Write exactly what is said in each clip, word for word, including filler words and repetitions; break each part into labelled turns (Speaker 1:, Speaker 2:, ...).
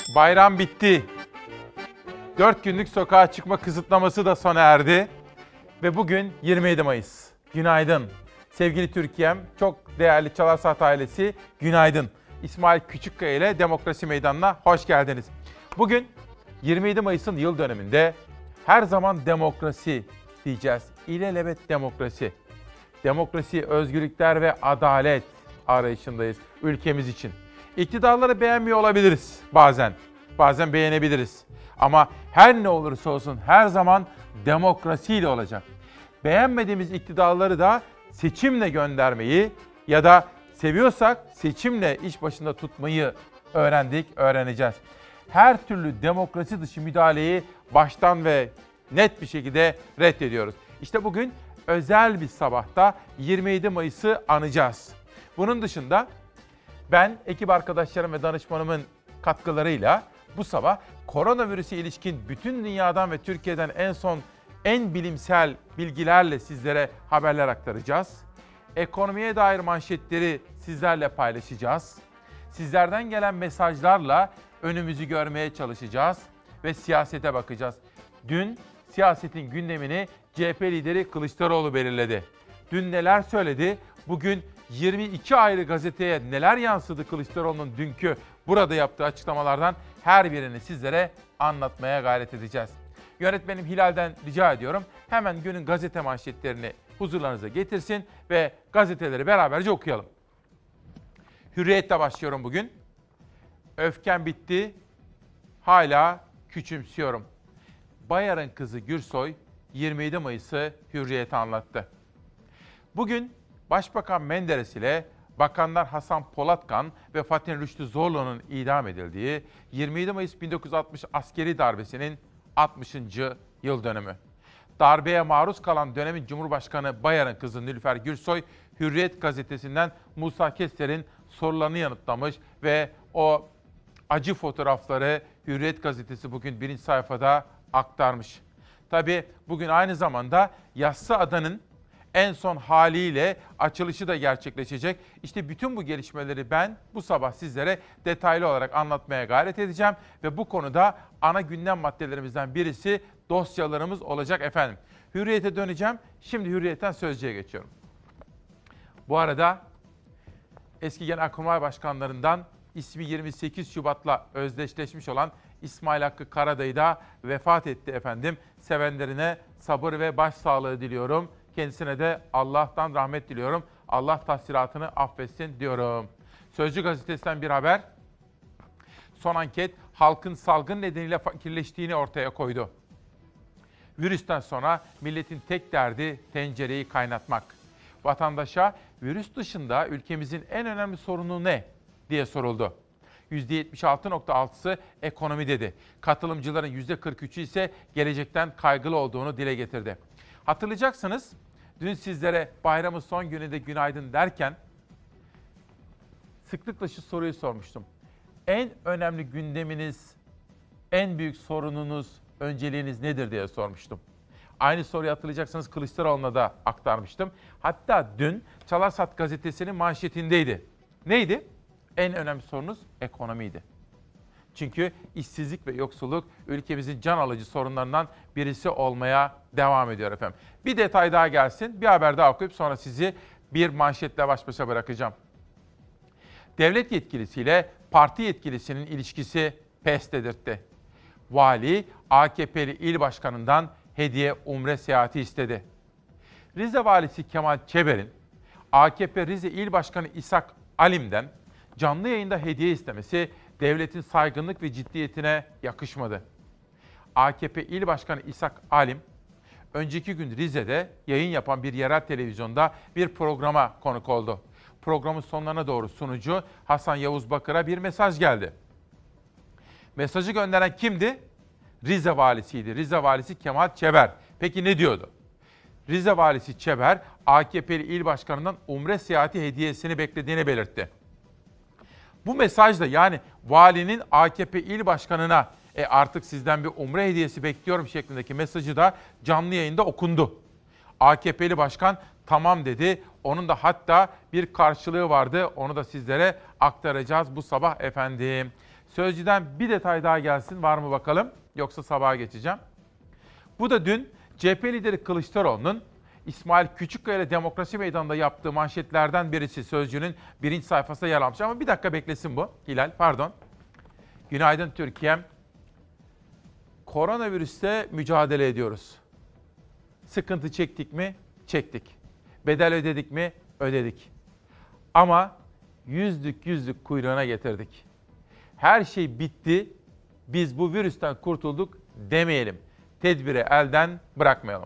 Speaker 1: Bayram bitti. Dört günlük sokağa çıkma kısıtlaması da sona erdi. Ve bugün yirmi yedi Mayıs. Günaydın. Sevgili Türkiye'm, çok değerli Çalar Saat ailesi, günaydın. İsmail Küçükkaya ile Demokrasi Meydanı'na hoş geldiniz. Bugün yirmi yedi Mayıs'ın yıl dönümünde her zaman demokrasi diyeceğiz. İlelebet demokrasi. Demokrasi, özgürlükler ve adalet arayışındayız ülkemiz için. İktidarları beğenmiyor olabiliriz bazen. Bazen beğenebiliriz. Ama her ne olursa olsun her zaman demokrasiyle olacak. Beğenmediğimiz iktidarları da seçimle göndermeyi ya da seviyorsak seçimle iş başında tutmayı öğrendik, öğreneceğiz. Her türlü demokrasi dışı müdahaleyi baştan ve net bir şekilde reddediyoruz. İşte bugün özel bir sabahta yirmi yedi Mayıs'ı anacağız. Bunun dışında ben ekip arkadaşlarım ve danışmanımın katkılarıyla bu sabah koronavirüse ilişkin bütün dünyadan ve Türkiye'den en son en bilimsel bilgilerle sizlere haberler aktaracağız. Ekonomiye dair manşetleri sizlerle paylaşacağız. Sizlerden gelen mesajlarla önümüzü görmeye çalışacağız ve siyasete bakacağız. Dün siyasetin gündemini C H P lideri Kılıçdaroğlu belirledi. Dün neler söyledi? Bugün yirmi iki ayrı gazeteye neler yansıdı Kılıçdaroğlu'nun dünkü burada yaptığı açıklamalardan her birini sizlere anlatmaya gayret edeceğiz. Yönetmenim Hilal'den rica ediyorum hemen günün gazete manşetlerini huzurlarınıza getirsin ve gazeteleri beraberce okuyalım. Hürriyet'le başlıyorum bugün. Öfkem bitti, hala küçümsüyorum. Bayar'ın kızı Gürsoy yirmi yedi Mayıs'ı Hürriyet'e anlattı. Bugün Başbakan Menderes ile Bakanlar Hasan Polatkan ve Fatih Rüştü Zorlu'nun idam edildiği yirmi yedi Mayıs bin dokuz yüz altmış askeri darbesinin altmışıncı yıl dönümü. Darbeye maruz kalan dönemin Cumhurbaşkanı Bayar'ın kızı Nilüfer Gürsoy, Hürriyet gazetesinden Musa Keser'in sorularını yanıtlamış ve o acı fotoğrafları Hürriyet gazetesi bugün birinci sayfada aktarmış. Tabii bugün aynı zamanda Yassıada'nın en son haliyle açılışı da gerçekleşecek. İşte bütün bu gelişmeleri ben bu sabah sizlere detaylı olarak anlatmaya gayret edeceğim. Ve bu konuda ana gündem maddelerimizden birisi dosyalarımız olacak efendim. Hürriyet'e döneceğim. Şimdi Hürriyet'ten Sözcü'ye geçiyorum. Bu arada eski Genelkurmay Başkanlarından ismi yirmi sekiz Şubat'la özdeşleşmiş olan İsmail Hakkı Karadayı da vefat etti efendim. Sevenlerine sabır ve başsağlığı diliyorum. Kendisine de Allah'tan rahmet diliyorum. Allah tahsilatını affetsin diyorum. Sözcü gazetesinden bir haber. Son anket halkın salgın nedeniyle fakirleştiğini ortaya koydu. Virüsten sonra milletin tek derdi tencereyi kaynatmak. Vatandaşa virüs dışında ülkemizin en önemli sorunu ne diye soruldu. yüzde yetmiş altı virgül altısı ekonomi dedi. Katılımcıların yüzde kırk üçü ise gelecekten kaygılı olduğunu dile getirdi. Hatırlayacaksınız, dün sizlere bayramın son gününde günaydın derken sıklıkla şu soruyu sormuştum. En önemli gündeminiz, en büyük sorununuz, önceliğiniz nedir diye sormuştum. Aynı soruyu hatırlayacaksınız Kılıçdaroğlu'na da aktarmıştım. Hatta dün Çalar Saat gazetesinin manşetindeydi. Neydi? En önemli sorunuz ekonomiydi. Çünkü işsizlik ve yoksulluk ülkemizin can alıcı sorunlarından birisi olmaya devam ediyor efendim. Bir detay daha gelsin, bir haber daha okuyup sonra sizi bir manşetle baş başa bırakacağım. Devlet yetkilisiyle parti yetkilisinin ilişkisi pes dedirtti. Vali, A K P'li il başkanından hediye umre seyahati istedi. Rize valisi Kemal Çeber'in A K P Rize İl Başkanı İshak Alim'den canlı yayında hediye istemesi devletin saygınlık ve ciddiyetine yakışmadı. A K P İl Başkanı İshak Alim, önceki gün Rize'de yayın yapan bir yerel televizyonda bir programa konuk oldu. Programın sonlarına doğru sunucu Hasan Yavuz Bakır'a bir mesaj geldi. Mesajı gönderen kimdi? Rize valisiydi. Rize valisi Kemal Çeber. Peki ne diyordu? Rize valisi Çeber, A K P'li il başkanından umre seyahati hediyesini beklediğini belirtti. Bu mesajda yani valinin A K P il başkanına e artık sizden bir umre hediyesi bekliyorum şeklindeki mesajı da canlı yayında okundu. A K P'li başkan tamam dedi. Onun da hatta bir karşılığı vardı. Onu da sizlere aktaracağız bu sabah efendim. Sözcü'den bir detay daha gelsin, var mı bakalım? Yoksa sabaha geçeceğim. Bu da dün C H P lideri Kılıçdaroğlu'nun İsmail Küçükkaya ile Demokrasi Meydanı'nda yaptığı manşetlerden birisi Sözcü'nün birinci sayfasında yer almış. Ama bir dakika beklesin bu. Hilal, pardon. Günaydın Türkiye'm. Koronavirüste mücadele ediyoruz. Sıkıntı çektik mi? Çektik. Bedel ödedik mi? Ödedik. Ama yüzlük yüzlük kuyruğuna getirdik. Her şey bitti, biz bu virüsten kurtulduk demeyelim. Tedbiri elden bırakmayalım.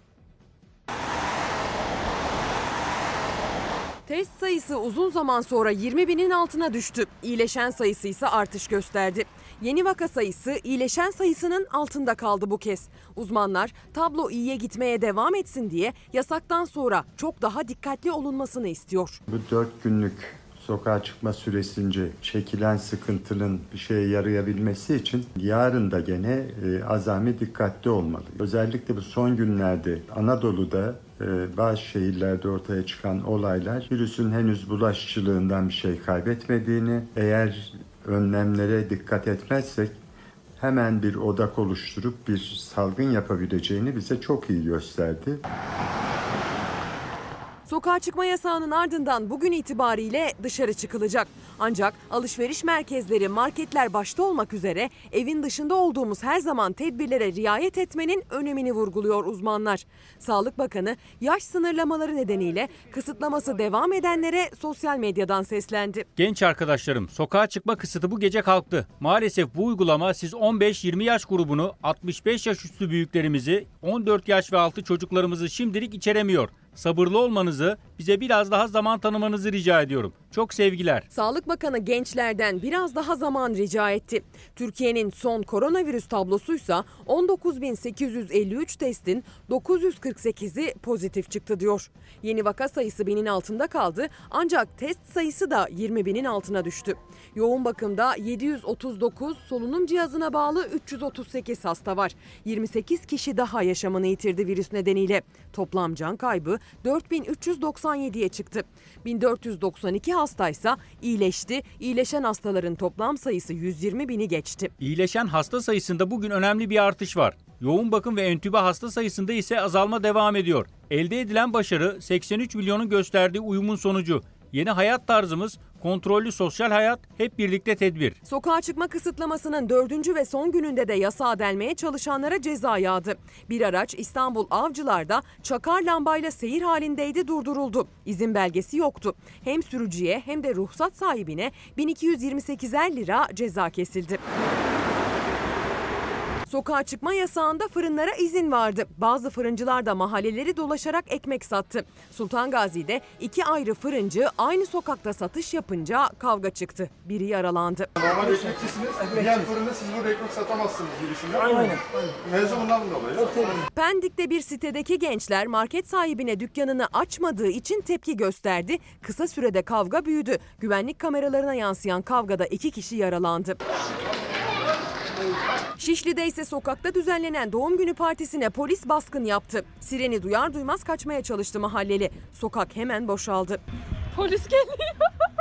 Speaker 2: Test sayısı uzun zaman sonra yirmi binin altına düştü. İyileşen sayısı ise artış gösterdi. Yeni vaka sayısı iyileşen sayısının altında kaldı bu kez. Uzmanlar tablo iyiye gitmeye devam etsin diye yasaktan sonra çok daha dikkatli olunmasını istiyor.
Speaker 3: Bu dört günlük sokağa çıkma süresince çekilen sıkıntının bir şeye yarayabilmesi için yarın da gene e, azami dikkatli olmalı. Özellikle bu son günlerde Anadolu'da e, bazı şehirlerde ortaya çıkan olaylar virüsün henüz bulaşıcılığından bir şey kaybetmediğini, eğer önlemlere dikkat etmezsek hemen bir odak oluşturup bir salgın yapabileceğini bize çok iyi gösterdi.
Speaker 2: Sokağa çıkma yasağının ardından bugün itibariyle dışarı çıkılacak. Ancak alışveriş merkezleri, marketler başta olmak üzere evin dışında olduğumuz her zaman tedbirlere riayet etmenin önemini vurguluyor uzmanlar. Sağlık Bakanı yaş sınırlamaları nedeniyle kısıtlaması devam edenlere sosyal medyadan seslendi.
Speaker 4: Genç arkadaşlarım, sokağa çıkma kısıtı bu gece kalktı. Maalesef bu uygulama siz on beş yirmi yaş grubunu, altmış beş yaş üstü büyüklerimizi, on dört yaş ve altı çocuklarımızı şimdilik içeremiyor. Sabırlı olmanızı, bize biraz daha zaman tanımanızı rica ediyorum. Çok sevgiler.
Speaker 2: Sağlık Bakanı gençlerden biraz daha zaman rica etti. Türkiye'nin son koronavirüs tablosuysa on dokuz bin sekiz yüz elli üç testin dokuz yüz kırk sekizi pozitif çıktı diyor. Yeni vaka sayısı binin altında kaldı ancak test sayısı da yirmi binin altına düştü. Yoğun bakımda yedi yüz otuz dokuz, solunum cihazına bağlı üç yüz otuz sekiz hasta var. yirmi sekiz kişi daha yaşamını yitirdi virüs nedeniyle. Toplam can kaybı dört bin üç yüz doksan yediye çıktı. bin dört yüz doksan iki hastaysa iyileşti. İyileşen hastaların toplam sayısı yüz yirmi bini geçti.
Speaker 4: İyileşen hasta sayısında bugün önemli bir artış var. Yoğun bakım ve entübe hasta sayısında ise azalma devam ediyor. Elde edilen başarı seksen üç milyonun gösterdiği uyumun sonucu. Yeni hayat tarzımız, kontrollü sosyal hayat, hep birlikte tedbir.
Speaker 2: Sokağa çıkma kısıtlamasının dördüncü ve son gününde de yasağa delmeye çalışanlara ceza yağdı. Bir araç İstanbul Avcılar'da çakar lambayla seyir halindeydi, durduruldu. İzin belgesi yoktu. Hem sürücüye hem de ruhsat sahibine bin iki yüz yirmi sekizer lira ceza kesildi. Sokağa çıkma yasağında fırınlara izin vardı. Bazı fırıncılar da mahalleleri dolaşarak ekmek sattı. Sultan Gazi'de iki ayrı fırıncı aynı sokakta satış yapınca kavga çıktı. Biri yaralandı.
Speaker 5: Normal ekmekçisiniz, diğer fırında siz burada ekmek satamazsınız gibisinden. Aynen. Aynen. Mevzu bundan dolayı.
Speaker 2: Pendik'te bir sitedeki gençler market sahibine dükkanını açmadığı için tepki gösterdi. Kısa sürede kavga büyüdü. Güvenlik kameralarına yansıyan kavgada iki kişi yaralandı. Şişli'de ise sokakta düzenlenen doğum günü partisine polis baskın yaptı. Sireni duyar duymaz kaçmaya çalıştı mahalleli. Sokak hemen boşaldı. Polis geliyor.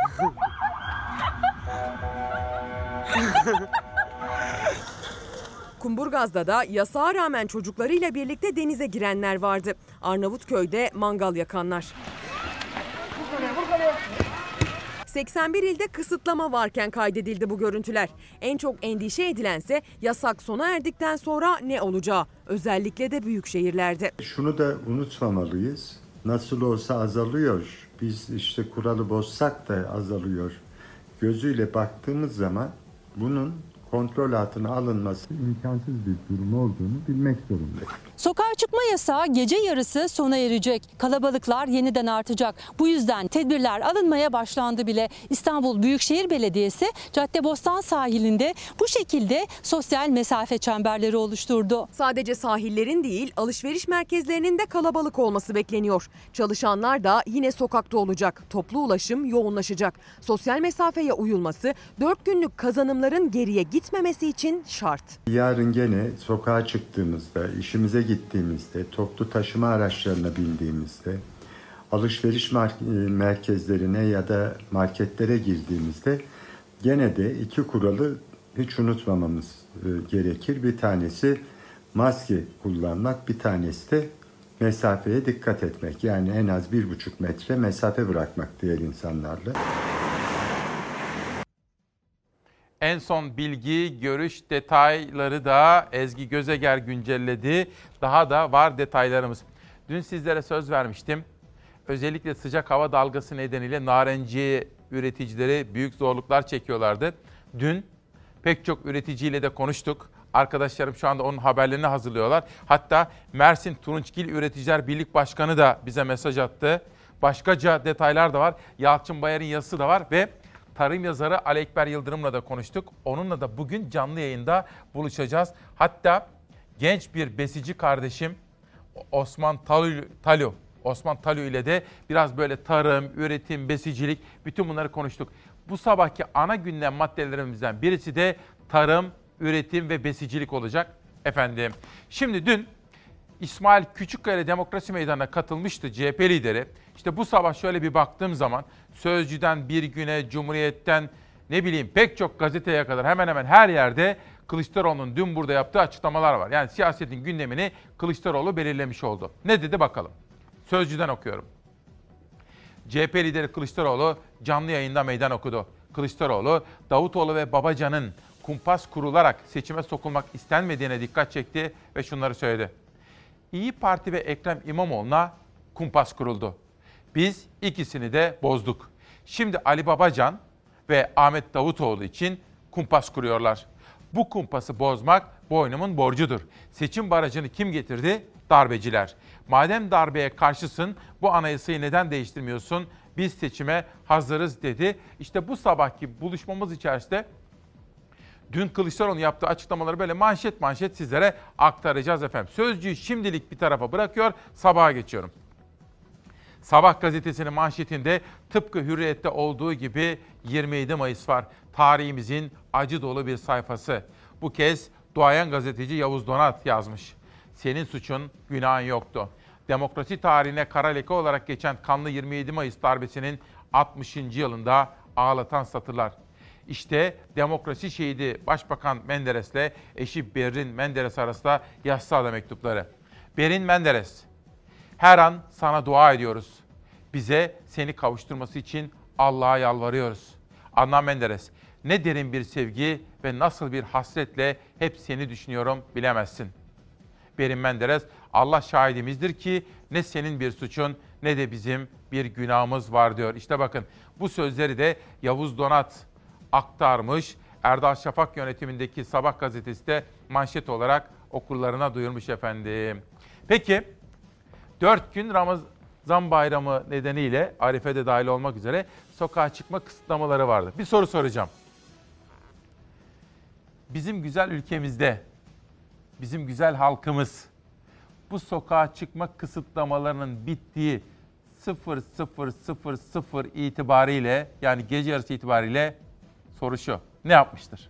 Speaker 2: Kumburgaz'da da yasağa rağmen çocuklarıyla birlikte denize girenler vardı. Arnavutköy'de mangal yakanlar. seksen bir ilde kısıtlama varken kaydedildi bu görüntüler. En çok endişe edilense yasak sona erdikten sonra ne olacağı. Özellikle de büyük şehirlerde.
Speaker 3: Şunu da unutmamalıyız. Nasıl olsa azalıyor. Biz işte kuralı bozsak da azalıyor. Gözüyle baktığımız zaman bunun kontrol altına alınması imkansız bir durum olduğunu bilmek zorundayız.
Speaker 6: Sokağa çıkma yasağı gece yarısı sona erecek. Kalabalıklar yeniden artacak. Bu yüzden tedbirler alınmaya başlandı bile. İstanbul Büyükşehir Belediyesi Caddebostan sahilinde bu şekilde sosyal mesafe çemberleri oluşturdu.
Speaker 2: Sadece sahillerin değil, alışveriş merkezlerinin de kalabalık olması bekleniyor. Çalışanlar da yine sokakta olacak. Toplu ulaşım yoğunlaşacak. Sosyal mesafeye uyulması dört günlük kazanımların geriye gitmemesi için şart.
Speaker 3: Yarın gene sokağa çıktığımızda, işimize gittiğimizde, toplu taşıma araçlarına bindiğimizde, alışveriş merkezlerine ya da marketlere girdiğimizde gene de iki kuralı hiç unutmamamız gerekir. Bir tanesi maske kullanmak, bir tanesi de mesafeye dikkat etmek. Yani en az bir buçuk metre mesafe bırakmak diğer insanlarla.
Speaker 1: En son bilgi, görüş, detayları da Ezgi Gözeger güncelledi. Daha da var detaylarımız. Dün sizlere söz vermiştim. Özellikle sıcak hava dalgası nedeniyle narenciye üreticileri büyük zorluklar çekiyorlardı. Dün pek çok üreticiyle de konuştuk. Arkadaşlarım şu anda onun haberlerini hazırlıyorlar. Hatta Mersin Turunçgil Üreticiler Birlik Başkanı da bize mesaj attı. Başkaca detaylar da var. Yalçın Bayar'ın yazısı da var ve tarım yazarı Ali Ekber Yıldırım'la da konuştuk. Onunla da bugün canlı yayında buluşacağız. Hatta genç bir besici kardeşim Osman Talu, Talu, Osman Talu ile de biraz böyle tarım, üretim, besicilik bütün bunları konuştuk. Bu sabahki ana gündem maddelerimizden birisi de tarım, üretim ve besicilik olacak efendim. Şimdi dün İsmail Küçükkaya Demokrasi Meydanı'na katılmıştı C H P lideri. İşte bu sabah şöyle bir baktığım zaman Sözcü'den Bir Gün'e, Cumhuriyet'ten ne bileyim pek çok gazeteye kadar hemen hemen her yerde Kılıçdaroğlu'nun dün burada yaptığı açıklamalar var. Yani siyasetin gündemini Kılıçdaroğlu belirlemiş oldu. Ne dedi bakalım? Sözcü'den okuyorum. C H P lideri Kılıçdaroğlu canlı yayında meydan okudu. Kılıçdaroğlu, Davutoğlu ve Babacan'ın kumpas kurularak seçime sokulmak istenmediğine dikkat çekti ve şunları söyledi. İYİ Parti ve Ekrem İmamoğlu'na kumpas kuruldu. Biz ikisini de bozduk. Şimdi Ali Babacan ve Ahmet Davutoğlu için kumpas kuruyorlar. Bu kumpası bozmak boynumun borcudur. Seçim barajını kim getirdi? Darbeciler. Madem darbeye karşısın, bu anayasayı neden değiştirmiyorsun? Biz seçime hazırız dedi. İşte bu sabahki buluşmamız içerisinde dün Kılıçdaroğlu yaptığı açıklamaları böyle manşet manşet sizlere aktaracağız efendim. Sözcüğü şimdilik bir tarafa bırakıyor, sabaha geçiyorum. Sabah gazetesinin manşetinde tıpkı Hürriyet'te olduğu gibi yirmi yedi Mayıs var. Tarihimizin acı dolu bir sayfası. Bu kez duayen gazeteci Yavuz Donat yazmış. Senin suçun, günahın yoktu. Demokrasi tarihine kara leke olarak geçen kanlı yirmi yedi Mayıs darbesinin altmışıncı yılında ağlatan satırlar. İşte demokrasi şehidi Başbakan Menderes'le eşi Berin Menderes arasında yassıada mektupları. Berin Menderes, her an sana dua ediyoruz. Bize seni kavuşturması için Allah'a yalvarıyoruz. Adnan Menderes, ne derin bir sevgi ve nasıl bir hasretle hep seni düşünüyorum bilemezsin. Berin Menderes, Allah şahidimizdir ki ne senin bir suçun ne de bizim bir günahımız var diyor. İşte bakın bu sözleri de Yavuz Donat aktarmış. Erdal Şafak yönetimindeki Sabah gazetesi de manşet olarak okurlarına duyurmuş efendim. Peki dört gün Ramazan bayramı nedeniyle Arife de dahil olmak üzere sokağa çıkma kısıtlamaları vardı. Bir soru soracağım. Bizim güzel ülkemizde, bizim güzel halkımız bu sokağa çıkma kısıtlamalarının bittiği sıfır sıfır sıfır sıfır itibariyle yani gece yarısı itibariyle soru şu. Ne yapmıştır?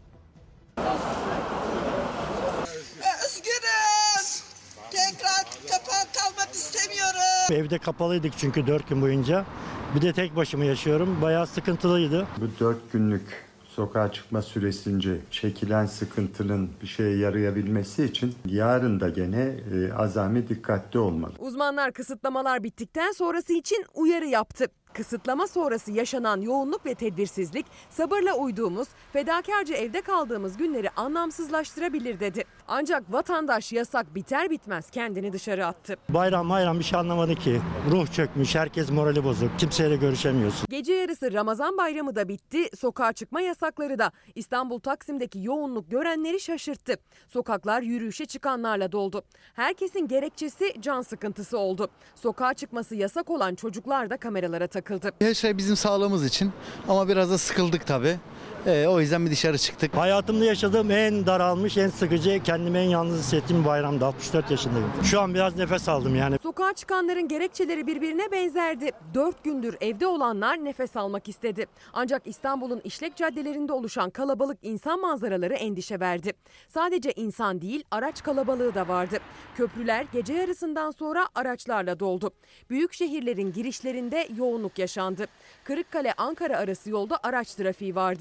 Speaker 7: Özgürüz. Tekrar kapalı kalmak istemiyorum.
Speaker 8: Evde kapalıydık çünkü dört gün boyunca. Bir de tek başıma yaşıyorum. Bayağı sıkıntılıydı.
Speaker 3: Bu dört günlük sokağa çıkma süresince çekilen sıkıntının bir şeye yarayabilmesi için yarın da gene e, azami dikkatli olmalı.
Speaker 2: Uzmanlar kısıtlamalar bittikten sonrası için uyarı yaptı. Kısıtlama sonrası yaşanan yoğunluk ve tedbirsizlik sabırla uyduğumuz, fedakarca evde kaldığımız günleri anlamsızlaştırabilir dedi. Ancak vatandaş yasak biter bitmez kendini dışarı attı.
Speaker 8: Bayram bayram bir şey anlamadı ki. Ruh çökmüş, herkes morali bozuk. Kimseyle görüşemiyorsun.
Speaker 2: Gece yarısı Ramazan bayramı da bitti, sokağa çıkma yasakları da. İstanbul Taksim'deki yoğunluk görenleri şaşırttı. Sokaklar yürüyüşe çıkanlarla doldu. Herkesin gerekçesi can sıkıntısı oldu. Sokağa çıkması yasak olan çocuklar da kameralara takıldı.
Speaker 9: Her şey bizim sağlığımız için ama biraz da sıkıldık tabii. Ee, o yüzden bir dışarı çıktık.
Speaker 8: Hayatımda yaşadığım en daralmış, en sıkıcı, kendimi en yalnız hissettiğim bayramda. altmış dört yaşındayım. Şu an biraz nefes aldım yani.
Speaker 2: Sokağa çıkanların gerekçeleri birbirine benzerdi. Dört gündür evde olanlar nefes almak istedi. Ancak İstanbul'un işlek caddelerinde oluşan kalabalık insan manzaraları endişe verdi. Sadece insan değil, araç kalabalığı da vardı. Köprüler gece yarısından sonra araçlarla doldu. Büyük şehirlerin girişlerinde yoğunluk yaşandı. Kırıkkale-Ankara arası yolda araç trafiği vardı.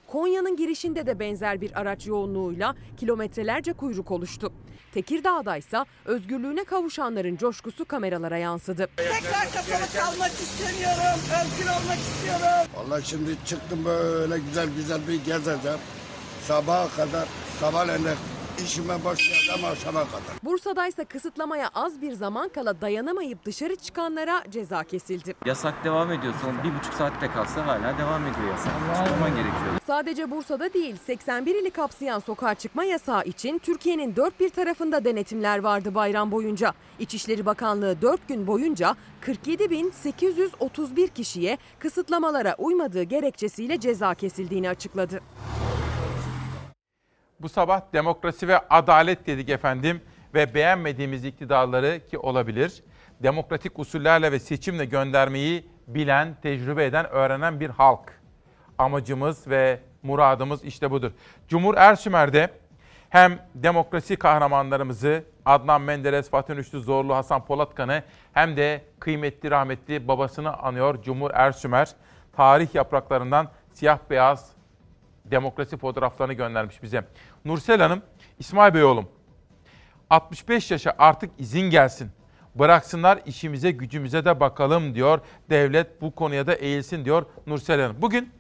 Speaker 2: Konya'nın girişinde de benzer bir araç yoğunluğuyla kilometrelerce kuyruk oluştu. Tekirdağ'da ise özgürlüğüne kavuşanların coşkusu kameralara yansıdı.
Speaker 7: Tekrar kapalı kalmak istemiyorum. Özgür olmak istiyorum.
Speaker 10: Vallahi şimdi çıktım böyle güzel güzel bir gezeceğim. Sabaha kadar, sabahleyin işime başlayacağım akşama kadar.
Speaker 2: Bursa'da ise kısıtlamaya az bir zaman kala dayanamayıp dışarı çıkanlara ceza kesildi.
Speaker 11: Yasak devam ediyor. Son bir buçuk saatte kalsa hala devam ediyor yasak. Çıkman gerekiyor.
Speaker 2: Sadece Bursa'da değil, seksen bir ili kapsayan sokağa çıkma yasağı için Türkiye'nin dört bir tarafında denetimler vardı bayram boyunca. İçişleri Bakanlığı dört gün boyunca kırk yedi bin sekiz yüz otuz bir kişiye kısıtlamalara uymadığı gerekçesiyle ceza kesildiğini açıkladı.
Speaker 1: Bu sabah demokrasi ve adalet dedik efendim ve beğenmediğimiz iktidarları ki olabilir, demokratik usullerle ve seçimle göndermeyi bilen, tecrübe eden, öğrenen bir halk. Amacımız ve muradımız işte budur. Cumhur Ersümer'de hem demokrasi kahramanlarımızı Adnan Menderes, Fatih Rüştü Zorlu, Hasan Polatkan'ı hem de kıymetli rahmetli babasını anıyor Cumhur Ersümer. Tarih yapraklarından siyah beyaz demokrasi fotoğraflarını göndermiş bize. Nursel Hanım, İsmail Bey oğlum, altmış beş yaşa artık izin gelsin. Bıraksınlar işimize gücümüze de bakalım diyor. Devlet bu konuya da eğilsin diyor Nursel Hanım. Bugün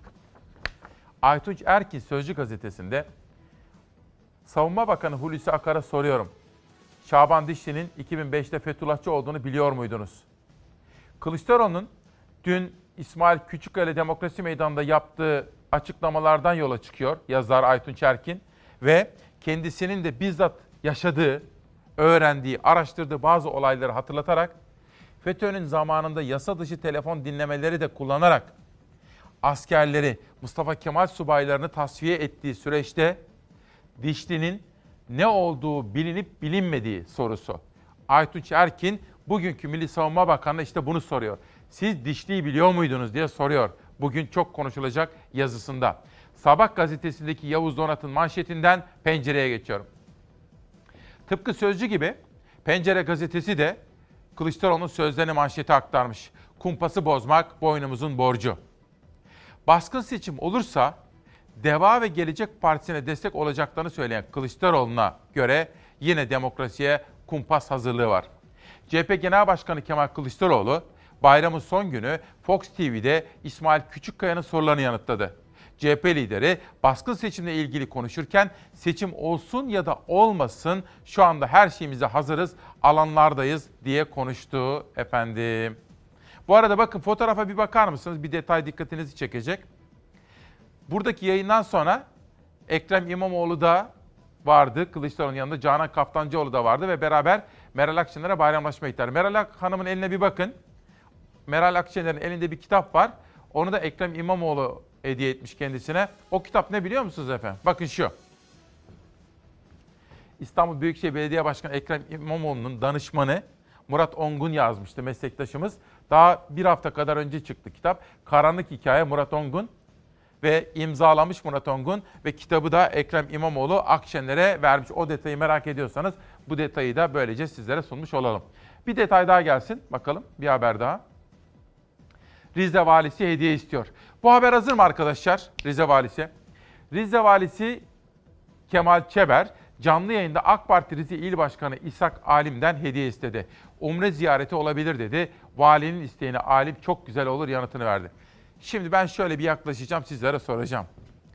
Speaker 1: Aytunç Erkin Sözcü gazetesinde Savunma Bakanı Hulusi Akar'a soruyorum. Şaban Dişli'nin iki bin beşte Fethullahçı olduğunu biliyor muydunuz? Kılıçdaroğlu'nun dün İsmail Küçükkaya Demokrasi Meydanı'nda yaptığı açıklamalardan yola çıkıyor yazar Aytunç Erkin ve kendisinin de bizzat yaşadığı, öğrendiği, araştırdığı bazı olayları hatırlatarak FETÖ'nün zamanında yasa dışı telefon dinlemeleri de kullanarak askerleri, Mustafa Kemal subaylarını tasfiye ettiği süreçte Dişli'nin ne olduğu bilinip bilinmediği sorusu. Aytunç Erkin bugünkü Milli Savunma Bakanı'na işte bunu soruyor. Siz Dişli'yi biliyor muydunuz diye soruyor. Bugün çok konuşulacak yazısında. Sabah gazetesindeki Yavuz Donat'ın manşetinden Pencere'ye geçiyorum. Tıpkı Sözcü gibi Pencere gazetesi de Kılıçdaroğlu'nun sözlerini manşete aktarmış. Kumpası bozmak boynumuzun borcu. Baskın seçim olursa Deva ve Gelecek Partisi'ne destek olacaklarını söyleyen Kılıçdaroğlu'na göre yine demokrasiye kumpas hazırlığı var. C H P Genel Başkanı Kemal Kılıçdaroğlu bayramın son günü Fox T V'de İsmail Küçükkaya'nın sorularını yanıtladı. C H P lideri baskın seçimle ilgili konuşurken seçim olsun ya da olmasın şu anda her şeyimize hazırız, alanlardayız diye konuştu efendim. Bu arada bakın fotoğrafa bir bakar mısınız? Bir detay dikkatinizi çekecek. Buradaki yayından sonra Ekrem İmamoğlu da vardı. Kılıçdaroğlu'nun yanında Canan Kaftancıoğlu da vardı ve beraber Meral Akşener'e bayramlaşma gittiler. Meral Hanım'ın eline bir bakın. Meral Akşener'in elinde bir kitap var. Onu da Ekrem İmamoğlu hediye etmiş kendisine. O kitap ne biliyor musunuz efendim? Bakın şu. İstanbul Büyükşehir Belediye Başkanı Ekrem İmamoğlu'nun danışmanı Murat Ongun yazmıştı meslektaşımız. Daha bir hafta kadar önce çıktı kitap. Karanlık Hikaye Murat Ongun ve imzalamış Murat Ongun ve kitabı da Ekrem İmamoğlu Akşener'e vermiş. O detayı merak ediyorsanız bu detayı da böylece sizlere sunmuş olalım. Bir detay daha gelsin bakalım, bir haber daha. Rize Valisi hediye istiyor. Bu haber hazır mı arkadaşlar? Rize Valisi. Rize Valisi Kemal Çeber canlı yayında AK Parti Rize İl Başkanı İshak Alim'den hediye istedi. Umre ziyareti olabilir dedi. Valinin isteğine Alim çok güzel olur yanıtını verdi. Şimdi ben şöyle bir yaklaşacağım, sizlere soracağım.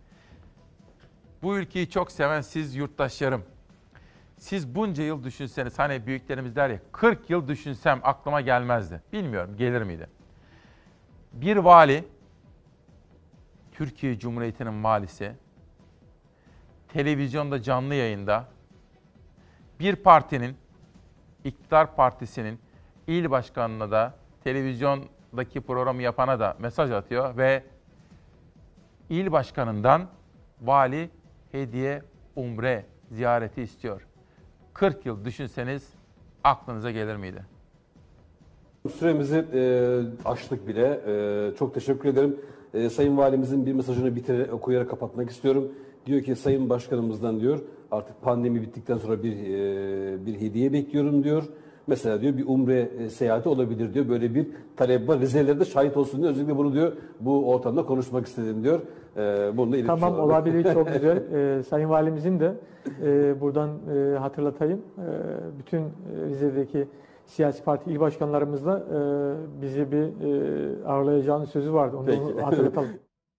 Speaker 1: Bu ülkeyi çok seven siz yurttaşlarım. Siz bunca yıl düşünseniz, hani büyüklerimiz der ya, kırk yıl düşünsem aklıma gelmezdi. Bilmiyorum gelir miydi? Bir vali, Türkiye Cumhuriyeti'nin valisi, televizyonda canlı yayında bir partinin, iktidar partisinin il başkanına da, televizyondaki programı yapana da mesaj atıyor ve il başkanından vali hediye umre ziyareti istiyor. kırk yıl düşünseniz aklınıza gelir miydi?
Speaker 12: Süremizi e, aştık bile. E, çok teşekkür ederim. E, Sayın Valimizin bir mesajını bitirerek, okuyarak kapatmak istiyorum. Diyor ki Sayın Başkanımızdan diyor artık pandemi bittikten sonra bir e, bir hediye bekliyorum diyor. Mesela diyor bir umre e, seyahati olabilir diyor. Böyle bir talep var. Rize'lerde şahit olsun diyor. Özellikle bunu diyor bu ortamda konuşmak istedim diyor. E, bunu da iletmiş
Speaker 13: Tamam
Speaker 12: olalım.
Speaker 13: olabilir, çok güzel. E, Sayın Valimizin de e, buradan e, hatırlatayım. E, bütün e, Rize'deki siyasi parti il başkanlarımızla e, bizi bir e, ağırlayacağının sözü vardı. Onu, onu hatırlatalım.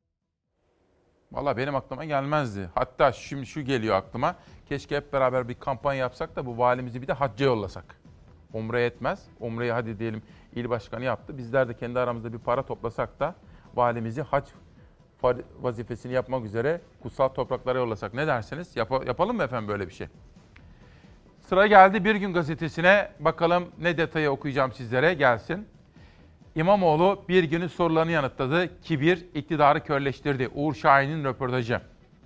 Speaker 1: Valla benim aklıma gelmezdi. Hatta şimdi şu geliyor aklıma. Keşke hep beraber bir kampanya yapsak da bu valimizi bir de hacca yollasak. Umre etmez. Umreyi hadi diyelim il başkanı yaptı. Bizler de kendi aramızda bir para toplasak da valimizi hac vazifesini yapmak üzere kutsal topraklara yollasak. Ne dersiniz? Yap- yapalım mı efendim böyle bir şey? Sıra geldi Bir Gün Gazetesi'ne. Bakalım ne detayı okuyacağım sizlere, gelsin. İmamoğlu bir günün sorularını yanıtladı. Kibir iktidarı körleştirdi. Uğur Şahin'in röportajı.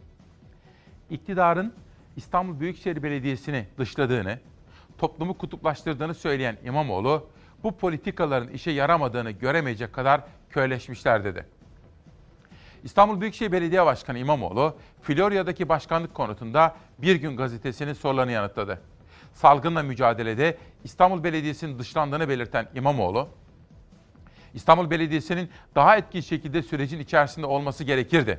Speaker 1: İktidarın İstanbul Büyükşehir Belediyesi'ni dışladığını, toplumu kutuplaştırdığını söyleyen İmamoğlu, bu politikaların işe yaramadığını göremeyecek kadar körleşmişler dedi. İstanbul Büyükşehir Belediye Başkanı İmamoğlu, Florya'daki başkanlık konutunda Bir Gün Gazetesi'nin sorularını yanıtladı. Salgınla mücadelede İstanbul Belediyesi'nin dışlandığını belirten İmamoğlu, İstanbul Belediyesi'nin daha etkin şekilde sürecin içerisinde olması gerekirdi.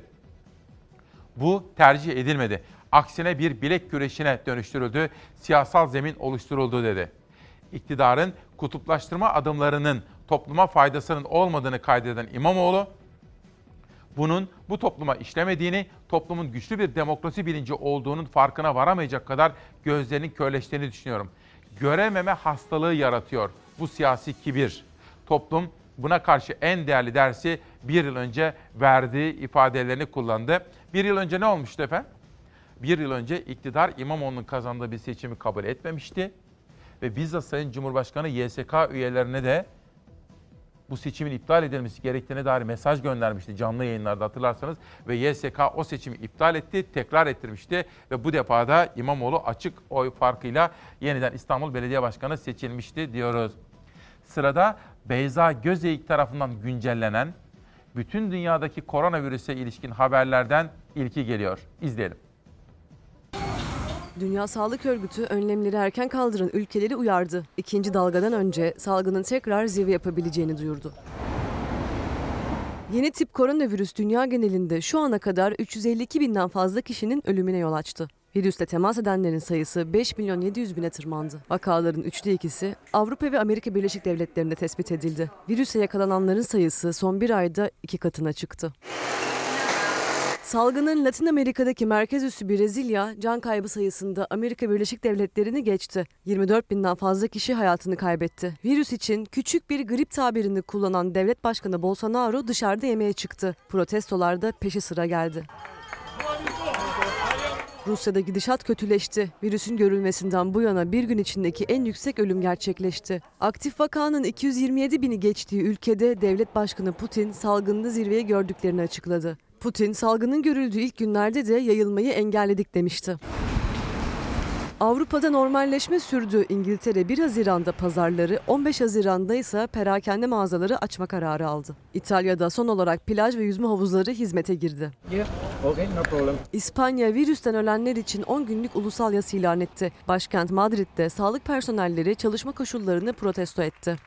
Speaker 1: Bu tercih edilmedi. Aksine bir bilek güreşine dönüştürüldü, siyasal zemin oluşturuldu dedi. İktidarın kutuplaştırma adımlarının topluma faydasının olmadığını kaydeden İmamoğlu, bunun bu topluma işlemediğini, toplumun güçlü bir demokrasi bilinci olduğunun farkına varamayacak kadar gözlerinin körleştiğini düşünüyorum. Görememe hastalığı yaratıyor bu siyasi kibir. Toplum buna karşı en değerli dersi bir yıl önce verdiği ifadelerini kullandı. Bir yıl önce ne olmuştu efendim? Bir yıl önce iktidar İmamoğlu'nun kazandığı bir seçimi kabul etmemişti. Ve bizzat Sayın Cumhurbaşkanı Y S K üyelerine de bu seçimin iptal edilmesi gerektiğine dair mesaj göndermişti canlı yayınlarda, hatırlarsanız. Ve Y S K o seçimi iptal etti, tekrar ettirmişti. Ve bu defa da İmamoğlu açık oy farkıyla yeniden İstanbul Belediye Başkanı seçilmişti diyoruz. Sırada Beyza Gözeyik tarafından güncellenen bütün dünyadaki koronavirüse ilişkin haberlerden ilki geliyor. İzleyelim.
Speaker 14: Dünya Sağlık Örgütü önlemleri erken kaldıran ülkeleri uyardı. İkinci dalgadan önce salgının tekrar zirve yapabileceğini duyurdu. Yeni tip koronavirüs dünya genelinde şu ana kadar üç yüz elli iki binden fazla kişinin ölümüne yol açtı. Virüsle temas edenlerin sayısı beş milyon yedi yüz bine tırmandı. Vakaların üçte ikisi Avrupa ve Amerika Birleşik Devletleri'nde tespit edildi. Virüse yakalananların sayısı son bir ayda iki katına çıktı. Salgının Latin Amerika'daki merkez üssü Brezilya, can kaybı sayısında Amerika Birleşik Devletleri'ni geçti. yirmi dört binden fazla kişi hayatını kaybetti. Virüs için küçük bir grip tabirini kullanan devlet başkanı Bolsonaro dışarıda yemeğe çıktı. Protestolarda peşi sıra geldi. Rusya'da gidişat kötüleşti. Virüsün görülmesinden bu yana bir gün içindeki en yüksek ölüm gerçekleşti. Aktif vakanın iki yüz yirmi yedi bini geçtiği ülkede devlet başkanı Putin salgında zirveyi gördüklerini açıkladı. Putin, salgının görüldüğü ilk günlerde de yayılmayı engelledik demişti. Avrupa'da normalleşme sürdü. İngiltere bir Haziran'da pazarları, on beş Haziran'da ise perakende mağazaları açma kararı aldı. İtalya'da son olarak plaj ve yüzme havuzları hizmete girdi.
Speaker 15: Yeah, okay, no problem.
Speaker 14: İspanya virüsten ölenler için on günlük ulusal yas ilan etti. Başkent Madrid'de sağlık personelleri çalışma koşullarını protesto etti.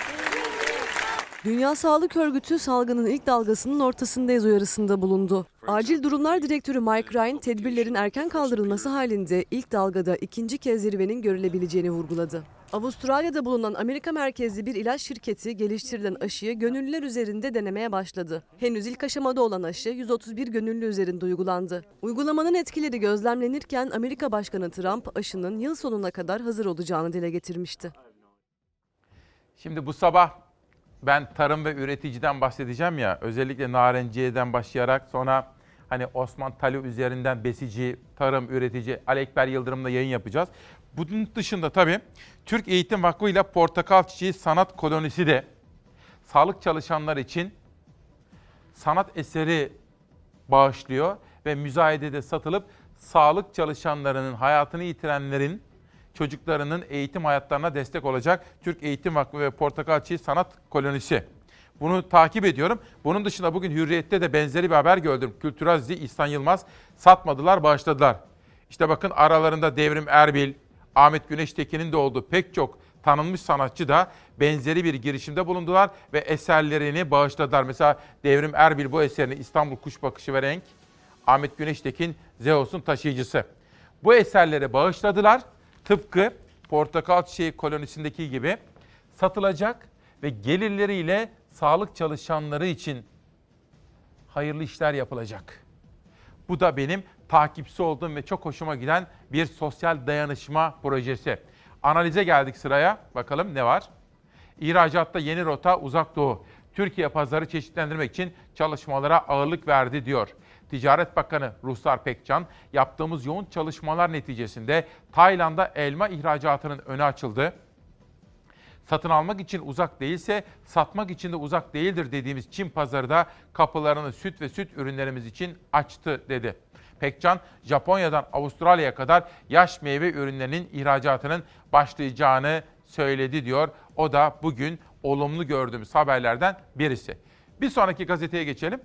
Speaker 14: Dünya Sağlık Örgütü salgının ilk dalgasının ortasındayız uyarısında bulundu. Acil Durumlar Direktörü Mike Ryan, tedbirlerin erken kaldırılması halinde ilk dalgada ikinci kez zirvenin görülebileceğini vurguladı. Avustralya'da bulunan Amerika merkezli bir ilaç şirketi geliştirilen aşıyı gönüllüler üzerinde denemeye başladı. Henüz ilk aşamada olan aşı yüz otuz bir gönüllü üzerinde uygulandı. Uygulamanın etkileri gözlemlenirken Amerika Başkanı Trump aşının yıl sonuna kadar hazır olacağını dile getirmişti.
Speaker 1: Şimdi bu sabah ben tarım ve üreticiden bahsedeceğim ya, özellikle narenciyeden başlayarak sonra hani Osman Tali üzerinden besici, tarım, üretici Ali Ekber Yıldırım'la yayın yapacağız. Bunun dışında tabii Türk Eğitim Vakfı ile Portakal Çiçeği Sanat Kolonisi de sağlık çalışanları için sanat eseri bağışlıyor ve müzayedede satılıp sağlık çalışanlarının, hayatını yitirenlerin çocuklarının eğitim hayatlarına destek olacak Türk Eğitim Vakfı ve Portakal Çiçeği Sanat Kolonisi. Bunu takip ediyorum. Bunun dışında bugün Hürriyet'te de benzeri bir haber gördüm. Kültürel Dizi İhsan Yılmaz satmadılar, bağışladılar. İşte bakın aralarında Devrim Erbil, Ahmet Güneştekin'in de olduğu pek çok tanınmış sanatçı da benzeri bir girişimde bulundular ve eserlerini bağışladılar. Mesela Devrim Erbil bu eserini İstanbul Kuş Bakışı ve Renk, Ahmet Güneştekin Zeus'un Taşıyıcısı. Bu eserleri bağışladılar. Tıpkı Portakal Çiçeği kolonisindeki gibi satılacak ve gelirleriyle sağlık çalışanları için hayırlı işler yapılacak. Bu da benim takipçisi olduğum ve çok hoşuma giden bir sosyal dayanışma projesi. Analize geldik sıraya. Bakalım ne var? İhracatta yeni rota Uzak Doğu. Türkiye pazarı çeşitlendirmek için çalışmalara ağırlık verdi diyor. Ticaret Bakanı Ruhsar Pekcan, yaptığımız yoğun çalışmalar neticesinde Tayland'a elma ihracatının önü açıldı. Satın almak için uzak değilse satmak için de uzak değildir dediğimiz Çin pazarı da kapılarını süt ve süt ürünlerimiz için açtı dedi. Pekcan, Japonya'dan Avustralya'ya kadar yaş meyve ürünlerinin ihracatının başlayacağını söyledi diyor. O da bugün olumlu gördüğümüz haberlerden birisi. Bir sonraki gazeteye geçelim.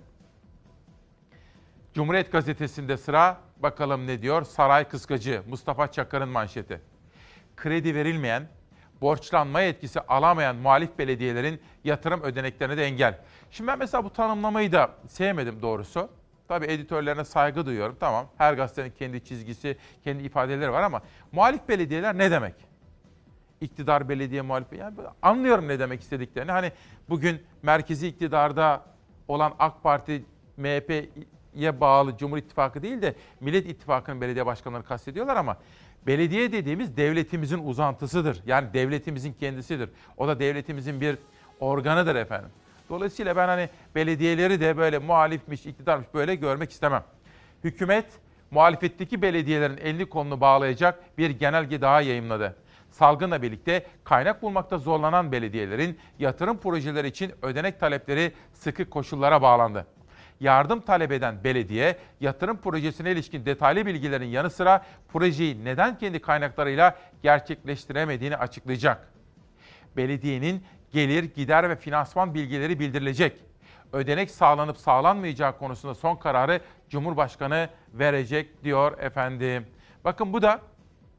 Speaker 1: Cumhuriyet Gazetesi'nde sıra, bakalım ne diyor? Saray Kıskacı, Mustafa Çakar'ın manşeti. Kredi verilmeyen, borçlanma yetkisi alamayan muhalif belediyelerin yatırım ödeneklerine de engel. Şimdi ben mesela bu tanımlamayı da sevmedim doğrusu. Tabii editörlerine saygı duyuyorum. Tamam, her gazetenin kendi çizgisi, kendi ifadeleri var ama muhalif belediyeler ne demek? İktidar belediye muhalif, yani anlıyorum ne demek istediklerini. Hani bugün merkezi iktidarda olan AK Parti, M H P'ye bağlı Cumhur İttifakı değil de Millet İttifakı'nın belediye başkanları kastediyorlar ama belediye dediğimiz devletimizin uzantısıdır. Yani devletimizin kendisidir. O da devletimizin bir organıdır efendim. Dolayısıyla ben hani belediyeleri de böyle muhalifmiş, iktidarmış böyle görmek istemem. Hükümet muhalefetteki belediyelerin elini kolunu bağlayacak bir genelge daha yayımladı. Salgınla birlikte kaynak bulmakta zorlanan belediyelerin yatırım projeleri için ödenek talepleri sıkı koşullara bağlandı. Yardım talep eden belediye, yatırım projesine ilişkin detaylı bilgilerin yanı sıra projeyi neden kendi kaynaklarıyla gerçekleştiremediğini açıklayacak. Belediyenin gelir, gider ve finansman bilgileri bildirilecek. Ödenek sağlanıp sağlanmayacağı konusunda son kararı Cumhurbaşkanı verecek diyor efendim. Bakın bu da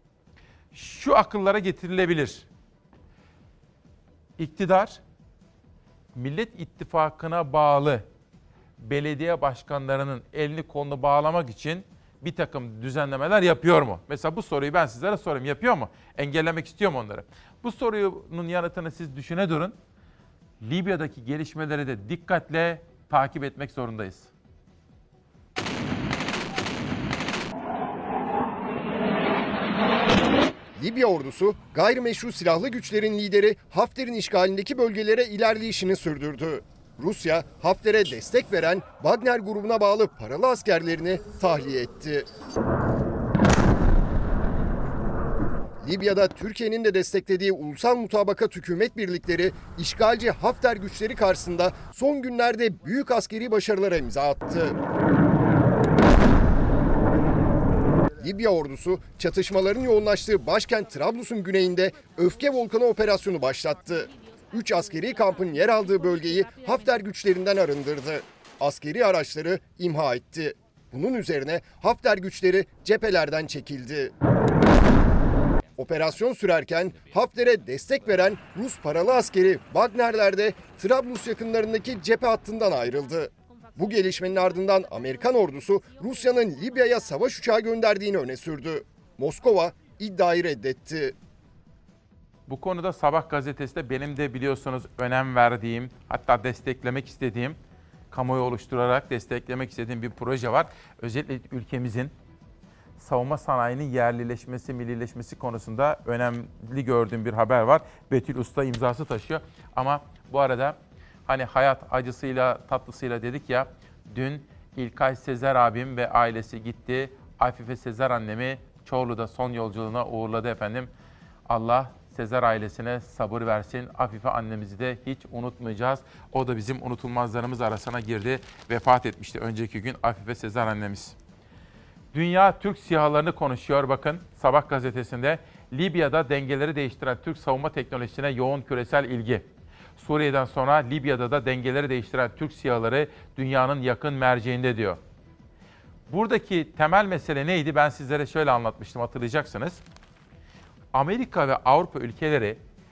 Speaker 1: şu akıllara getirilebilir. İktidar, Millet İttifakı'na bağlı belediye başkanlarının elini kolunu bağlamak için bir takım düzenlemeler yapıyor mu? Mesela bu soruyu ben sizlere sorayım. Yapıyor mu? Engellemek istiyor mu onları? Bu sorunun yanıtını siz düşüne durun. Libya'daki gelişmeleri de dikkatle takip etmek zorundayız.
Speaker 16: Libya ordusu gayrimeşru silahlı güçlerin lideri Hafter'in işgalindeki bölgelere ilerleyişini sürdürdü. Rusya, Hafter'e destek veren Wagner grubuna bağlı paralı askerlerini tahliye etti. Libya'da Türkiye'nin de desteklediği Ulusal Mutabakat Hükümet Birlikleri işgalci Hafter güçleri karşısında son günlerde büyük askeri başarılara imza attı. Libya ordusu çatışmaların yoğunlaştığı başkent Trablus'un güneyinde Öfke Volkanı operasyonu başlattı. Üç askeri kampın yer aldığı bölgeyi Hafter güçlerinden arındırdı. Askeri araçları imha etti. Bunun üzerine Hafter güçleri cephelerden çekildi. Operasyon sürerken Hafter'e destek veren Rus paralı askeri Wagnerler de Trablus yakınlarındaki cephe hattından ayrıldı. Bu gelişmenin ardından Amerikan ordusu Rusya'nın Libya'ya savaş uçağı gönderdiğini öne sürdü. Moskova iddiayı reddetti.
Speaker 1: Bu konuda Sabah gazetesi de benim de biliyorsunuz önem verdiğim, hatta desteklemek istediğim, kamuoyu oluşturarak desteklemek istediğim bir proje var. Özellikle ülkemizin savunma sanayinin yerlileşmesi, millileşmesi konusunda önemli gördüğüm bir haber var. Betül Usta imzası taşıyor. Ama bu arada hani hayat acısıyla tatlısıyla dedik ya, dün İlkay Sezer abim ve ailesi gitti. Afife Sezer annemi Çorlu'da son yolculuğuna uğurladı efendim. Allah Sezer ailesine sabır versin. Afife annemizi de hiç unutmayacağız. O da bizim unutulmazlarımız arasına girdi. Vefat etmişti önceki gün Afife Sezer annemiz. Dünya Türk SİHA'larını konuşuyor bakın Sabah gazetesinde. Libya'da dengeleri değiştiren Türk savunma teknolojisine yoğun küresel ilgi. Suriye'den sonra Libya'da da dengeleri değiştiren Türk SİHA'ları dünyanın yakın merceğinde diyor. Buradaki temel mesele neydi? Ben sizlere şöyle anlatmıştım, hatırlayacaksınız. Amerika ve Avrupa ülkeleri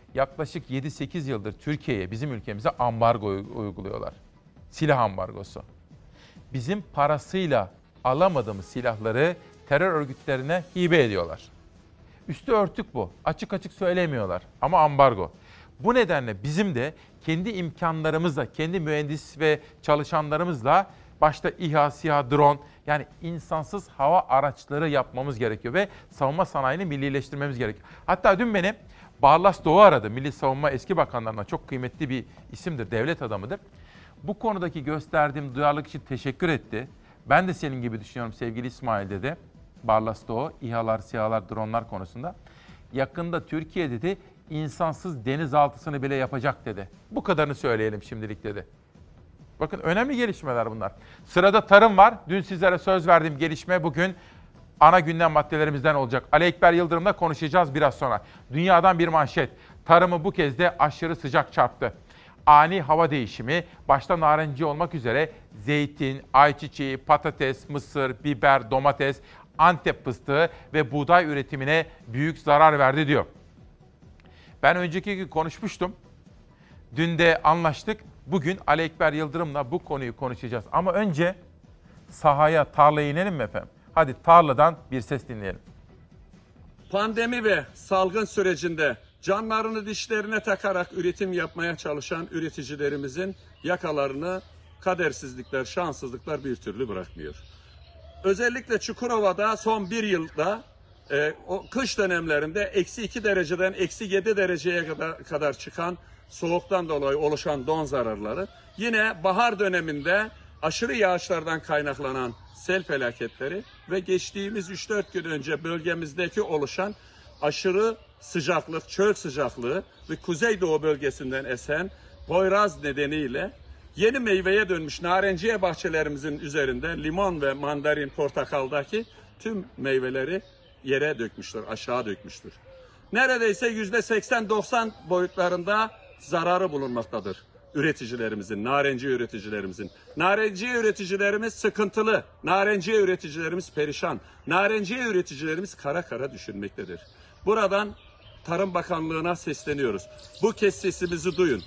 Speaker 1: yaklaşık yedi sekiz yıldır Türkiye'ye, bizim ülkemize ambargo uyguluyorlar. Silah ambargosu. Bizim parasıyla alamadığımız silahları terör örgütlerine hibe ediyorlar. Üstü örtük bu. Açık açık söylemiyorlar ama ambargo. Bu nedenle bizim de kendi imkanlarımızla, kendi mühendis ve çalışanlarımızla başta İHA, SİHA, drone yani insansız hava araçları yapmamız gerekiyor ve savunma sanayini millileştirmemiz gerekiyor. Hatta dün beni Barlas Doğu aradı. Milli Savunma eski bakanlarından çok kıymetli bir isimdir, devlet adamıdır. Bu konudaki gösterdiğim duyarlılık için teşekkür etti. Ben de senin gibi düşünüyorum sevgili İsmail dedi. Barlas Doğu, İHA'lar, SİHA'lar, dronlar konusunda. Yakında Türkiye dedi insansız denizaltısını bile yapacak dedi. Bu kadarını söyleyelim şimdilik dedi. Bakın önemli gelişmeler bunlar. Sırada tarım var. Dün sizlere söz verdiğim gelişme bugün ana gündem maddelerimizden olacak. Ali Ekber Yıldırım'la konuşacağız biraz sonra. Dünyadan bir manşet. Tarımı bu kez de aşırı sıcak çarptı. Ani hava değişimi başta narenci olmak üzere zeytin, ayçiçeği, patates, mısır, biber, domates, Antep fıstığı ve buğday üretimine büyük zarar verdi diyor. Ben önceki gün konuşmuştum. Dün de anlaştık. Bugün Ali Ekber Yıldırım'la bu konuyu konuşacağız. Ama önce sahaya, tarlaya inelim mi efendim? Hadi tarladan bir ses dinleyelim.
Speaker 17: Pandemi ve salgın sürecinde canlarını dişlerine takarak üretim yapmaya çalışan üreticilerimizin yakalarını kadersizlikler, şanssızlıklar bir türlü bırakmıyor. Özellikle Çukurova'da son bir yılda e, o kış dönemlerinde eksi iki dereceden eksi yedi dereceye kadar, kadar çıkan soğuktan dolayı oluşan don zararları, yine bahar döneminde aşırı yağışlardan kaynaklanan sel felaketleri ve geçtiğimiz üç dört gün önce bölgemizdeki oluşan aşırı sıcaklık, çöl sıcaklığı ve Kuzeydoğu bölgesinden esen Poyraz nedeniyle yeni meyveye dönmüş narenciye bahçelerimizin üzerinde limon ve mandarin, portakaldaki tüm meyveleri yere dökmüştür, aşağı dökmüştür. Neredeyse yüzde seksen doksan boyutlarında zararı bulunmaktadır üreticilerimizin, narenciye üreticilerimizin. Narenciye üreticilerimiz sıkıntılı, narenciye üreticilerimiz perişan, narenciye üreticilerimiz kara kara düşünmektedir. Buradan Tarım Bakanlığı'na sesleniyoruz. Bu kez sesimizi duyun.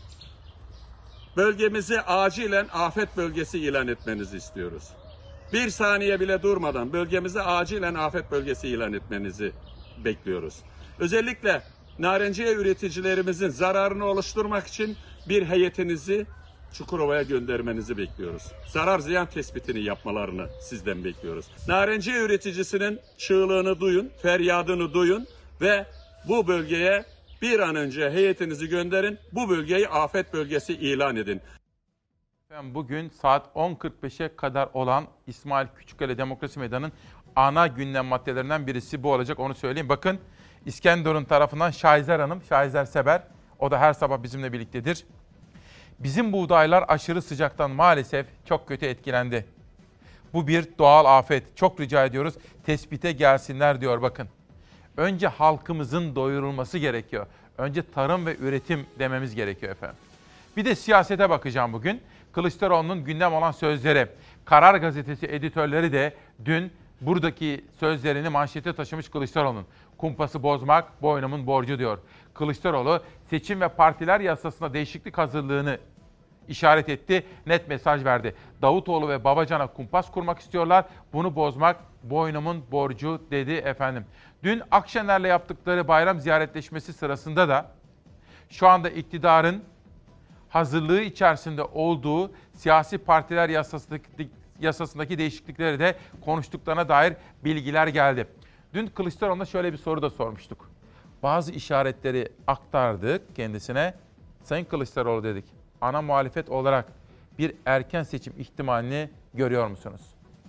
Speaker 17: Bölgemizi acilen afet bölgesi ilan etmenizi istiyoruz. Bir saniye bile durmadan bölgemizi acilen afet bölgesi ilan etmenizi bekliyoruz. Özellikle narenciye üreticilerimizin zararını oluşturmak için bir heyetinizi Çukurova'ya göndermenizi bekliyoruz. Zarar ziyan tespitini yapmalarını sizden bekliyoruz. Narenciye üreticisinin çığlığını duyun, feryadını duyun ve bu bölgeye bir an önce heyetinizi gönderin. Bu bölgeyi afet bölgesi ilan edin.
Speaker 1: Bugün saat on kırk beşe kadar olan İsmail Küçükkale Demokrasi Meydanı'nın ana gündem maddelerinden birisi bu olacak, onu söyleyeyim. Bakın İskenderun tarafından Şahizer Hanım, Şahizer Seber, o da her sabah bizimle birliktedir. Bizim buğdaylar aşırı sıcaktan maalesef çok kötü etkilendi. Bu bir doğal afet. Çok rica ediyoruz tespite gelsinler diyor bakın. Önce halkımızın doyurulması gerekiyor. Önce tarım ve üretim dememiz gerekiyor efendim. Bir de siyasete bakacağım bugün. Kılıçdaroğlu'nun gündem olan sözleri. Karar Gazetesi editörleri de dün buradaki sözlerini manşete taşımış Kılıçdaroğlu'nun. Kumpası bozmak boynumun borcu diyor. Kılıçdaroğlu seçim ve partiler yasasına değişiklik hazırlığını işaret etti, net mesaj verdi. Davutoğlu ve Babacan'a kumpas kurmak istiyorlar. Bunu bozmak boynumun borcu dedi efendim. Dün Akşener'le yaptıkları bayram ziyaretleşmesi sırasında da şu anda iktidarın hazırlığı içerisinde olduğu siyasi partiler yasasındaki, yasasındaki değişiklikleri de konuştuklarına dair bilgiler geldi. Dün Kılıçdaroğlu'na şöyle bir soru da sormuştuk. Bazı işaretleri aktardık kendisine. Sayın Kılıçdaroğlu dedik, ana muhalefet olarak bir erken seçim ihtimalini görüyor musunuz?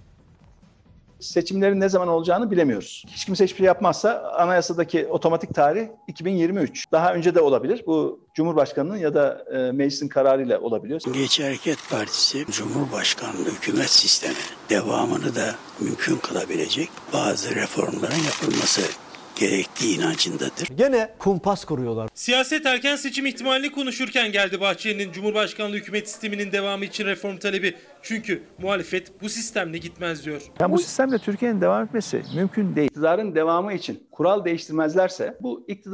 Speaker 18: Seçimlerin ne zaman olacağını bilemiyoruz. Hiç kimse hiçbir şey yapmazsa anayasadaki otomatik tarih iki bin yirmi üç. Daha önce de olabilir. Bu Cumhurbaşkanı'nın ya da e, meclisin kararıyla olabiliyor.
Speaker 19: Milliyetçi Hareket Partisi Cumhurbaşkanlığı hükümet sistemi devamını da mümkün kılabilecek bazı reformların yapılması gerektiği inancındadır.
Speaker 20: Gene kumpas kuruyorlar.
Speaker 21: Siyaset erken seçim ihtimalini konuşurken geldi Bahçeli'nin Cumhurbaşkanlığı hükümet sisteminin devamı için reform talebi. Çünkü muhalefet bu sistemle gitmez diyor.
Speaker 18: Yani bu sistemle Türkiye'nin devam etmesi mümkün değil. İktidarın devamı için kural değiştirmezlerse bu iktidarın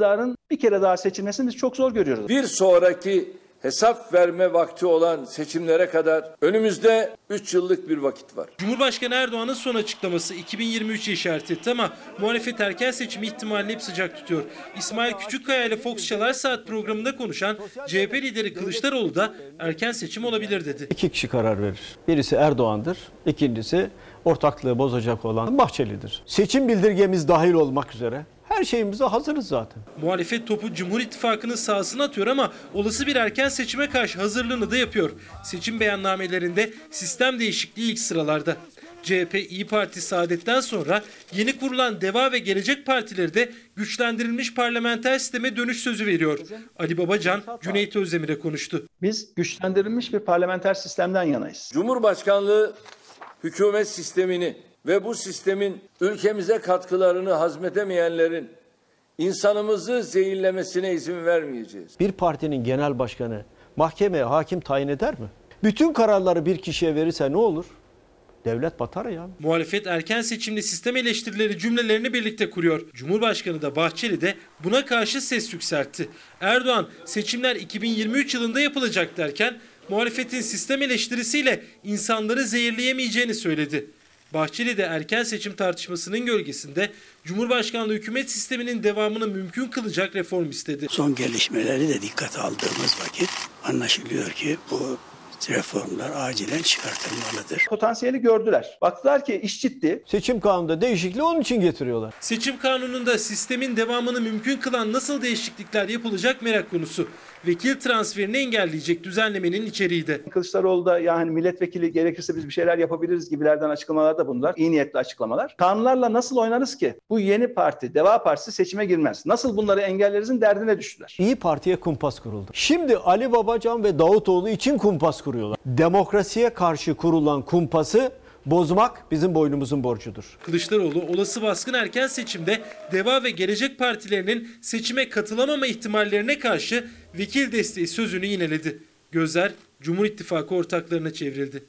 Speaker 18: bir kere daha seçilmesini biz çok zor görüyoruz.
Speaker 20: Bir sonraki hesap verme vakti olan seçimlere kadar önümüzde üç yıllık bir vakit var.
Speaker 21: Cumhurbaşkanı Erdoğan'ın son açıklaması iki bin yirmi üç'e işaret etti ama muhalefet erken seçim ihtimalini hep sıcak tutuyor. İsmail Küçükkaya ile Fox Çalar Saat programında konuşan C H P lideri Kılıçdaroğlu da erken seçim olabilir dedi.
Speaker 22: İki kişi karar verir. Birisi Erdoğan'dır, ikincisi ortaklığı bozacak olan Bahçeli'dir. Seçim bildirgemiz dahil olmak üzere her şeyimize hazırız zaten.
Speaker 21: Muhalefet topu Cumhur İttifakı'nın sahasına atıyor ama olası bir erken seçime karşı hazırlığını da yapıyor. Seçim beyannamelerinde sistem değişikliği ilk sıralarda. C H P, İYİ Parti, Saadet'ten sonra yeni kurulan DEVA ve Gelecek Partileri de güçlendirilmiş parlamenter sisteme dönüş sözü veriyor. Ali Babacan, Cüneyt Özdemir'e konuştu.
Speaker 18: Biz güçlendirilmiş bir parlamenter sistemden yanayız.
Speaker 20: Cumhurbaşkanlığı hükümet sistemini ve bu sistemin ülkemize katkılarını hazmedemeyenlerin insanımızı zehirlemesine izin vermeyeceğiz.
Speaker 22: Bir partinin genel başkanı mahkemeye hakim tayin eder mi? Bütün kararları bir kişiye verirse ne olur? Devlet batar ya.
Speaker 21: Muhalefet erken seçimli sistem eleştirileri cümlelerini birlikte kuruyor. Cumhurbaşkanı da Bahçeli de buna karşı ses yükseltti. Erdoğan seçimler iki bin yirmi üç yılında yapılacak derken muhalefetin sistem eleştirisiyle insanları zehirleyemeyeceğini söyledi. Bahçeli de erken seçim tartışmasının gölgesinde Cumhurbaşkanlığı hükümet sisteminin devamını mümkün kılacak reform istedi.
Speaker 19: Son gelişmeleri de dikkate aldığımız vakit anlaşılıyor ki bu reformlar acilen çıkartılmalıdır.
Speaker 18: Potansiyeli gördüler. Baktılar ki iş ciddi.
Speaker 22: Seçim kanununda değişikliği onun için getiriyorlar.
Speaker 21: Seçim kanununda sistemin devamını mümkün kılan nasıl değişiklikler yapılacak merak konusu. Vekil transferini engelleyecek düzenlemenin içeriği de.
Speaker 18: Kılıçdaroğlu da yani milletvekili gerekirse biz bir şeyler yapabiliriz gibilerden açıklamalar da bunlar. İyi niyetli açıklamalar. Kanunlarla nasıl oynarız ki? Bu yeni parti, Deva Partisi seçime girmez. Nasıl bunları engellerizin derdine düştüler.
Speaker 22: İyi Parti'ye kumpas kuruldu. Şimdi Ali Babacan ve Davutoğlu için kumpas kuruyorlar. Demokrasiye karşı kurulan kumpası bozmak bizim boynumuzun borcudur.
Speaker 21: Kılıçdaroğlu olası baskın erken seçimde Deva ve Gelecek Partilerinin seçime katılamama ihtimallerine karşı vekil desteği sözünü yineledi. Gözler Cumhur İttifakı ortaklarına çevrildi.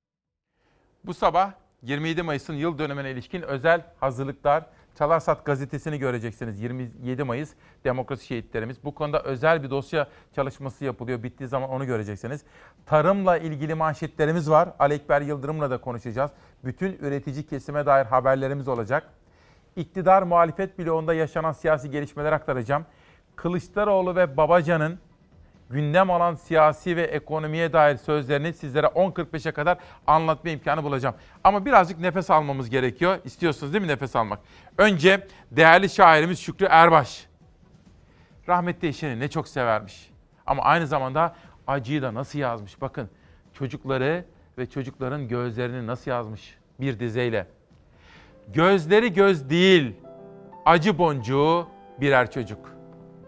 Speaker 1: Bu sabah yirmi yedi Mayıs'ın yıl dönümüne ilişkin özel hazırlıklar, Çalarsat gazetesini göreceksiniz. yirmi yedi Mayıs Demokrasi Şehitlerimiz. Bu konuda özel bir dosya çalışması yapılıyor. Bittiği zaman onu göreceksiniz. Tarımla ilgili manşetlerimiz var. Ali Ekber Yıldırım'la da konuşacağız. Bütün üretici kesime dair haberlerimiz olacak. İktidar muhalefet bloğunda yaşanan siyasi gelişmeler aktaracağım. Kılıçdaroğlu ve Babacan'ın gündem olan siyasi ve ekonomiye dair sözlerini sizlere on kırk beşe kadar anlatma imkanı bulacağım. Ama birazcık nefes almamız gerekiyor. İstiyorsunuz değil mi nefes almak? Önce değerli şairimiz Şükrü Erbaş. Rahmetli eşini ne çok severmiş. Ama aynı zamanda acıyı da nasıl yazmış. Bakın çocukları ve çocukların gözlerini nasıl yazmış bir dizeyle. Gözleri göz değil, acı boncuğu birer çocuk.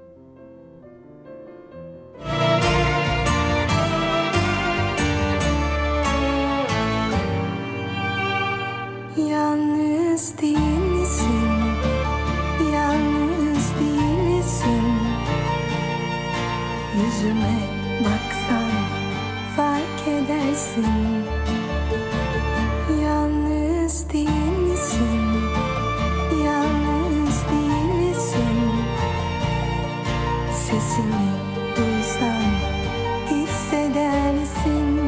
Speaker 23: Yalnız değilsin, yalnız değilsin. Yüzüme baksan fark edersin. Yalnız değilsin, yalnız değilsin. Sesini duysan hissedersin.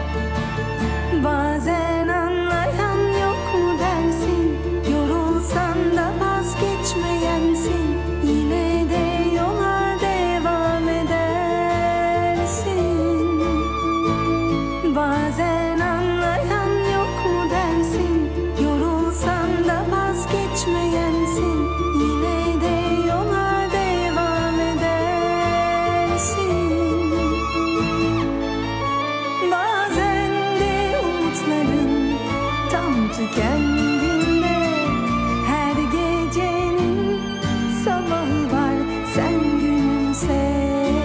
Speaker 23: Bazen anlayan yok mu dersin? Yorulsan da vazgeçmeyensin. Yine de yola devam edersin. Bazen anlayan yok mu dersin? Yorulsan da vazgeçmeyensin. Yine de yola devam edersin. Bazen de umutların tam tükendiğinde her gecenin sabahı var, sen gülümse.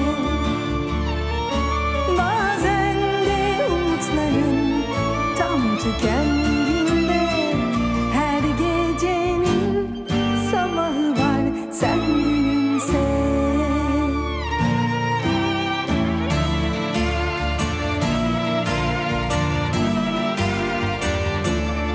Speaker 23: Bazen de umutların tam tükendiğinde her gecenin sabahı var, sen gülümse.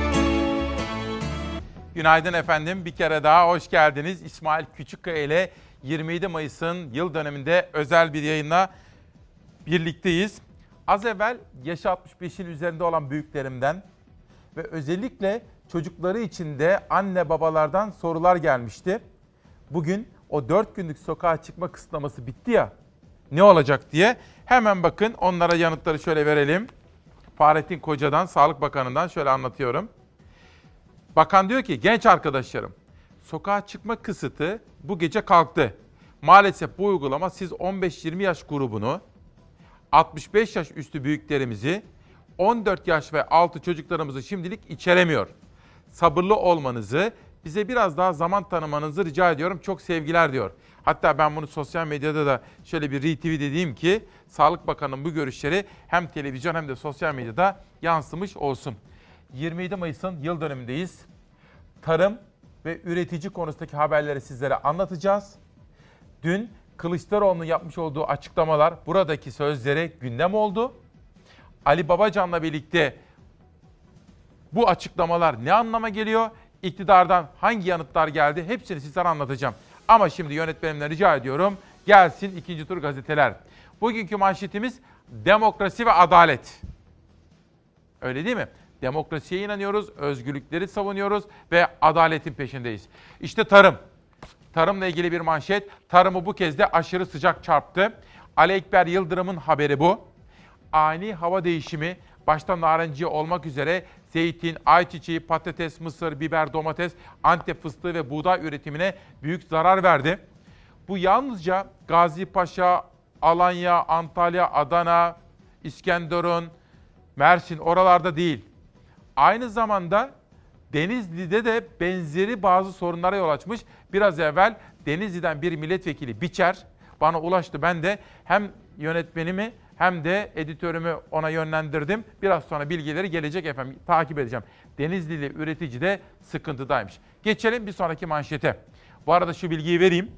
Speaker 1: Günaydın efendim. Bir kere daha hoş geldiniz. İsmail Küçükkaya ile yirmi yedi Mayıs'ın yıl döneminde özel bir yayınla birlikteyiz. Az evvel yaşı altmış beşin üzerinde olan büyüklerimden ve özellikle çocukları için de anne babalardan sorular gelmişti. Bugün o dört günlük sokağa çıkma kısıtlaması bitti ya, ne olacak diye. Hemen bakın onlara yanıtları şöyle verelim. Fahrettin Koca'dan, Sağlık Bakanı'ndan şöyle anlatıyorum. Bakan diyor ki, genç arkadaşlarım, sokağa çıkma kısıtı bu gece kalktı. Maalesef bu uygulama siz on beş yirmi yaş grubunu, altmış beş yaş üstü büyüklerimizi, on dört yaş ve altı çocuklarımızı şimdilik içeremiyor. Sabırlı olmanızı, bize biraz daha zaman tanımanızı rica ediyorum. Çok sevgiler diyor. Hatta ben bunu sosyal medyada da şöyle bir retweet edeyim ki Sağlık Bakanı'nın bu görüşleri hem televizyon hem de sosyal medyada yansımış olsun. yirmi yedi Mayıs'ın yıl dönümündeyiz. Tarım ve üretici konusundaki haberleri sizlere anlatacağız. Dün Kılıçdaroğlu'nun yapmış olduğu açıklamalar, buradaki sözleri gündem oldu. Ali Babacan'la birlikte bu açıklamalar ne anlama geliyor? İktidardan hangi yanıtlar geldi? Hepsini sizlere anlatacağım. Ama şimdi yönetmenimden rica ediyorum, gelsin ikinci tur gazeteler. Bugünkü manşetimiz demokrasi ve adalet. Öyle değil mi? Demokrasiye inanıyoruz, özgürlükleri savunuyoruz ve adaletin peşindeyiz. İşte tarım. Tarımla ilgili bir manşet. Tarımı bu kez de aşırı sıcak çarptı. Ali Ekber Yıldırım'ın haberi bu. Ani hava değişimi, başta narenciye olmak üzere zeytin, ayçiçeği, patates, mısır, biber, domates, Antep fıstığı ve buğday üretimine büyük zarar verdi. Bu yalnızca Gazipaşa, Alanya, Antalya, Adana, İskenderun, Mersin oralarda değil. Aynı zamanda Denizli'de de benzeri bazı sorunlara yol açmış. Biraz evvel Denizli'den bir milletvekili Biçer bana ulaştı. Ben de hem yönetmenimi hem de editörümü ona yönlendirdim. Biraz sonra bilgileri gelecek efendim. Takip edeceğim. Denizli'li üretici de sıkıntıdaymış. Geçelim bir sonraki manşete. Bu arada şu bilgiyi vereyim.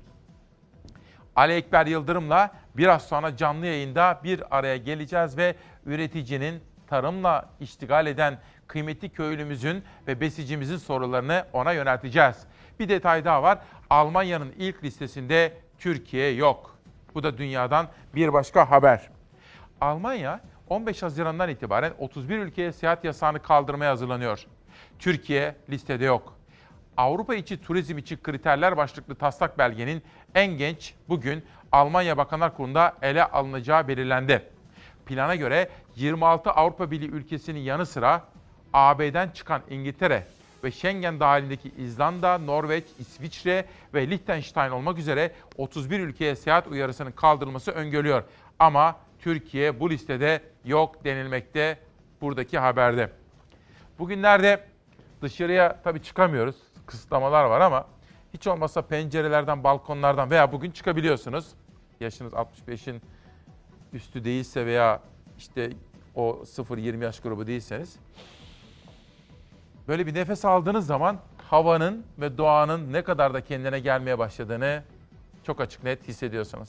Speaker 1: Ali Ekber Yıldırım'la biraz sonra canlı yayında bir araya geleceğiz ve üreticinin, tarımla iştigal eden kıymetli köylümüzün ve besicimizin sorularını ona yönelteceğiz. Bir detay daha var. Almanya'nın ilk listesinde Türkiye yok. Bu da dünyadan bir başka haber. Almanya on beş Haziran'dan itibaren otuz bir ülkeye seyahat yasağını kaldırmaya hazırlanıyor. Türkiye listede yok. Avrupa içi turizm için kriterler başlıklı taslak belgenin en genç bugün Almanya Bakanlar Kurulu'nda ele alınacağı belirlendi. Plana göre yirmi altı Avrupa Birliği ülkesinin yanı sıra A B'den çıkan İngiltere ve Schengen dahilindeki İzlanda, Norveç, İsviçre ve Liechtenstein olmak üzere otuz bir ülkeye seyahat uyarısının kaldırılması öngörülüyor. Ama Türkiye bu listede yok denilmekte buradaki haberde. Bugünlerde dışarıya tabii çıkamıyoruz. Kısıtlamalar var ama hiç olmazsa pencerelerden, balkonlardan veya bugün çıkabiliyorsunuz. Yaşınız altmış beşin üstü değilse veya işte o sıfır yirmi yaş grubu değilseniz. Böyle bir nefes aldığınız zaman havanın ve doğanın ne kadar da kendine gelmeye başladığını çok açık net hissediyorsunuz.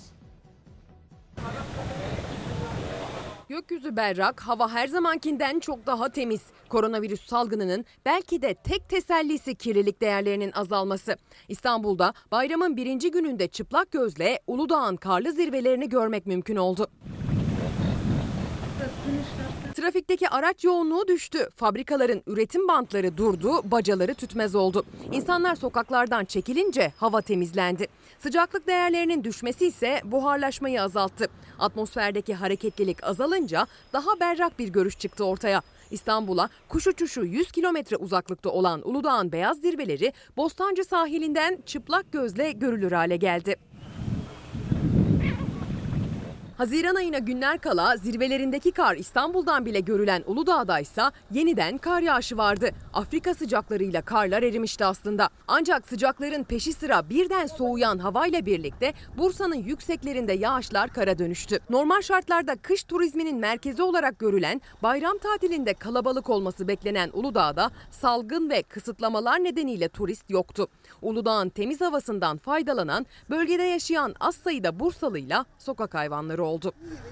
Speaker 2: Gökyüzü berrak, hava her zamankinden çok daha temiz. Koronavirüs salgınının belki de tek tesellisi kirlilik değerlerinin azalması. İstanbul'da bayramın birinci gününde çıplak gözle Uludağ'ın karlı zirvelerini görmek mümkün oldu. Trafikteki araç yoğunluğu düştü. Fabrikaların üretim bantları durdu, bacaları tütmez oldu. İnsanlar sokaklardan çekilince hava temizlendi. Sıcaklık değerlerinin düşmesi ise buharlaşmayı azalttı. Atmosferdeki hareketlilik azalınca daha berrak bir görüş çıktı ortaya. İstanbul'a kuş uçuşu yüz kilometre uzaklıkta olan Uludağ'ın beyaz zirveleri Bostancı sahilinden çıplak gözle görülür hale geldi. Haziran ayına günler kala zirvelerindeki kar İstanbul'dan bile görülen Uludağ'da ise yeniden kar yağışı vardı. Afrika sıcaklarıyla karlar erimişti aslında. Ancak sıcakların peşi sıra birden soğuyan havayla birlikte Bursa'nın yükseklerinde yağışlar kara dönüştü. Normal şartlarda kış turizminin merkezi olarak görülen, bayram tatilinde kalabalık olması beklenen Uludağ'da salgın ve kısıtlamalar nedeniyle turist yoktu. Uludağ'ın temiz havasından faydalanan, bölgede yaşayan az sayıda Bursalıyla sokak hayvanları oldu.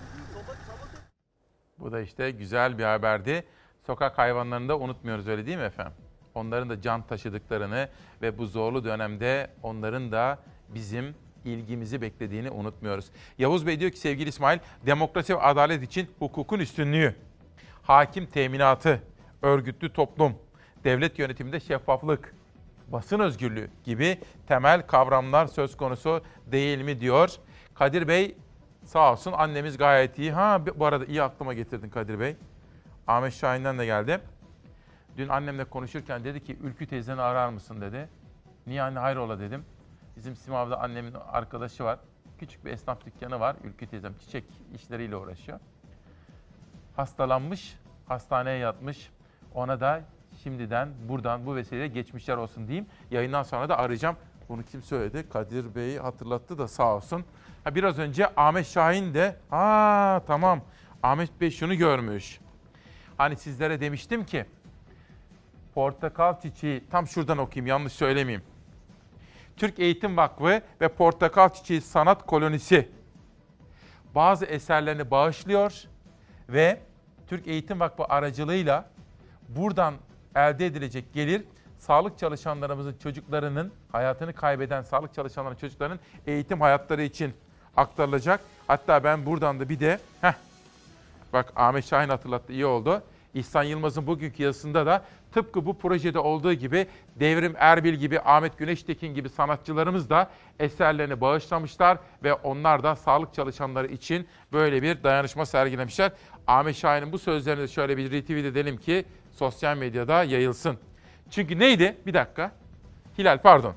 Speaker 1: Bu da işte güzel bir haberdi. Sokak hayvanlarını da unutmuyoruz, öyle değil mi efendim? Onların da can taşıdıklarını ve bu zorlu dönemde onların da bizim ilgimizi beklediğini unutmuyoruz. Yavuz Bey diyor ki sevgili İsmail, demokrasi ve adalet için hukukun üstünlüğü, hakim teminatı, örgütlü toplum, devlet yönetiminde şeffaflık, basın özgürlüğü gibi temel kavramlar söz konusu değil mi diyor. Kadir Bey sağ olsun, annemiz gayet iyi. Ha bu arada iyi aklıma getirdin Kadir Bey. Ahmet Şahin'den de geldi. Dün annemle konuşurken dedi ki Ülkü teyzeni arar mısın dedi. Niye anne, hayrola dedim. Bizim Simav'da annemin arkadaşı var. Küçük bir esnaf dükkanı var. Ülkü teyzem çiçek işleriyle uğraşıyor. Hastalanmış, hastaneye yatmış. Ona da şimdiden buradan bu vesileyle geçmişler olsun diyeyim. Yayından sonra da arayacağım. Bunu kim söyledi? Kadir Bey hatırlattı da sağ olsun. Ha, biraz önce Ahmet Şahin de, ha tamam, Ahmet Bey şunu görmüş. Hani sizlere demiştim ki, portakal çiçeği, tam şuradan okuyayım yanlış söylemeyeyim. Türk Eğitim Vakfı ve Portakal Çiçeği Sanat Kolonisi bazı eserlerini bağışlıyor ve Türk Eğitim Vakfı aracılığıyla buradan elde edilecek gelir, sağlık çalışanlarımızın çocuklarının, hayatını kaybeden sağlık çalışanlarının çocuklarının eğitim hayatları için aktarılacak. Hatta ben buradan da bir de, heh, bak Ahmet Şahin hatırlattı, iyi oldu. İhsan Yılmaz'ın bugünkü yazısında da tıpkı bu projede olduğu gibi Devrim Erbil gibi, Ahmet Güneştekin gibi sanatçılarımız da eserlerini bağışlamışlar ve onlar da sağlık çalışanları için böyle bir dayanışma sergilemişler. Ahmet Şahin'in bu sözlerini de şöyle bir retweet edelim ki sosyal medyada yayılsın. Çünkü neydi? Bir dakika. Hilal pardon.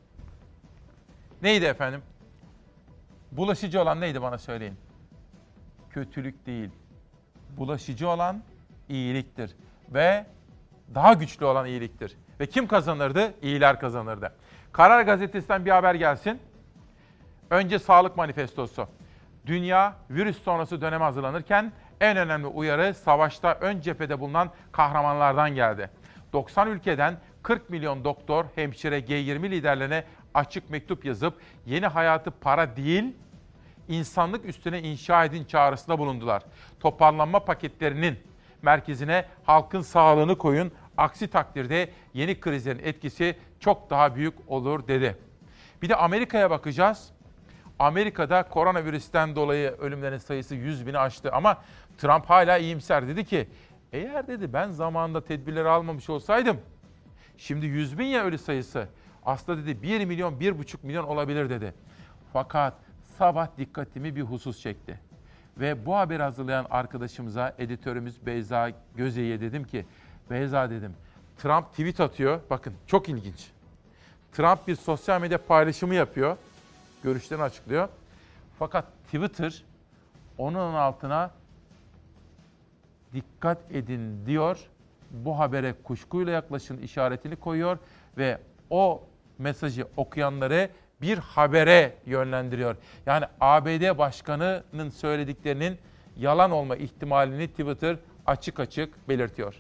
Speaker 1: Neydi efendim? Bulaşıcı olan neydi, bana söyleyin. Kötülük değil. Bulaşıcı olan iyiliktir. Ve daha güçlü olan iyiliktir. Ve kim kazanırdı? İyiler kazanırdı. Karar Gazetesi'nden bir haber gelsin. Önce sağlık manifestosu. Dünya virüs sonrası döneme hazırlanırken en önemli uyarı savaşta ön cephede bulunan kahramanlardan geldi. doksan ülkeden kırk milyon doktor, hemşire, G yirmi liderlerine açık mektup yazıp yeni hayatı para değil, insanlık üstüne inşa edin çağrısında bulundular. Toparlanma paketlerinin merkezine halkın sağlığını koyun, aksi takdirde yeni krizlerin etkisi çok daha büyük olur dedi. Bir de Amerika'ya bakacağız. Amerika'da koronavirüsten dolayı ölümlerin sayısı yüz bini aştı ama Trump hala iyimser, dedi ki eğer dedi ben zamanında tedbirleri almamış olsaydım şimdi yüz bin ya ölü sayısı, aslında dedi bir milyon, bir buçuk milyon olabilir dedi. Fakat sabah dikkatimi bir husus çekti. Ve bu haberi hazırlayan arkadaşımıza, editörümüz Beyza Göze'ye dedim ki, Beyza dedim, Trump tweet atıyor. Bakın çok ilginç. Trump bir sosyal medya paylaşımı yapıyor. Görüşlerini açıklıyor. Fakat Twitter onun altına dikkat edin diyor. Bu habere kuşkuyla yaklaşın işaretini koyuyor ve o mesajı okuyanları bir habere yönlendiriyor. Yani A B D Başkanı'nın söylediklerinin yalan olma ihtimalini Twitter açık açık belirtiyor.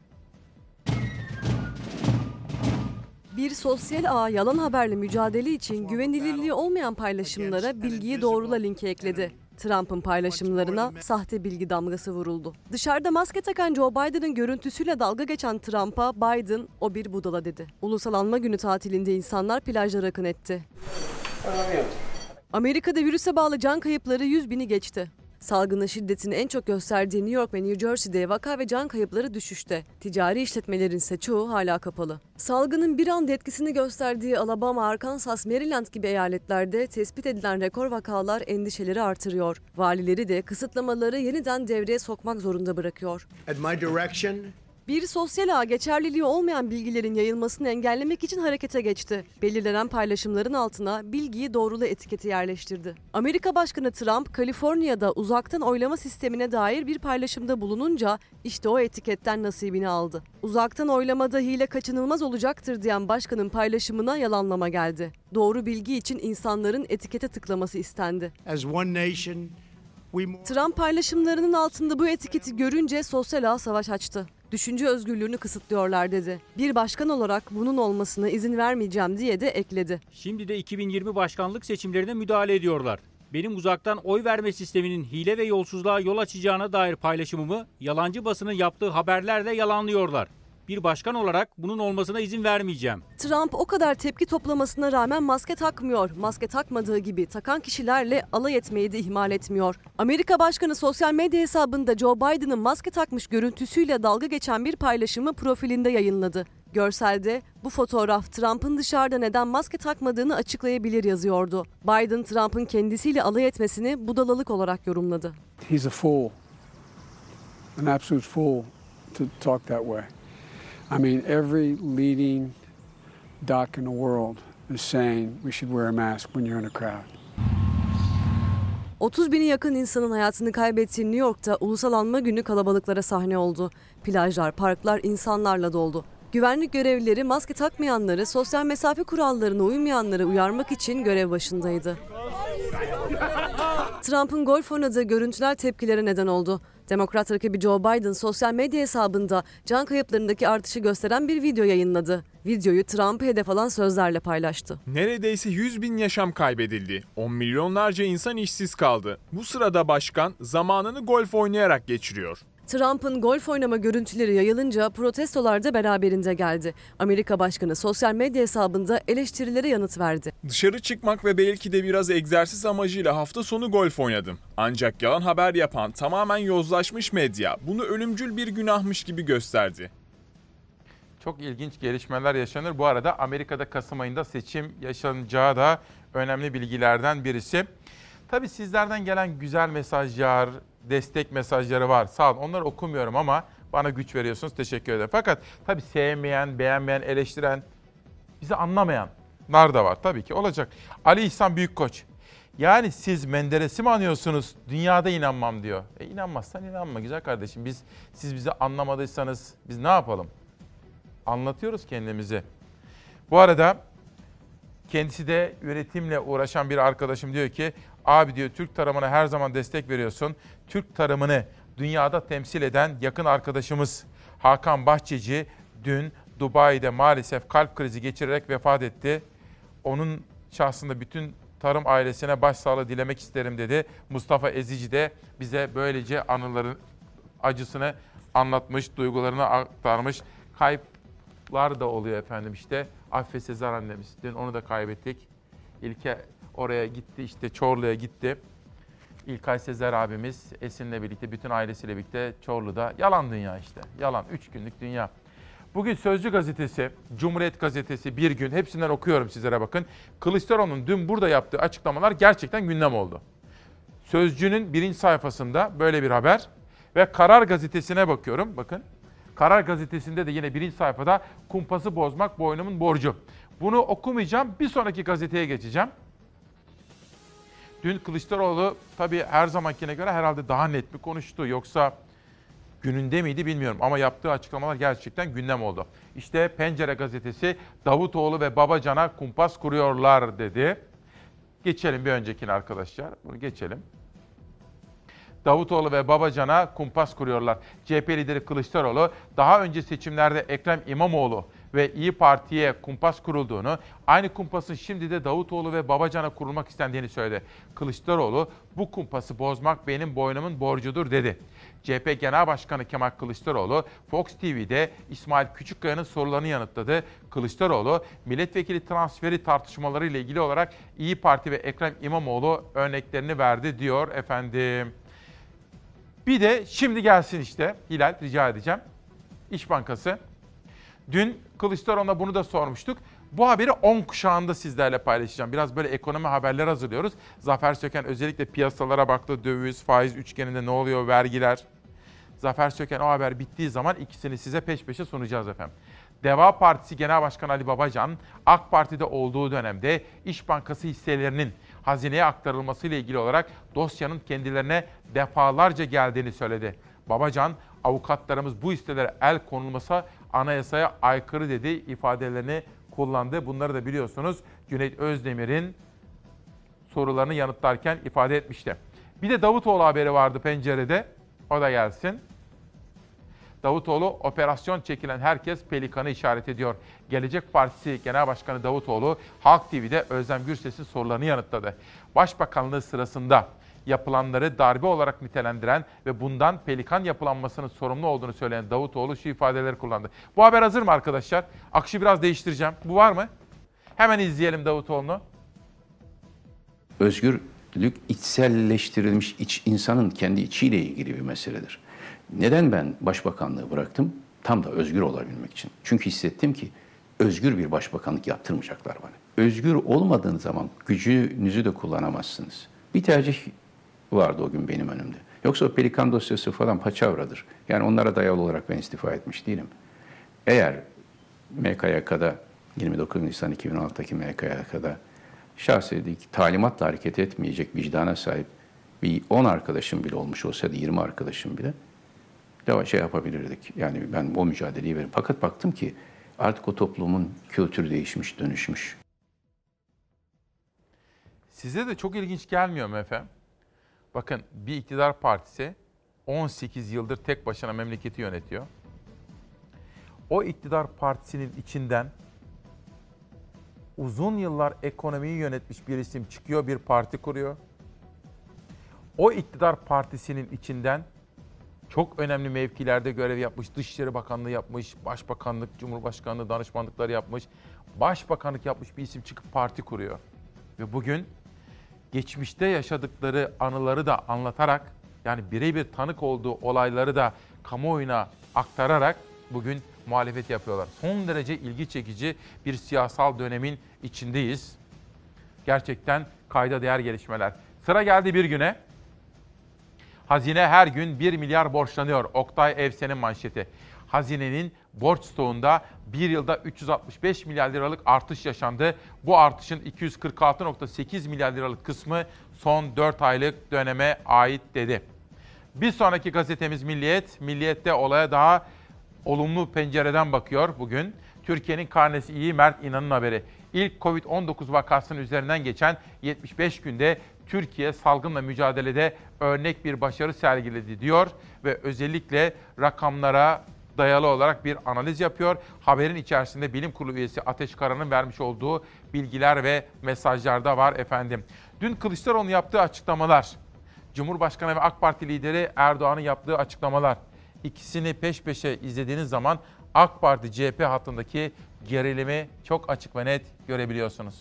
Speaker 14: Bir sosyal ağ yalan haberle mücadele için güvenilirliği olmayan paylaşımlara bilgiyi doğrula linki ekledi. Trump'ın paylaşımlarına sahte bilgi damgası vuruldu. Dışarıda maske takan Joe Biden'ın görüntüsüyle dalga geçen Trump'a Biden o bir budala dedi. Ulusal Anma Günü tatilinde insanlar plajlara akın etti. Amerika'da virüse bağlı can kayıpları yüz bini geçti. Salgının şiddetini en çok gösterdiği New York ve New Jersey'de vaka ve can kayıpları düşüşte. Ticari işletmelerin ise çoğu hala kapalı. Salgının bir anda etkisini gösterdiği Alabama, Arkansas, Maryland gibi eyaletlerde tespit edilen rekor vakalar endişeleri artırıyor. Valileri de kısıtlamaları yeniden devreye sokmak zorunda bırakıyor.
Speaker 4: At my direction,
Speaker 14: Bir sosyal ağ geçerliliği olmayan bilgilerin yayılmasını engellemek için harekete geçti. Belirlenen paylaşımların altına bilgiyi doğrula etiketi yerleştirdi. Amerika Başkanı Trump, Kaliforniya'da uzaktan oylama sistemine dair bir paylaşımda bulununca işte o etiketten nasibini aldı. Uzaktan oylamada hile kaçınılmaz olacaktır diyen başkanın paylaşımına yalanlama geldi. Doğru bilgi için insanların etikete tıklaması istendi.
Speaker 4: as one nation, we
Speaker 14: Trump paylaşımlarının altında bu etiketi görünce sosyal ağ savaş açtı. Düşünce özgürlüğünü kısıtlıyorlar dedi. Bir başkan olarak bunun olmasına izin vermeyeceğim diye de ekledi.
Speaker 5: Şimdi de iki bin yirmi başkanlık seçimlerine müdahale ediyorlar. Benim uzaktan oy verme sisteminin hile ve yolsuzluğa yol açacağına dair paylaşımımı yalancı basının yaptığı haberlerle yalanlıyorlar. Bir başkan olarak bunun olmasına izin vermeyeceğim.
Speaker 14: Trump o kadar tepki toplamasına rağmen maske takmıyor. Maske takmadığı gibi takan kişilerle alay etmeyi de ihmal etmiyor. Amerika Başkanı sosyal medya hesabında Joe Biden'ın maske takmış görüntüsüyle dalga geçen bir paylaşımı profilinde yayınladı. Görselde bu fotoğraf Trump'ın dışarıda neden maske takmadığını açıklayabilir yazıyordu. Biden, Trump'ın kendisiyle alay etmesini budalalık olarak yorumladı.
Speaker 3: He's a fool. An absolute fool to talk that way. I mean, every leading doc in the world is saying we should wear a mask when you're in a crowd.
Speaker 14: otuz bini yakın insanın hayatını kaybettiği New York'ta Ulusal Anma Günü kalabalıklara sahne oldu. Plajlar, parklar insanlarla doldu. Güvenlik görevlileri maske takmayanları, sosyal mesafe kurallarına uymayanları uyarmak için görev başındaydı. Trump'ın golf oynadığı görüntüler tepkilere neden oldu. Demokrat rakibi Joe Biden sosyal medya hesabında can kayıplarındaki artışı gösteren bir video yayınladı. Videoyu Trump'ı hedef alan sözlerle paylaştı.
Speaker 6: Neredeyse yüz bin yaşam kaybedildi. on milyonlarca insan işsiz kaldı. Bu sırada başkan zamanını golf oynayarak geçiriyor.
Speaker 14: Trump'ın golf oynama görüntüleri yayılınca protestolar da beraberinde geldi. Amerika Başkanı sosyal medya hesabında eleştirilere yanıt verdi.
Speaker 6: Dışarı çıkmak ve belki de biraz egzersiz amacıyla hafta sonu golf oynadım. Ancak yalan haber yapan tamamen yozlaşmış medya bunu ölümcül bir günahmış gibi gösterdi.
Speaker 1: Çok ilginç gelişmeler yaşanır. Bu arada Amerika'da Kasım ayında seçim yaşanacağı da önemli bilgilerden birisi. Tabii sizlerden gelen güzel mesajlar, destek mesajları var. Sağ olun. Onları okumuyorum ama bana güç veriyorsunuz. Teşekkür ederim. Fakat tabii sevmeyen, beğenmeyen, eleştiren, bizi anlamayanlar da var. Tabii ki olacak. Ali İhsan Büyükkoç. Yani siz Menderes'i mi anıyorsunuz? Dünyada inanmam diyor. E inanmazsan inanma güzel kardeşim. Biz siz bizi anlamadıysanız biz ne yapalım? Anlatıyoruz kendimizi. Bu arada kendisi de üretimle uğraşan bir arkadaşım diyor ki abi diyor Türk tarımına her zaman destek veriyorsun. Türk tarımını dünyada temsil eden yakın arkadaşımız Hakan Bahçeci dün Dubai'de maalesef kalp krizi geçirerek vefat etti. Onun şahsında bütün tarım ailesine başsağlığı dilemek isterim dedi. Mustafa Ezici de bize böylece anıların acısını anlatmış, duygularını aktarmış. Kayıplar da oluyor efendim işte. Affe Sezer annemiz. Dün onu da kaybettik. İlke oraya gitti işte Çorlu'ya gitti. İlkay Sezer abimiz Esin'le birlikte bütün ailesiyle birlikte Çorlu'da. Yalan dünya işte. Yalan. Üç günlük dünya. Bugün Sözcü gazetesi, Cumhuriyet gazetesi Bir Gün hepsinden okuyorum sizlere bakın. Kılıçdaroğlu'nun dün burada yaptığı açıklamalar gerçekten gündem oldu. Sözcü'nün birinci sayfasında böyle bir haber ve Karar gazetesine bakıyorum bakın. Karar gazetesinde de yine birinci sayfada kumpası bozmak boynumun borcu. Bunu okumayacağım. Bir sonraki gazeteye geçeceğim. Dün Kılıçdaroğlu tabii her zamankine göre herhalde daha net bir konuştu. Yoksa gününde miydi bilmiyorum ama yaptığı açıklamalar gerçekten gündem oldu. İşte Pencere gazetesi Davutoğlu ve Babacan'a kumpas kuruyorlar dedi. Geçelim bir öncekine arkadaşlar. Bunu geçelim. Davutoğlu ve Babacan'a kumpas kuruyorlar. C H P lideri Kılıçdaroğlu daha önce seçimlerde Ekrem İmamoğlu ve İyi Parti'ye kumpas kurulduğunu, aynı kumpasın şimdi de Davutoğlu ve Babacan'a kurulmak istendiğini söyledi. Kılıçdaroğlu bu kumpası bozmak benim boynumun borcudur dedi. C H P Genel Başkanı Kemal Kılıçdaroğlu Fox T V'de İsmail Küçükkaya'nın sorularını yanıtladı. Kılıçdaroğlu milletvekili transferi tartışmaları ile ilgili olarak İyi Parti ve Ekrem İmamoğlu örneklerini verdi diyor efendim. Bir de şimdi gelsin işte Hilal rica edeceğim. İş Bankası. Dün Kılıçdaroğlu'na bunu da sormuştuk. Bu haberi on kuşağında sizlerle paylaşacağım. Biraz böyle ekonomi haberleri hazırlıyoruz. Zafer Söken özellikle piyasalara baktı. Döviz, faiz üçgeninde ne oluyor, vergiler. Zafer Söken o haber bittiği zaman ikisini size peş peşe sunacağız efendim. Deva Partisi Genel Başkanı Ali Babacan, AK Parti'de olduğu dönemde İş Bankası hisselerinin hazineye aktarılmasıyla ilgili olarak dosyanın kendilerine defalarca geldiğini söyledi. Babacan, avukatlarımız bu hisselere el konulmasa anayasaya aykırı dedi ifadelerini kullandı. Bunları da biliyorsunuz Cüneyt Özdemir'in sorularını yanıtlarken ifade etmişti. Bir de Davutoğlu haberi vardı Pencere'de. O da gelsin. Davutoğlu, operasyon çekilen herkes Pelikan'ı işaret ediyor. Gelecek Partisi Genel Başkanı Davutoğlu, Halk T V'de Özlem Gürses'in sorularını yanıtladı. Başbakanlığı sırasında yapılanları darbe olarak nitelendiren ve bundan Pelikan yapılanmasının sorumlu olduğunu söyleyen Davutoğlu şu ifadeleri kullandı. Bu haber hazır mı arkadaşlar? Akışı biraz değiştireceğim. Bu var mı? Hemen izleyelim Davutoğlu'nu.
Speaker 7: Özgürlük içselleştirilmiş iç, insanın kendi içiyle ilgili bir meseledir. Neden ben başbakanlığı bıraktım? Tam da özgür olabilmek için. Çünkü hissettim ki özgür bir başbakanlık yaptırmayacaklar bana. Özgür olmadığınız zaman gücünüzü de kullanamazsınız. Bir tercih vardı o gün benim önümde. Yoksa o Pelikan dosyası falan paçavradır. Yani onlara dayalı olarak ben istifa etmiş değilim. Eğer M K Y K'da yirmi dokuz Nisan iki bin on altı'daki M K Y K'da şahsedeki talimatla hareket etmeyecek vicdana sahip bir on arkadaşım bile olmuş olsaydı, yirmi arkadaşım bile de şey yapabilirdik. Yani ben o mücadeleyi veririm. Fakat baktım ki artık o toplumun kültürü değişmiş, dönüşmüş.
Speaker 1: Size de çok ilginç gelmiyor mu efendim? Bakın bir iktidar partisi on sekiz yıldır tek başına memleketi yönetiyor. O iktidar partisinin içinden uzun yıllar ekonomiyi yönetmiş bir isim çıkıyor, bir parti kuruyor. O iktidar partisinin içinden çok önemli mevkilerde görev yapmış, Dışişleri Bakanlığı yapmış, Başbakanlık, Cumhurbaşkanlığı danışmanlıkları yapmış, Başbakanlık yapmış bir isim çıkıp parti kuruyor. Ve bugün geçmişte yaşadıkları anıları da anlatarak, yani birebir tanık olduğu olayları da kamuoyuna aktararak bugün muhalefet yapıyorlar. Son derece ilgi çekici bir siyasal dönemin içindeyiz. Gerçekten kayda değer gelişmeler. Sıra geldi bir güne. Hazine her gün bir milyar borçlanıyor. Oktay Evsen'in manşeti. Hazinenin borç stoğunda bir yılda üç yüz altmış beş milyar liralık artış yaşandı. Bu artışın iki yüz kırk altı virgül sekiz milyar liralık kısmı son dört aylık döneme ait dedi. Bir sonraki gazetemiz Milliyet. Milliyet'te olaya daha olumlu pencereden bakıyor bugün. Türkiye'nin karnesi iyi, Mert İnan'ın haberi. İlk kovid on dokuz vakasının üzerinden geçen yetmiş beş günde Türkiye salgınla mücadelede örnek bir başarı sergiledi diyor ve özellikle rakamlara dayalı olarak bir analiz yapıyor. Haberin içerisinde Bilim Kurulu üyesi Ateş Kara'nın vermiş olduğu bilgiler ve mesajlar da var efendim. Dün Kılıçdaroğlu'nun yaptığı açıklamalar, Cumhurbaşkanı ve AK Parti lideri Erdoğan'ın yaptığı açıklamalar, İkisini peş peşe izlediğiniz zaman AK Parti C H P hattındaki gerilimi çok açık ve net görebiliyorsunuz.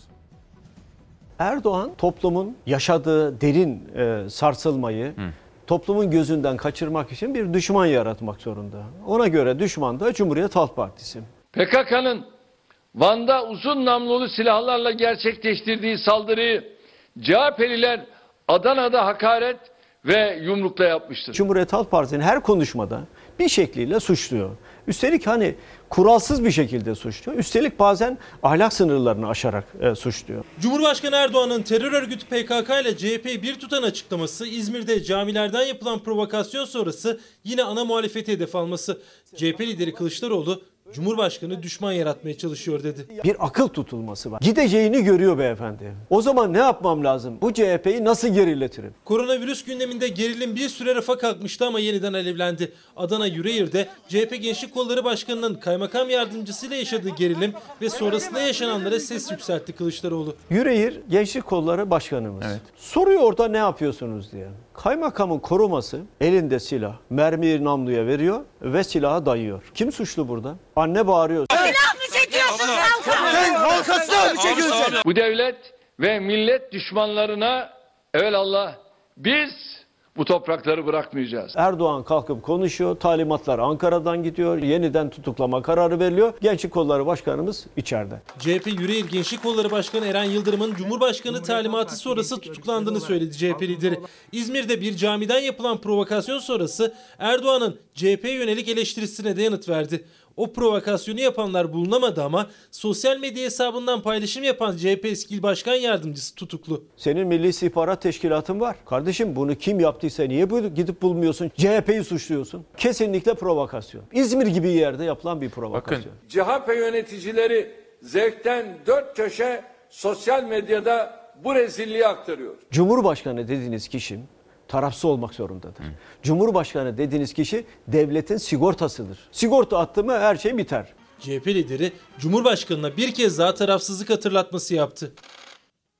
Speaker 22: Erdoğan toplumun yaşadığı derin e, sarsılmayı Hı. toplumun gözünden kaçırmak için bir düşman yaratmak zorunda. Ona göre düşman da Cumhuriyet Halk Partisi.
Speaker 20: P K K'nın Van'da uzun namlulu silahlarla gerçekleştirdiği saldırıyı C H P'liler Adana'da hakaret ve yumrukla yapmıştır.
Speaker 22: Cumhuriyet Halk Partisi'nin her konuşmada bir şekliyle suçluyor. Üstelik hani kuralsız bir şekilde suçluyor. Üstelik bazen ahlak sınırlarını aşarak e, suçluyor.
Speaker 21: Cumhurbaşkanı Erdoğan'ın terör örgütü P K K ile C H P'yi bir tutan açıklaması, İzmir'de camilerden yapılan provokasyon sonrası yine ana muhalefeti hedef alması. C H P lideri Kılıçdaroğlu, Cumhurbaşkanı düşman yaratmaya çalışıyor dedi.
Speaker 22: Bir akıl tutulması var. Gideceğini görüyor beyefendi. O zaman ne yapmam lazım? Bu C H P'yi nasıl geriletirim?
Speaker 21: Koronavirüs gündeminde gerilim bir süre rafa kalkmıştı ama yeniden alevlendi. Adana Yüreğir'de C H P Gençlik Kolları Başkanı'nın kaymakam yardımcısıyla yaşadığı gerilim ve sonrasında yaşananlara ses yükseltti Kılıçdaroğlu.
Speaker 22: Yüreğir Gençlik Kolları Başkanımız. Evet. Soruyor orada ne yapıyorsunuz diye. Kaymakamın koruması elinde silah, mermiyi namluya veriyor ve silahı dayıyor. Kim suçlu burada? Anne bağırıyor.
Speaker 23: Silah mı çekiyorsun? Sen halka silah mı çekiyorsun?
Speaker 20: Bu devlet ve millet düşmanlarına evelallah biz bu toprakları bırakmayacağız.
Speaker 22: Erdoğan kalkıp konuşuyor, talimatlar Ankara'dan gidiyor, yeniden tutuklama kararı veriliyor. Gençlik Kolları Başkanımız içeride.
Speaker 21: C H P Yüreğir Gençlik Kolları Başkanı Eren Yıldırım'ın Cumhurbaşkanı talimatı sonrası tutuklandığını söyledi C H P lideri. İzmir'de bir camiden yapılan provokasyon sonrası Erdoğan'ın C H P'ye yönelik eleştirisine de yanıt verdi. O provokasyonu yapanlar bulunamadı ama sosyal medya hesabından paylaşım yapan C H P eski il başkan yardımcısı tutuklu.
Speaker 22: Senin Milli İstihbarat Teşkilatın var. Kardeşim bunu kim yaptıysa niye gidip bulmuyorsun? C H P'yi suçluyorsun. Kesinlikle provokasyon. İzmir gibi yerde yapılan bir provokasyon.
Speaker 20: Bakın. C H P yöneticileri zevkten dört köşe sosyal medyada bu rezilliği aktarıyor.
Speaker 22: Cumhurbaşkanı dediğiniz kişi tarafsız olmak zorundadır. Hı. Cumhurbaşkanı dediğiniz kişi devletin sigortasıdır. Sigorta attı mı her şey biter.
Speaker 21: C H P lideri Cumhurbaşkanı'na bir kez daha tarafsızlık hatırlatması yaptı.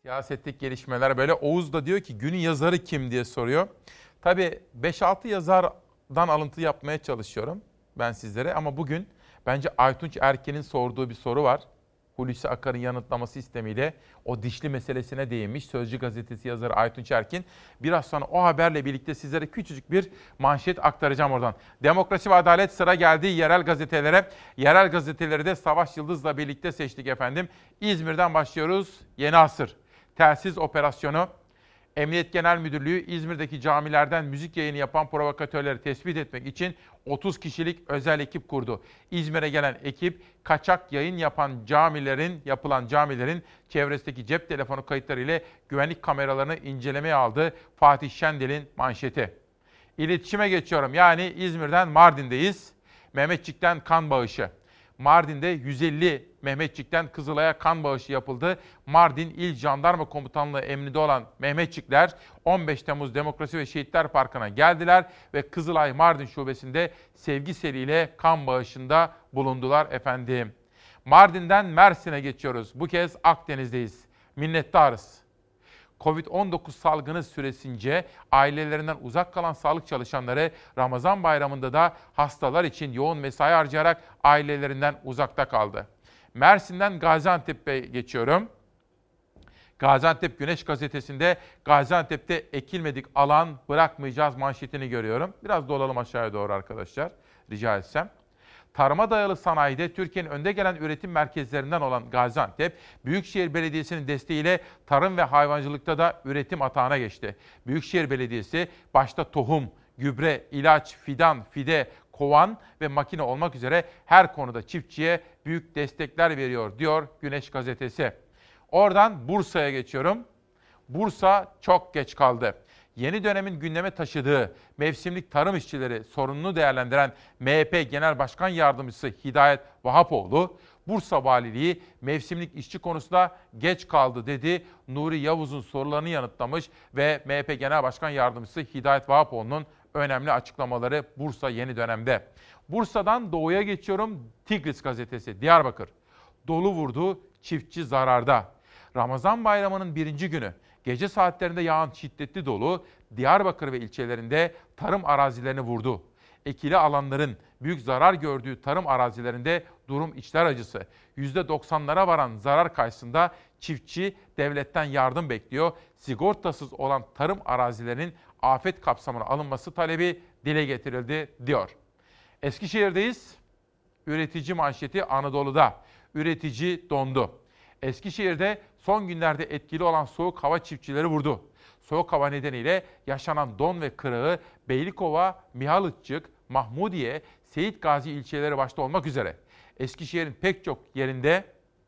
Speaker 1: Siyasetteki gelişmeler böyle. Oğuz da diyor ki günün yazarı kim diye soruyor. Tabii beş altı yazardan alıntı yapmaya çalışıyorum ben sizlere. Ama bugün bence Aytunç Erken'in sorduğu bir soru var. Hulusi Akar'ın yanıtlaması istemiyle o dişli meselesine değinmiş. Sözcü gazetesi yazarı Aytunç Erkin. Biraz sonra o haberle birlikte sizlere küçücük bir manşet aktaracağım oradan. Demokrasi ve Adalet sıra geldi yerel gazetelere. Yerel gazeteleri de Savaş Yıldız'la birlikte seçtik efendim. İzmir'den başlıyoruz. Yeni Asır. Telsiz operasyonu. Emniyet Genel Müdürlüğü İzmir'deki camilerden müzik yayını yapan provokatörleri tespit etmek için otuz kişilik özel ekip kurdu. İzmir'e gelen ekip kaçak yayın yapan camilerin, yapılan camilerin çevresindeki cep telefonu kayıtları ile güvenlik kameralarını incelemeye aldı. Fatih Şendel'in manşeti. İletişime geçiyorum. Yani İzmir'den Mardin'deyiz. Mehmetçik'ten kan bağışı. Mardin'de yüz elli Mehmetçik'ten Kızılay'a kan bağışı yapıldı. Mardin İl Jandarma Komutanlığı emrinde olan Mehmetçikler on beş Temmuz Demokrasi ve Şehitler Parkı'na geldiler ve Kızılay Mardin Şubesi'nde sevgi seliyle kan bağışında bulundular efendim. Mardin'den Mersin'e geçiyoruz. Bu kez Akdeniz'deyiz. Minnettarız. kovid on dokuz salgını süresince ailelerinden uzak kalan sağlık çalışanları Ramazan bayramında da hastalar için yoğun mesai harcayarak ailelerinden uzakta kaldı. Mersin'den Gaziantep'e geçiyorum. Gaziantep Güneş Gazetesi'nde Gaziantep'te ekilmedik alan bırakmayacağız manşetini görüyorum. Biraz dolalım aşağıya doğru arkadaşlar rica etsem. Tarıma dayalı sanayide Türkiye'nin önde gelen üretim merkezlerinden olan Gaziantep, Büyükşehir Belediyesi'nin desteğiyle tarım ve hayvancılıkta da üretim atağına geçti. Büyükşehir Belediyesi başta tohum, gübre, ilaç, fidan, fide, kovan ve makine olmak üzere her konuda çiftçiye büyük destekler veriyor diyor Güneş Gazetesi. Oradan Bursa'ya geçiyorum. Bursa çok geç kaldı. Yeni dönemin gündeme taşıdığı mevsimlik tarım işçileri sorununu değerlendiren M H P Genel Başkan Yardımcısı Hidayet Vahapoğlu, Bursa Valiliği mevsimlik işçi konusunda geç kaldı dedi. Nuri Yavuz'un sorularını yanıtlamış ve M H P Genel Başkan Yardımcısı Hidayet Vahapoğlu'nun önemli açıklamaları Bursa yeni dönemde. Bursa'dan doğuya geçiyorum. Tigris gazetesi, Diyarbakır. Dolu vurdu, çiftçi zararda. Ramazan bayramının birinci günü gece saatlerinde yağan şiddetli dolu Diyarbakır ve ilçelerinde tarım arazilerini vurdu. Ekili alanların büyük zarar gördüğü tarım arazilerinde durum içler acısı. yüzde doksanlara varan zarar karşısında çiftçi devletten yardım bekliyor. Sigortasız olan tarım arazilerinin afet kapsamına alınması talebi dile getirildi diyor. Eskişehir'deyiz. Üretici manşeti Anadolu'da. Üretici dondu. Eskişehir'de son günlerde etkili olan soğuk hava çiftçileri vurdu. Soğuk hava nedeniyle yaşanan don ve kırığı Beylikova, Mihalıççık, Mahmudiye, Seyit Gazi ilçeleri başta olmak üzere Eskişehir'in pek çok yerinde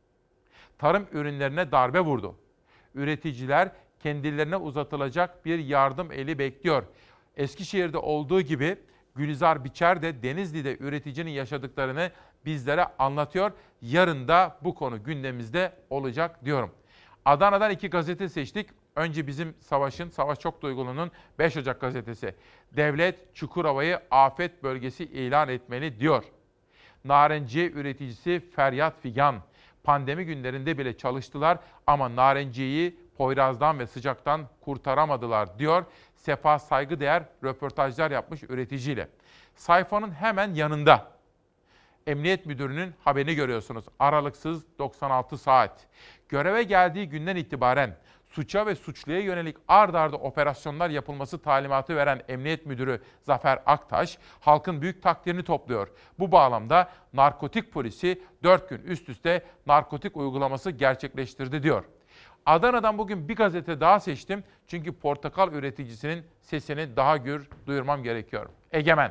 Speaker 1: tarım ürünlerine darbe vurdu. Üreticiler kendilerine uzatılacak bir yardım eli bekliyor. Eskişehir'de olduğu gibi Gülizar Biçer de Denizli'de üreticinin yaşadıklarını bizlere anlatıyor. Yarın da bu konu gündemimizde olacak diyorum. Adana'dan iki gazete seçtik. Önce bizim Savaş'ın, Savaş Çok Duygulu'nun beş Ocak gazetesi. Devlet Çukurova'yı afet bölgesi ilan etmeli diyor. Narenciye üreticisi Feryat Figan. Pandemi günlerinde bile çalıştılar ama narenciyeyi Poyraz'dan ve sıcaktan kurtaramadılar diyor. Sefa Saygıdeğer röportajlar yapmış üreticiyle. Sayfanın hemen yanında Emniyet Müdürü'nün haberini görüyorsunuz. Aralıksız doksan altı saat. Göreve geldiği günden itibaren suça ve suçluya yönelik ard arda operasyonlar yapılması talimatı veren Emniyet Müdürü Zafer Aktaş, halkın büyük takdirini topluyor. Bu bağlamda narkotik polisi dört gün üst üste narkotik uygulaması gerçekleştirdi diyor. Adana'dan bugün bir gazete daha seçtim. Çünkü portakal üreticisinin sesini daha gür duyurmam gerekiyor. Egemen.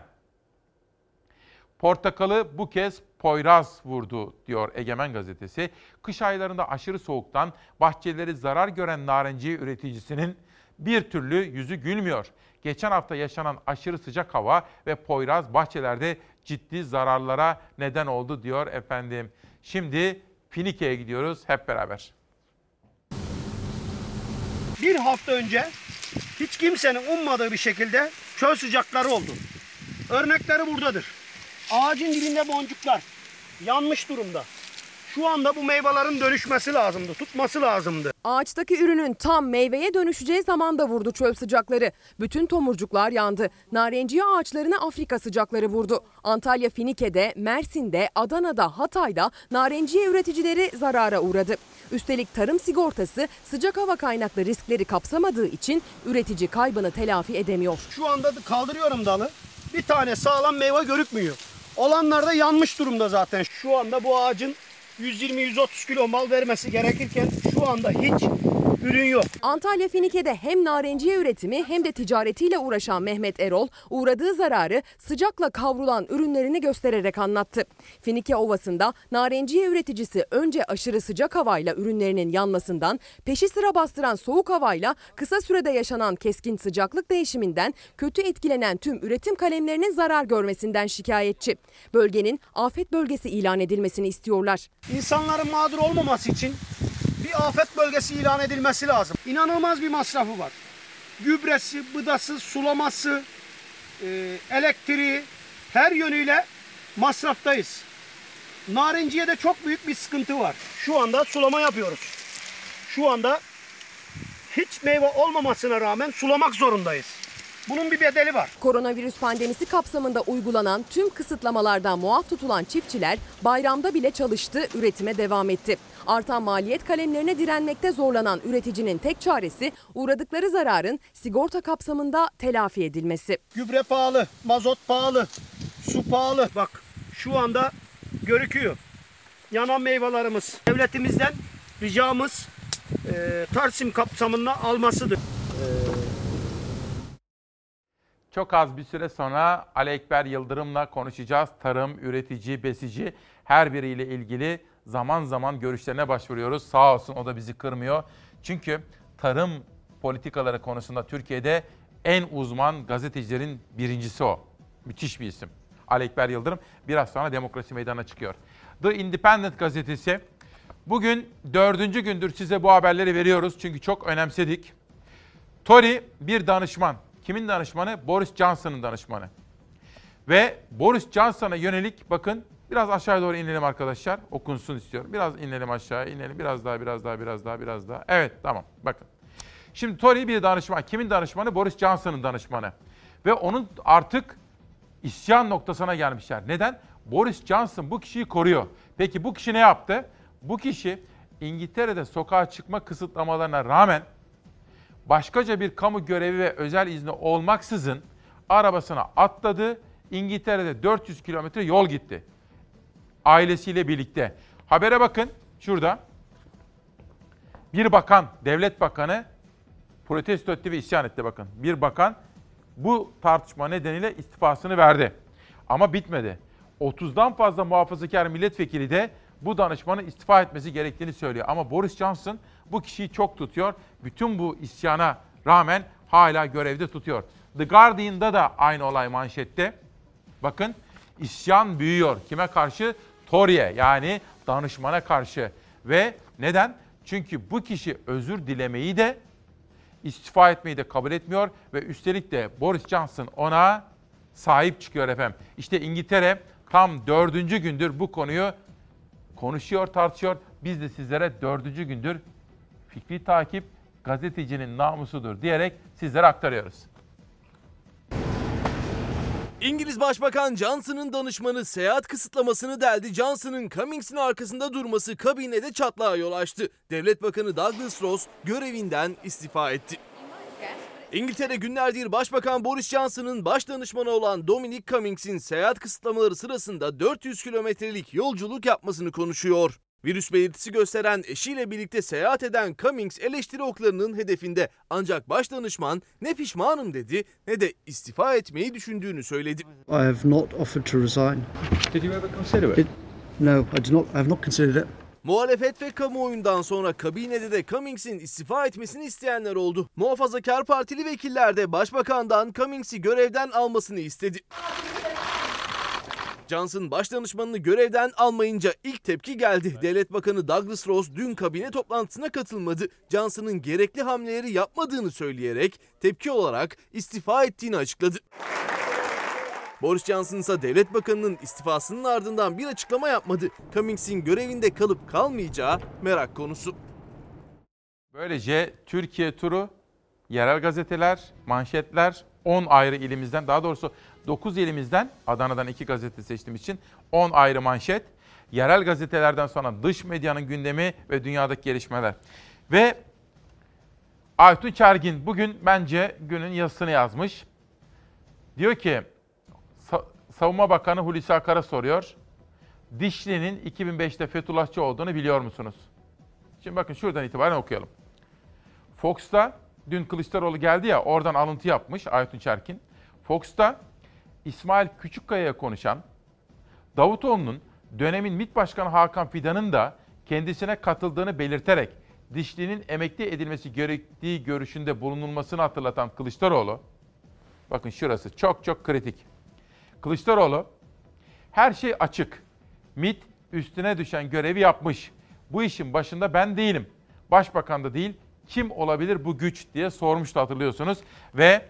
Speaker 1: Portakalı bu kez Poyraz vurdu diyor Egemen gazetesi. Kış aylarında aşırı soğuktan bahçeleri zarar gören narenciye üreticisinin bir türlü yüzü gülmüyor. Geçen hafta yaşanan aşırı sıcak hava ve Poyraz bahçelerde ciddi zararlara neden oldu diyor efendim. Şimdi Finike'ye gidiyoruz hep beraber.
Speaker 8: Bir hafta önce hiç kimsenin ummadığı bir şekilde çöl sıcakları oldu. Örnekleri buradadır. Ağacın dibinde boncuklar yanmış durumda. Şu anda bu meyvelerin dönüşmesi lazımdı, tutması lazımdı.
Speaker 2: Ağaçtaki ürünün tam meyveye dönüşeceği zamanda vurdu çöl sıcakları. Bütün tomurcuklar yandı. Narenciye ağaçlarına Afrika sıcakları vurdu. Antalya Finike'de, Mersin'de, Adana'da, Hatay'da narenciye üreticileri zarara uğradı. Üstelik tarım sigortası sıcak hava kaynaklı riskleri kapsamadığı için üretici kaybını telafi edemiyor.
Speaker 8: Şu anda kaldırıyorum dalı. Bir tane sağlam meyve görükmüyor. Olanlar da yanmış durumda zaten. Şu anda bu ağacın yüz yirmi yüz otuz kilo mal vermesi gerekirken şu anda hiç ürün yok.
Speaker 2: Antalya Finike'de hem narenciye üretimi hem de ticaretiyle uğraşan Mehmet Erol uğradığı zararı sıcakla kavrulan ürünlerini göstererek anlattı. Finike Ovası'nda narenciye üreticisi önce aşırı sıcak havayla ürünlerinin yanmasından, peşi sıra bastıran soğuk havayla kısa sürede yaşanan keskin sıcaklık değişiminden kötü etkilenen tüm üretim kalemlerinin zarar görmesinden şikayetçi. Bölgenin afet bölgesi ilan edilmesini istiyorlar.
Speaker 8: İnsanların mağdur olmaması için bir afet bölgesi ilan edilmesi lazım. İnanılmaz bir masrafı var. Gübresi, bıdası, sulaması, e, elektriği her yönüyle masraftayız. Narenciye'de çok büyük bir sıkıntı var. Şu anda sulama yapıyoruz. Şu anda hiç meyve olmamasına rağmen sulamak zorundayız. Bunun bir bedeli var.
Speaker 2: Koronavirüs pandemisi kapsamında uygulanan tüm kısıtlamalardan muaf tutulan çiftçiler bayramda bile çalıştı, üretime devam etti. Artan maliyet kalemlerine direnmekte zorlanan üreticinin tek çaresi uğradıkları zararın sigorta kapsamında telafi edilmesi.
Speaker 8: Gübre pahalı, mazot pahalı, su pahalı. Bak şu anda görüküyor. Yanan meyvelerimiz. Devletimizden ricamız e, Tarsim kapsamında almasıdır.
Speaker 1: Çok az bir süre sonra Ali Ekber Yıldırım'la konuşacağız. Tarım, üretici, besici her biriyle ilgili zaman zaman görüşlerine başvuruyoruz. Sağ olsun o da bizi kırmıyor. Çünkü tarım politikaları konusunda Türkiye'de en uzman gazetecilerin birincisi o. Müthiş bir isim. Ali Ekber Yıldırım biraz sonra Demokrasi Meydanı'na çıkıyor. The Independent gazetesi. Bugün dördüncü gündür size bu haberleri veriyoruz. Çünkü çok önemsedik. Tory bir danışman. Kimin danışmanı? Boris Johnson'ın danışmanı. Ve Boris Johnson'a yönelik bakın biraz aşağı doğru inelim arkadaşlar. Okunsun istiyorum. Biraz inelim aşağı, inelim. Biraz daha, biraz daha, biraz daha, biraz daha. Evet, tamam. Bakın. Şimdi Tory bir danışman. Kimin danışmanı? Boris Johnson'ın danışmanı. Ve onun artık isyan noktasına gelmişler. Neden? Boris Johnson bu kişiyi koruyor. Peki bu kişi ne yaptı? Bu kişi İngiltere'de sokağa çıkma kısıtlamalarına rağmen başkaca bir kamu görevi ve özel izni olmaksızın arabasına atladı. İngiltere'de dört yüz kilometre yol gitti. Ailesiyle birlikte. Habere bakın şurada. Bir bakan, devlet bakanı protesto etti ve isyan etti bakın. Bir bakan bu tartışma nedeniyle istifasını verdi. Ama bitmedi. otuzdan fazla muhafazakar milletvekili de bu danışmanın istifa etmesi gerektiğini söylüyor. Ama Boris Johnson bu kişiyi çok tutuyor. Bütün bu isyana rağmen hala görevde tutuyor. The Guardian'da da aynı olay manşette. Bakın isyan büyüyor. Kime karşı? Tory'e yani danışmana karşı. Ve neden? Çünkü bu kişi özür dilemeyi de istifa etmeyi de kabul etmiyor. Ve üstelik de Boris Johnson ona sahip çıkıyor efendim. İşte İngiltere tam dördüncü gündür bu konuyu konuşuyor, tartışıyor. Biz de sizlere dördüncü gündür fikri takip gazetecinin namusudur diyerek sizlere aktarıyoruz.
Speaker 9: İngiliz Başbakan Johnson'ın danışmanı seyahat kısıtlamasını deldi. Johnson'ın Cummings'in arkasında durması kabinede çatlağa yol açtı. Devlet Bakanı Douglas Ross görevinden istifa etti. İngiltere günlerdir Başbakan Boris Johnson'ın baş danışmanı olan Dominic Cummings'in seyahat kısıtlamaları sırasında dört yüz kilometrelik yolculuk yapmasını konuşuyor. Virüs belirtisi gösteren eşiyle birlikte seyahat eden Cummings eleştiri oklarının hedefinde. Ancak başdanışman ne pişmanım dedi ne de istifa etmeyi düşündüğünü söyledi.
Speaker 10: I have not offered to resign.
Speaker 9: Did you ever consider it?
Speaker 10: It, no, I do not. I have not considered it.
Speaker 9: Muhalefet ve kamuoyundan sonra kabinede de Cummings'in istifa etmesini isteyenler oldu. Muhafazakar Partili vekiller de başbakandan Cummings'i görevden almasını istedi. Johnson başdanışmanını görevden almayınca ilk tepki geldi. Devlet Bakanı Douglas Ross dün kabine toplantısına katılmadı. Johnson'ın gerekli hamleleri yapmadığını söyleyerek tepki olarak istifa ettiğini açıkladı. Boris Johnson ise devlet bakanının istifasının ardından bir açıklama yapmadı. Cummings'in görevinde kalıp kalmayacağı merak konusu.
Speaker 1: Böylece Türkiye turu, yerel gazeteler, manşetler on ayrı ilimizden, daha doğrusu dokuz ilimizden, Adana'dan iki gazete seçtiğim için on ayrı manşet. Yerel gazetelerden sonra dış medyanın gündemi ve dünyadaki gelişmeler. Ve Aytunç Ergin bugün bence günün yazısını yazmış. Diyor ki, Savunma Bakanı Hulusi Akar'a soruyor. Dişli'nin iki bin beşte Fethullahçı olduğunu biliyor musunuz? Şimdi bakın şuradan itibaren okuyalım. Fox'ta, dün Kılıçdaroğlu geldi ya, oradan alıntı yapmış Aytunç Ergin. Fox'ta İsmail Küçükkaya'ya konuşan, Davutoğlu'nun dönemin MİT Başkanı Hakan Fidan'ın da kendisine katıldığını belirterek Dişli'nin emekli edilmesi gerektiği görüşünde bulunulmasını hatırlatan Kılıçdaroğlu, bakın şurası çok çok kritik. Kılıçdaroğlu, her şey açık. MİT üstüne düşen görevi yapmış. Bu işin başında ben değilim. Başbakan da değil. Kim olabilir bu güç diye sormuştu, hatırlıyorsunuz. Ve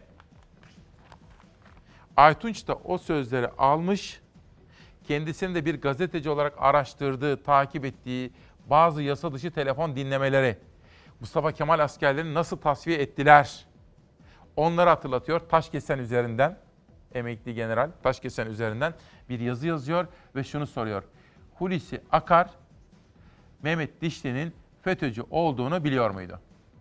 Speaker 1: Aytunç da o sözleri almış. Kendisinin de bir gazeteci olarak araştırdığı, takip ettiği bazı yasa dışı telefon dinlemeleri, Mustafa Kemal askerlerini nasıl tasfiye ettiler, onları hatırlatıyor. Taşkesen üzerinden, emekli general Taşkesen üzerinden bir yazı yazıyor ve şunu soruyor. Hulusi Akar, Mehmet Dişli'nin FETÖ'cü olduğunu biliyor muydu?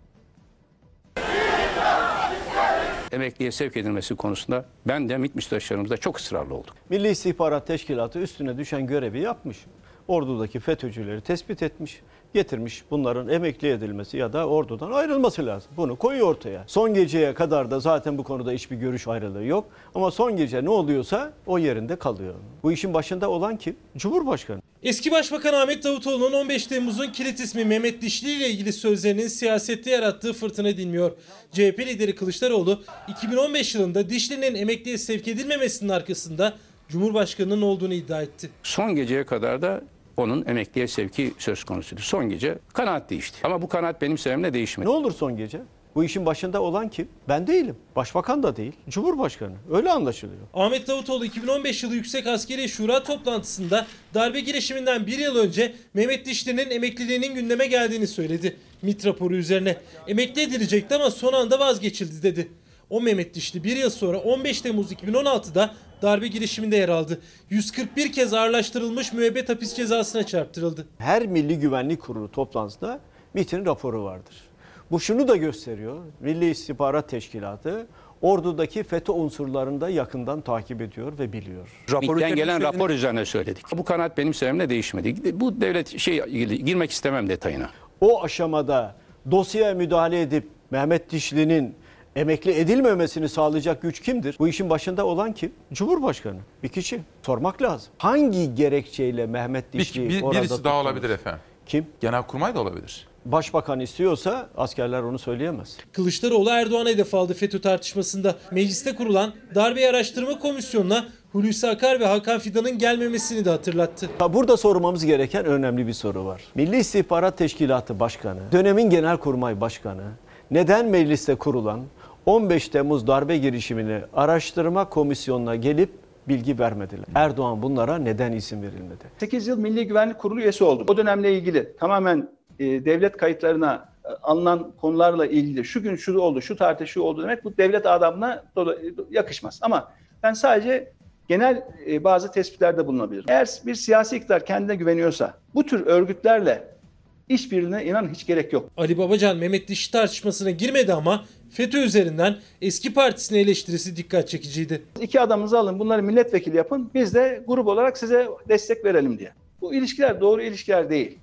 Speaker 7: Emekliye sevk edilmesi konusunda ben de MİT müsteşarımızda çok ısrarlı olduk.
Speaker 22: Milli İstihbarat Teşkilatı üstüne düşen görevi yapmış. Ordudaki FETÖ'cüleri tespit etmiş, getirmiş. Bunların emekli edilmesi ya da ordudan ayrılması lazım. Bunu koyuyor ortaya. Son geceye kadar da zaten bu konuda hiçbir görüş ayrılığı yok. Ama son gece ne oluyorsa o yerinde kalıyor. Bu işin başında olan kim? Cumhurbaşkanı.
Speaker 21: Eski Başbakan Ahmet Davutoğlu'nun on beş Temmuz'un kilit ismi Mehmet Dişli ile ilgili sözlerinin siyasette yarattığı fırtına dinmiyor. C H P lideri Kılıçdaroğlu iki bin on beş yılında Dişli'nin emekliye sevk edilmemesinin arkasında Cumhurbaşkanı'nın olduğunu iddia etti.
Speaker 7: Son geceye kadar da onun emekliye sevki söz konusuydu. Son gece kanaat değişti. Ama bu kanaat benim sevimle değişmedi.
Speaker 22: Ne olur son gece? Bu işin başında olan kim? Ben değilim. Başbakan da değil. Cumhurbaşkanı. Öyle anlaşılıyor.
Speaker 21: Ahmet Davutoğlu iki bin on beş yılı Yüksek Askeri Şura toplantısında darbe girişiminden bir yıl önce Mehmet Dişli'nin emekliliğinin gündeme geldiğini söyledi. MİT raporu üzerine. Emekli edilecekti ama son anda vazgeçildi dedi. O Mehmet Dişli bir yıl sonra on beş Temmuz iki bin on altıda darbe girişiminde yer aldı. yüz kırk bir kez ağırlaştırılmış müebbet hapis cezasına çarptırıldı.
Speaker 22: Her Milli Güvenlik Kurulu toplantısında MİT'in raporu vardır. Bu şunu da gösteriyor. Milli İstihbarat Teşkilatı ordudaki FETÖ unsurlarını da yakından takip ediyor ve biliyor.
Speaker 7: MİT'ten gelen rapor üzerine söyledik. Bu kanaat benim sevimle değişmedi. Bu devlet şey girmek istemem detayına.
Speaker 22: O aşamada dosyaya müdahale edip Mehmet Dişli'nin emekli edilmemesini sağlayacak güç kimdir? Bu işin başında olan kim? Cumhurbaşkanı. Bir kişi. Sormak lazım. Hangi gerekçeyle Mehmet Dişli
Speaker 1: bir, bir,
Speaker 22: orada
Speaker 1: birisi daha olabilir efendim.
Speaker 22: Kim?
Speaker 1: Genelkurmay da olabilir.
Speaker 22: Başbakan istiyorsa askerler onu söyleyemez.
Speaker 21: Kılıçdaroğlu Erdoğan'a hedef aldı FETÖ tartışmasında. Mecliste kurulan Darbe Araştırma Komisyonu'na Hulusi Akar ve Hakan Fidan'ın gelmemesini de hatırlattı.
Speaker 22: Burada sormamız gereken önemli bir soru var. Milli İstihbarat Teşkilatı Başkanı, dönemin Genelkurmay Başkanı neden mecliste kurulan on beş Temmuz darbe girişimini araştırma komisyonuna gelip bilgi vermediler? Erdoğan bunlara neden izin verilmedi?
Speaker 18: sekiz yıl Milli Güvenlik Kurulu üyesi oldum. O dönemle ilgili tamamen e, devlet kayıtlarına e, alınan konularla ilgili şu gün şu oldu, şu tarihte şu oldu demek bu devlet adamına yakışmaz. Ama ben sadece genel e, bazı tespitlerde bulunabilirim. Eğer bir siyasi iktidar kendine güveniyorsa bu tür örgütlerle işbirliğine inan hiç gerek yok.
Speaker 21: Ali Babacan Mehmet Dişli tartışmasına girmedi ama FETÖ üzerinden eski partisine eleştirisi dikkat çekiciydi.
Speaker 18: İki adamınızı alın, bunları milletvekili yapın, biz de grup olarak size destek verelim diye. Bu ilişkiler doğru ilişkiler değil.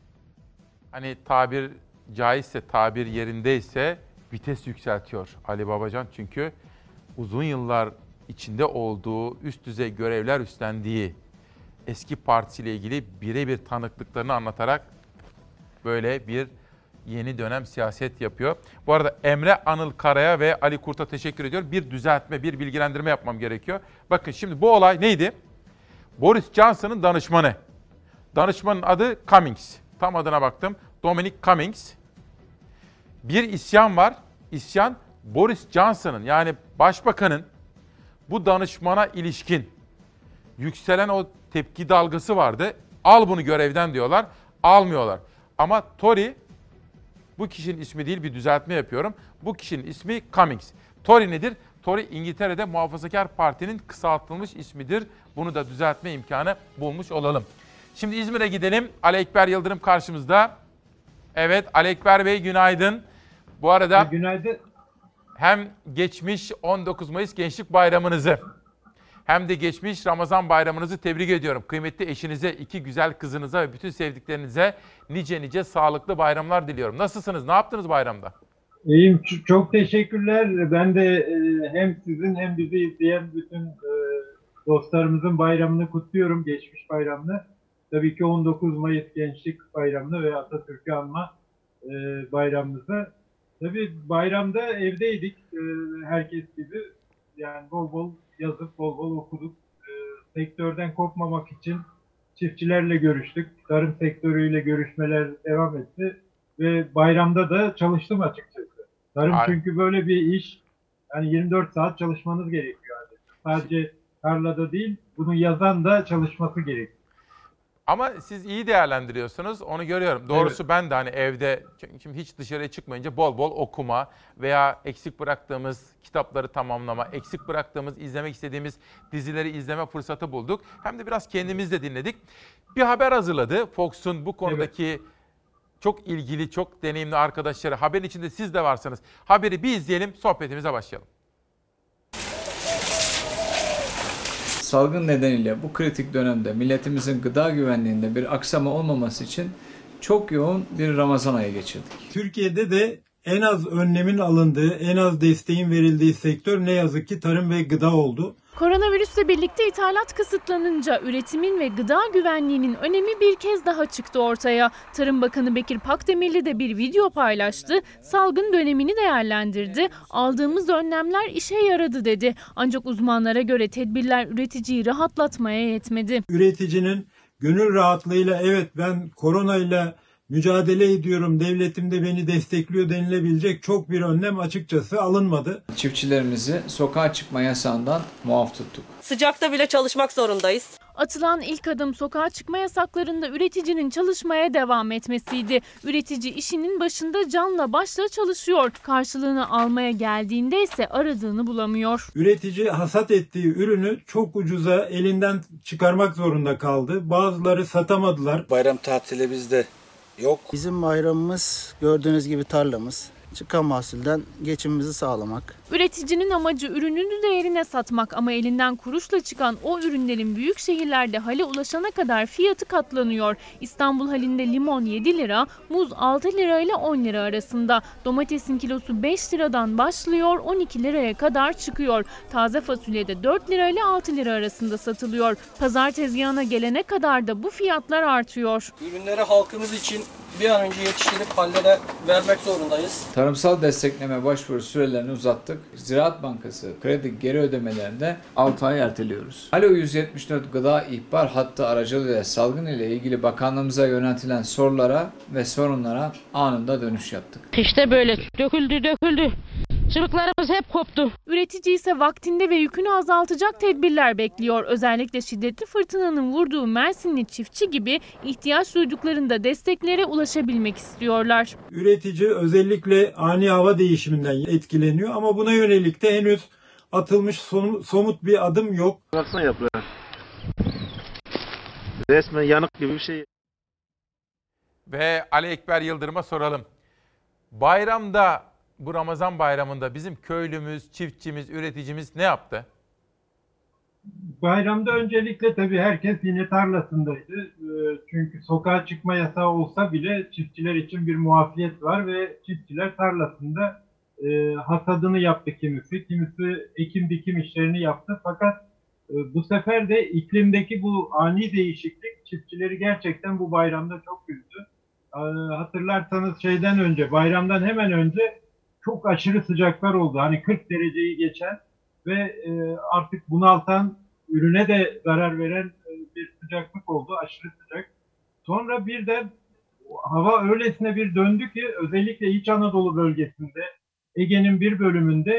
Speaker 1: Hani tabir caizse, tabir yerindeyse vites yükseltiyor Ali Babacan. Çünkü uzun yıllar içinde olduğu, üst düzey görevler üstlendiği eski partisiyle ilgili birebir tanıklıklarını anlatarak böyle bir yeni dönem siyaset yapıyor. Bu arada Emre Anıl Kara'ya ve Ali Kurt'a teşekkür ediyorum. Bir düzeltme, bir bilgilendirme yapmam gerekiyor. Bakın şimdi bu olay neydi? Boris Johnson'ın danışmanı. Danışmanın adı Cummings. Tam adına baktım. Dominic Cummings. Bir isyan var. İsyan Boris Johnson'ın yani başbakanın bu danışmana ilişkin yükselen o tepki dalgası vardı. Al bunu görevden diyorlar. Almıyorlar. Ama Tory, bu kişinin ismi değil, bir düzeltme yapıyorum. Bu kişinin ismi Cummings. Tory nedir? Tory İngiltere'de Muhafazakar Parti'nin kısaltılmış ismidir. Bunu da düzeltme imkanı bulmuş olalım. Şimdi İzmir'e gidelim. Ali Ekber Yıldırım karşımızda. Evet, Ali Ekber Bey günaydın. Bu arada
Speaker 11: günaydın.
Speaker 1: Hem geçmiş on dokuz Mayıs Gençlik Bayramınızı hem de geçmiş Ramazan Bayramınızı tebrik ediyorum. Kıymetli eşinize, iki güzel kızınıza ve bütün sevdiklerinize nice nice sağlıklı bayramlar diliyorum. Nasılsınız? Ne yaptınız bayramda?
Speaker 11: İyiyim. Çok teşekkürler. Ben de hem sizin hem bizi izleyen bütün dostlarımızın bayramını kutluyorum. Geçmiş bayramını. Tabii ki on dokuz Mayıs Gençlik Bayramını ve Atatürk'ü anma bayramımızı. Tabii bayramda evdeydik. Herkes gibi. Yani bol bol yazıp bol bol okuduk. Sektörden kopmamak için çiftçilerle görüştük. Tarım sektörüyle görüşmeler devam etti. Ve bayramda da çalıştım açıkçası. Tarım Aynen. Çünkü böyle bir iş, yani yirmi dört saat çalışmanız gerekiyor. Yani. Sadece tarlada değil, bunu yazan da çalışması gerekiyor.
Speaker 1: Ama siz iyi değerlendiriyorsunuz, onu görüyorum. Doğrusu
Speaker 11: Evet.
Speaker 1: ben de hani evde, şimdi hiç dışarıya çıkmayınca bol bol okuma veya eksik bıraktığımız kitapları tamamlama, eksik bıraktığımız, izlemek istediğimiz dizileri izleme fırsatı bulduk. Hem de biraz kendimiz de dinledik. Bir haber hazırladı Fox'un bu konudaki evet. çok ilgili, çok deneyimli arkadaşları. Haberin içinde siz de varsanız haberi bir izleyelim, sohbetimize başlayalım.
Speaker 12: Salgın nedeniyle bu kritik dönemde milletimizin gıda güvenliğinde bir aksama olmaması için çok yoğun bir Ramazan ayı geçirdik.
Speaker 11: Türkiye'de de en az önlemin alındığı, en az desteğin verildiği sektör ne yazık ki tarım ve gıda oldu.
Speaker 13: Koronavirüsle birlikte ithalat kısıtlanınca üretimin ve gıda güvenliğinin önemi bir kez daha çıktı ortaya. Tarım Bakanı Bekir Pakdemirli de bir video paylaştı, salgın dönemini değerlendirdi, aldığımız önlemler işe yaradı dedi. Ancak uzmanlara göre tedbirler üreticiyi rahatlatmaya yetmedi.
Speaker 11: Üreticinin gönül rahatlığıyla evet ben koronayla mücadele ediyorum, devletim de beni destekliyor denilebilecek çok bir önlem açıkçası alınmadı.
Speaker 12: Çiftçilerimizi sokağa çıkma yasağından muaf tuttuk.
Speaker 24: Sıcakta bile çalışmak zorundayız.
Speaker 13: Atılan ilk adım sokağa çıkma yasaklarında üreticinin çalışmaya devam etmesiydi. Üretici işinin başında canla başla çalışıyor. Karşılığını almaya geldiğinde ise aradığını bulamıyor.
Speaker 11: Üretici hasat ettiği ürünü çok ucuza elinden çıkarmak zorunda kaldı. Bazıları satamadılar.
Speaker 25: Bayram tatili bizde yok. Bizim bayramımız gördüğünüz gibi tarlamız. Çıkan mahsulden geçimimizi sağlamak.
Speaker 13: Üreticinin amacı ürününü değerine satmak ama elinden kuruşla çıkan o ürünlerin büyük şehirlerde hale ulaşana kadar fiyatı katlanıyor. İstanbul halinde limon yedi lira, muz altı lira ile on lira arasında. Domatesin kilosu beş liradan başlıyor, on iki liraya kadar çıkıyor. Taze fasulye de dört lira ile altı lira arasında satılıyor. Pazar tezgahına gelene kadar da bu fiyatlar artıyor.
Speaker 25: Ürünleri halkımız için bir an önce yetiştirip hallere vermek zorundayız.
Speaker 12: Tarımsal destekleme başvuru sürelerini uzattık. Ziraat Bankası kredi geri ödemelerinde altı ay erteliyoruz. Alo yüz yetmiş dört gıda ihbar hattı aracılığıyla salgın ile ilgili bakanlığımıza yöneltilen sorulara ve sorunlara anında dönüş yaptık.
Speaker 13: İşte böyle döküldü döküldü. Çubuklarımız hep koptu. Üretici ise vaktinde ve yükünü azaltacak tedbirler bekliyor. Özellikle şiddetli fırtınanın vurduğu Mersinli çiftçi gibi ihtiyaç duyduklarında desteklere ulaşabilmek istiyorlar.
Speaker 11: Üretici özellikle ani hava değişiminden etkileniyor ama buna yönelik de henüz atılmış somut bir adım yok.
Speaker 26: Baksana yapıyor. Resmen yanık gibi bir şey.
Speaker 1: Ve Ali Ekber Yıldırım'a soralım. Bayramda, bu Ramazan bayramında bizim köylümüz, çiftçimiz, üreticimiz ne yaptı?
Speaker 11: Bayramda öncelikle tabii herkes yine tarlasındaydı. Çünkü sokağa çıkma yasağı olsa bile çiftçiler için bir muafiyet var ve çiftçiler tarlasında hasadını yaptı kimisi. Kimisi ekim dikim işlerini yaptı. Fakat bu sefer de iklimdeki bu ani değişiklik çiftçileri gerçekten bu bayramda çok üzdü. Hatırlarsanız şeyden önce, bayramdan hemen önce çok aşırı sıcaklar oldu. Hani kırk dereceyi geçen ve e, artık bunaltan, ürüne de zarar veren e, bir sıcaklık oldu. Aşırı sıcak. Sonra birden hava öylesine bir döndü ki özellikle İç Anadolu bölgesinde, Ege'nin bir bölümünde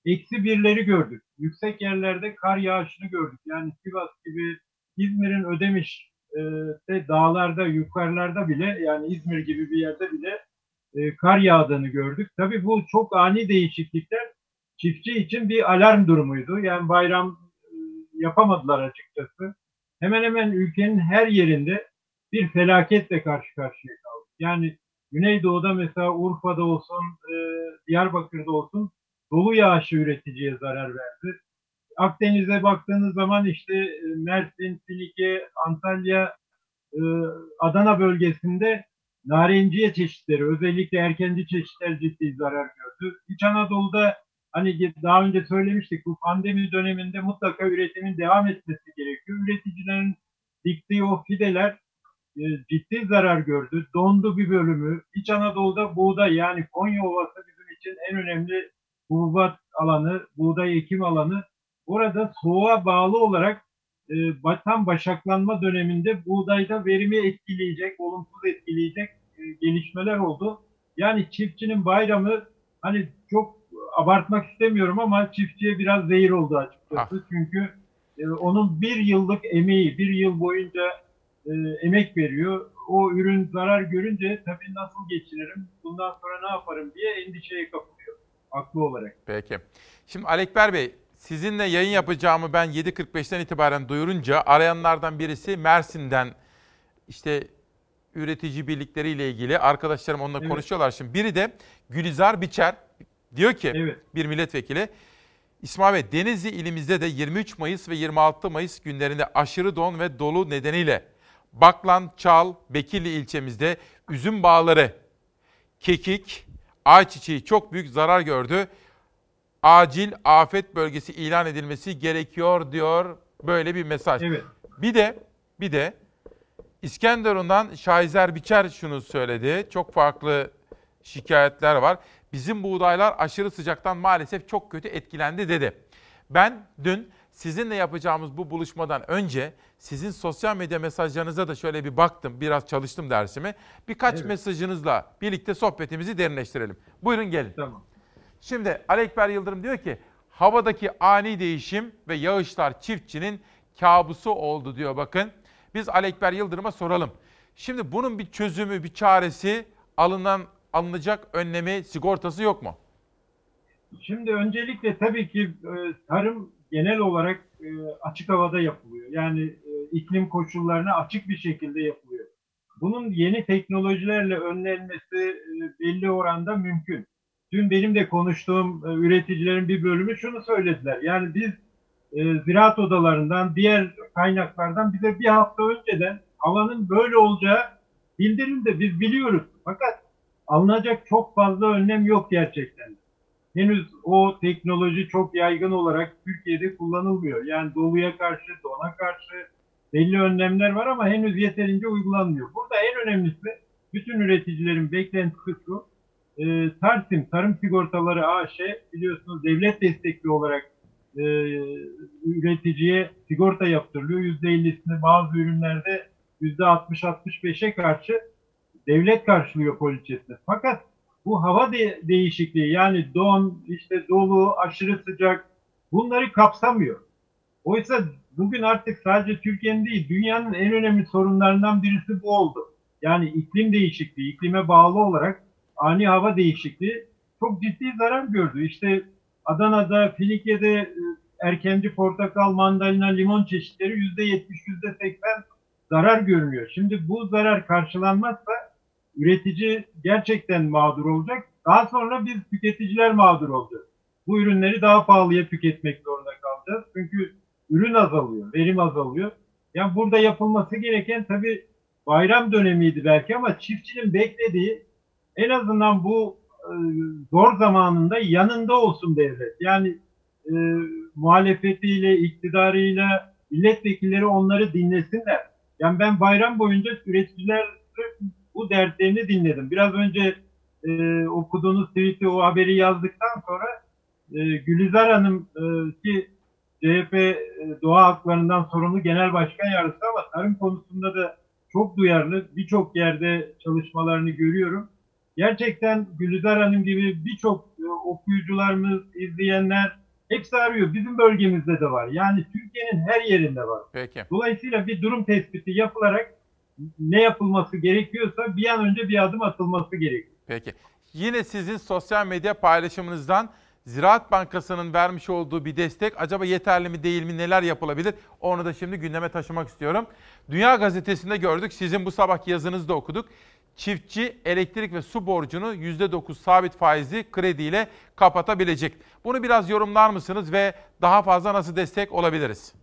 Speaker 11: eksi birleri gördük. Yüksek yerlerde kar yağışını gördük. Yani Sivas gibi, İzmir'in Ödemiş e, dağlarda, yukarılarda bile, yani İzmir gibi bir yerde bile e, kar yağdığını gördük. Tabii bu çok ani değişiklikler çiftçi için bir alarm durumuydu. Yani bayram e, yapamadılar açıkçası. Hemen hemen ülkenin her yerinde bir felaketle karşı karşıya kaldık. Yani Güneydoğu'da mesela Urfa'da olsun, e, Diyarbakır'da olsun dolu yağışı üreticiye zarar verdi. Akdeniz'e baktığınız zaman işte e, Mersin, Silike, Antalya, e, Adana bölgesinde narenciye çeşitleri, özellikle erkenci çeşitler ciddi zarar gördü. İç Anadolu'da hani daha önce söylemiştik, bu pandemi döneminde mutlaka üretimin devam etmesi gerekiyor. Üreticilerin diktiği o fideler e, ciddi zarar gördü. Dondu bir bölümü. İç Anadolu'da buğday, yani Konya Ovası bizim için en önemli hububat alanı, buğday ekim alanı. Orada soğuğa bağlı olarak e, tam başaklanma döneminde buğdayda verimi etkileyecek, olumsuz etkileyecek e, gelişmeler oldu. Yani çiftçinin bayramı, hani çok abartmak istemiyorum ama çiftçiye biraz zehir oldu açıkçası. Ah. Çünkü e, onun bir yıllık emeği, bir yıl boyunca e, emek veriyor. O ürün zarar görünce tabii nasıl geçinirim, bundan sonra ne yaparım diye endişeye kapılıyor haklı olarak.
Speaker 1: Peki. Şimdi Alekber Bey, sizinle yayın yapacağımı ben yedi kırk beşten itibaren duyurunca arayanlardan birisi Mersin'den, işte üretici birlikleriyle ilgili arkadaşlarım onunla evet. konuşuyorlar şimdi. Biri de Gülizar Biçer diyor ki evet. bir milletvekili, İsmail Bey, Denizli ilimizde de yirmi üç Mayıs ve yirmi altı Mayıs günlerinde aşırı don ve dolu nedeniyle Baklan, Çal, Bekirli ilçemizde üzüm bağları, kekik, ayçiçeği çok büyük zarar gördü. Acil afet bölgesi ilan edilmesi gerekiyor diyor, böyle bir mesaj. Evet. Bir de bir de İskenderun'dan Şahizer Biçer şunu söyledi. Çok farklı şikayetler var. Bizim buğdaylar aşırı sıcaktan maalesef çok kötü etkilendi dedi. Ben dün sizinle yapacağımız bu buluşmadan önce sizin sosyal medya mesajlarınıza da şöyle bir baktım. Biraz çalıştım dersimi. Birkaç evet. mesajınızla birlikte sohbetimizi derinleştirelim. Buyurun gelin.
Speaker 11: Tamam.
Speaker 1: Şimdi Alekber Yıldırım diyor ki havadaki ani değişim ve yağışlar çiftçinin kabusu oldu diyor bakın. Biz Alekber Yıldırım'a soralım. Şimdi bunun bir çözümü, bir çaresi, alınan alınacak önlemi, sigortası yok mu?
Speaker 11: Şimdi öncelikle tabii ki tarım genel olarak açık havada yapılıyor. Yani iklim koşullarına açık bir şekilde yapılıyor. Bunun yeni teknolojilerle önlenmesi belli oranda mümkün. Dün benim de konuştuğum üreticilerin bir bölümü şunu söylediler. Yani biz e, ziraat odalarından, diğer kaynaklardan bize bir hafta önceden havanın böyle olacağı bildirildi. Biz biliyoruz. Fakat alınacak çok fazla önlem yok gerçekten. Henüz o teknoloji çok yaygın olarak Türkiye'de kullanılmıyor. Yani doluya karşı, dona karşı belli önlemler var ama henüz yeterince uygulanmıyor. Burada en önemlisi bütün üreticilerin beklentisi şu. E, Tarsim, Tarım Sigortaları A Ş biliyorsunuz devlet destekli olarak e, üreticiye sigorta yaptırılıyor. yüzde ellisini bazı ürünlerde yüzde altmış altmış beşe karşı devlet karşılıyor poliçesini. Fakat bu hava de- değişikliği yani don, işte dolu, aşırı sıcak bunları kapsamıyor. Oysa bugün artık sadece Türkiye'nin değil dünyanın en önemli sorunlarından birisi bu oldu. Yani iklim değişikliği, iklime bağlı olarak ani hava değişikliği çok ciddi zarar gördü. İşte Adana'da, Finike'de erkenci portakal, mandalina, limon çeşitleri yüzde yetmiş, yüzde seksen zarar görünüyor. Şimdi bu zarar karşılanmazsa üretici gerçekten mağdur olacak. Daha sonra biz tüketiciler mağdur olacağız. Bu ürünleri daha pahalıya tüketmek zorunda kalacağız. Çünkü ürün azalıyor, verim azalıyor. Yani burada yapılması gereken tabii bayram dönemiydi belki ama çiftçinin beklediği en azından bu e, zor zamanında yanında olsun devlet. Yani e, muhalefetiyle, iktidarıyla, milletvekilleri onları dinlesinler. Yani ben bayram boyunca üreticiler bu dertlerini dinledim. Biraz önce e, okuduğunuz tweet'te o haberi yazdıktan sonra e, Gülizar Hanım e, ki C H P e, Doğa Haklarından sorumlu Genel Başkan Yardımcısı ama tarım konusunda da çok duyarlı. Birçok yerde çalışmalarını görüyorum. Gerçekten Gülizar Hanım gibi birçok okuyucularımız, izleyenler hepsi arıyor. Bizim bölgemizde de var. Yani Türkiye'nin her yerinde var.
Speaker 1: Peki.
Speaker 11: Dolayısıyla bir durum tespiti yapılarak ne yapılması gerekiyorsa bir an önce bir adım atılması gerekiyor.
Speaker 1: Peki. Yine sizin sosyal medya paylaşımınızdan Ziraat Bankası'nın vermiş olduğu bir destek acaba yeterli mi değil mi, neler yapılabilir? Onu da şimdi gündeme taşımak istiyorum. Dünya Gazetesi'nde gördük, sizin bu sabah yazınızda okuduk. Çiftçi elektrik ve su borcunu yüzde dokuz sabit faizli krediyle kapatabilecek. Bunu biraz yorumlar mısınız ve daha fazla nasıl destek olabiliriz?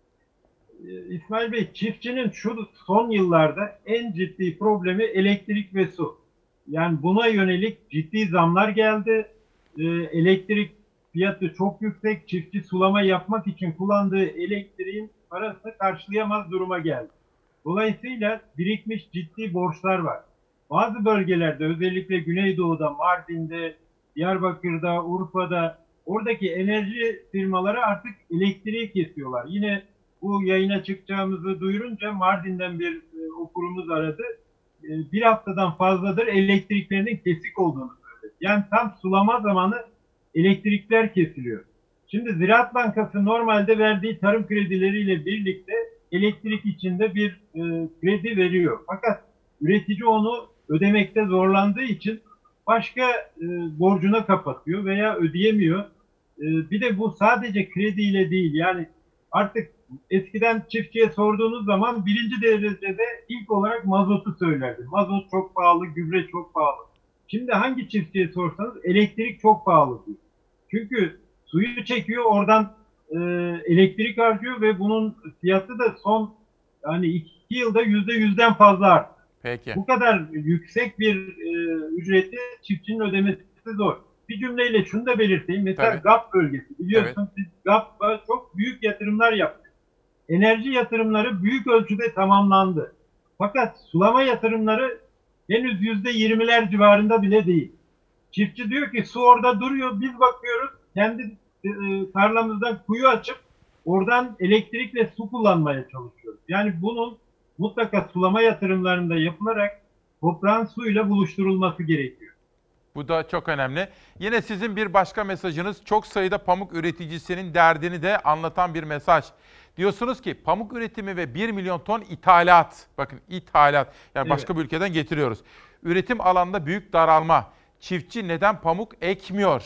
Speaker 11: İsmail Bey, çiftçinin şu son yıllarda en ciddi problemi elektrik ve su. Yani buna yönelik ciddi zamlar geldi. Ee, elektrik fiyatı çok yüksek. Çiftçi sulama yapmak için kullandığı elektriğin parasını karşılayamaz duruma geldi. Dolayısıyla birikmiş ciddi borçlar var. Bazı bölgelerde, özellikle Güneydoğu'da, Mardin'de, Diyarbakır'da, Urfa'da oradaki enerji firmaları artık elektriği kesiyorlar. Yine bu yayına çıkacağımızı duyurunca Mardin'den bir e, okurumuz aradı. E, bir haftadan fazladır elektriklerinin kesik olduğunu söyledi. Yani tam sulama zamanı elektrikler kesiliyor. Şimdi Ziraat Bankası normalde verdiği tarım kredileriyle birlikte elektrik içinde bir e, kredi veriyor. Fakat üretici onu ödemekte zorlandığı için başka e, borcuna kapatıyor veya ödeyemiyor. E, bir de bu sadece krediyle değil. Yani artık eskiden çiftçiye sorduğunuz zaman birinci derecede ilk olarak mazotu söylerdi. Mazot çok pahalı, gübre çok pahalı. Şimdi hangi çiftçiye sorsanız elektrik çok pahalı diyor. Çünkü suyu çekiyor, oradan e, elektrik harcıyor ve bunun fiyatı da son yani iki yılda yüzde yüzden fazla arttı.
Speaker 1: Peki.
Speaker 11: Bu kadar yüksek bir e, ücreti çiftçinin ödemesi zor. Bir cümleyle şunu da belirteyim. Mesela
Speaker 1: Tabii.
Speaker 11: G A P bölgesi. Biliyorsunuz
Speaker 1: Evet.
Speaker 11: biz G A P'a çok büyük yatırımlar yaptık. Enerji yatırımları büyük ölçüde tamamlandı. Fakat sulama yatırımları henüz yüzde yirmiler civarında bile değil. Çiftçi diyor ki su orada duruyor. Biz bakıyoruz kendi e, tarlamızdan kuyu açıp oradan elektrikle su kullanmaya çalışıyoruz. Yani bunun mutlaka sulama yatırımlarında yapılarak toprağın suyla buluşturulması gerekiyor.
Speaker 1: Bu da çok önemli. Yine sizin bir başka mesajınız, çok sayıda pamuk üreticisinin derdini de anlatan bir mesaj. Diyorsunuz ki pamuk üretimi ve bir milyon ton ithalat. Bakın ithalat. Yani
Speaker 11: Evet.
Speaker 1: başka bir ülkeden getiriyoruz. Üretim alanında büyük daralma. Çiftçi neden pamuk ekmiyor?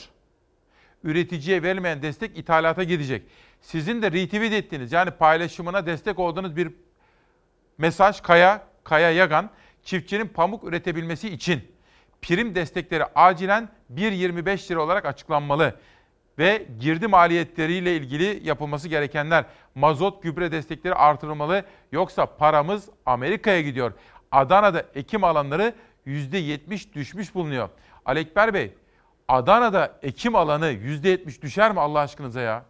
Speaker 1: Üreticiye verilmeyen destek ithalata gidecek. Sizin de retweet ettiğiniz, yani paylaşımına destek olduğunuz bir mesaj Kaya, Kaya Yagan. Çiftçinin pamuk üretebilmesi için prim destekleri acilen bir virgül yirmi beş lira olarak açıklanmalı. Ve girdi maliyetleriyle ilgili yapılması gerekenler, mazot, gübre destekleri artırılmalı. Yoksa paramız Amerika'ya gidiyor. Adana'da ekim alanları yüzde yetmiş düşmüş bulunuyor. Ali Ekber Bey, Adana'da ekim alanı yüzde yetmiş düşer mi Allah aşkınıza ya?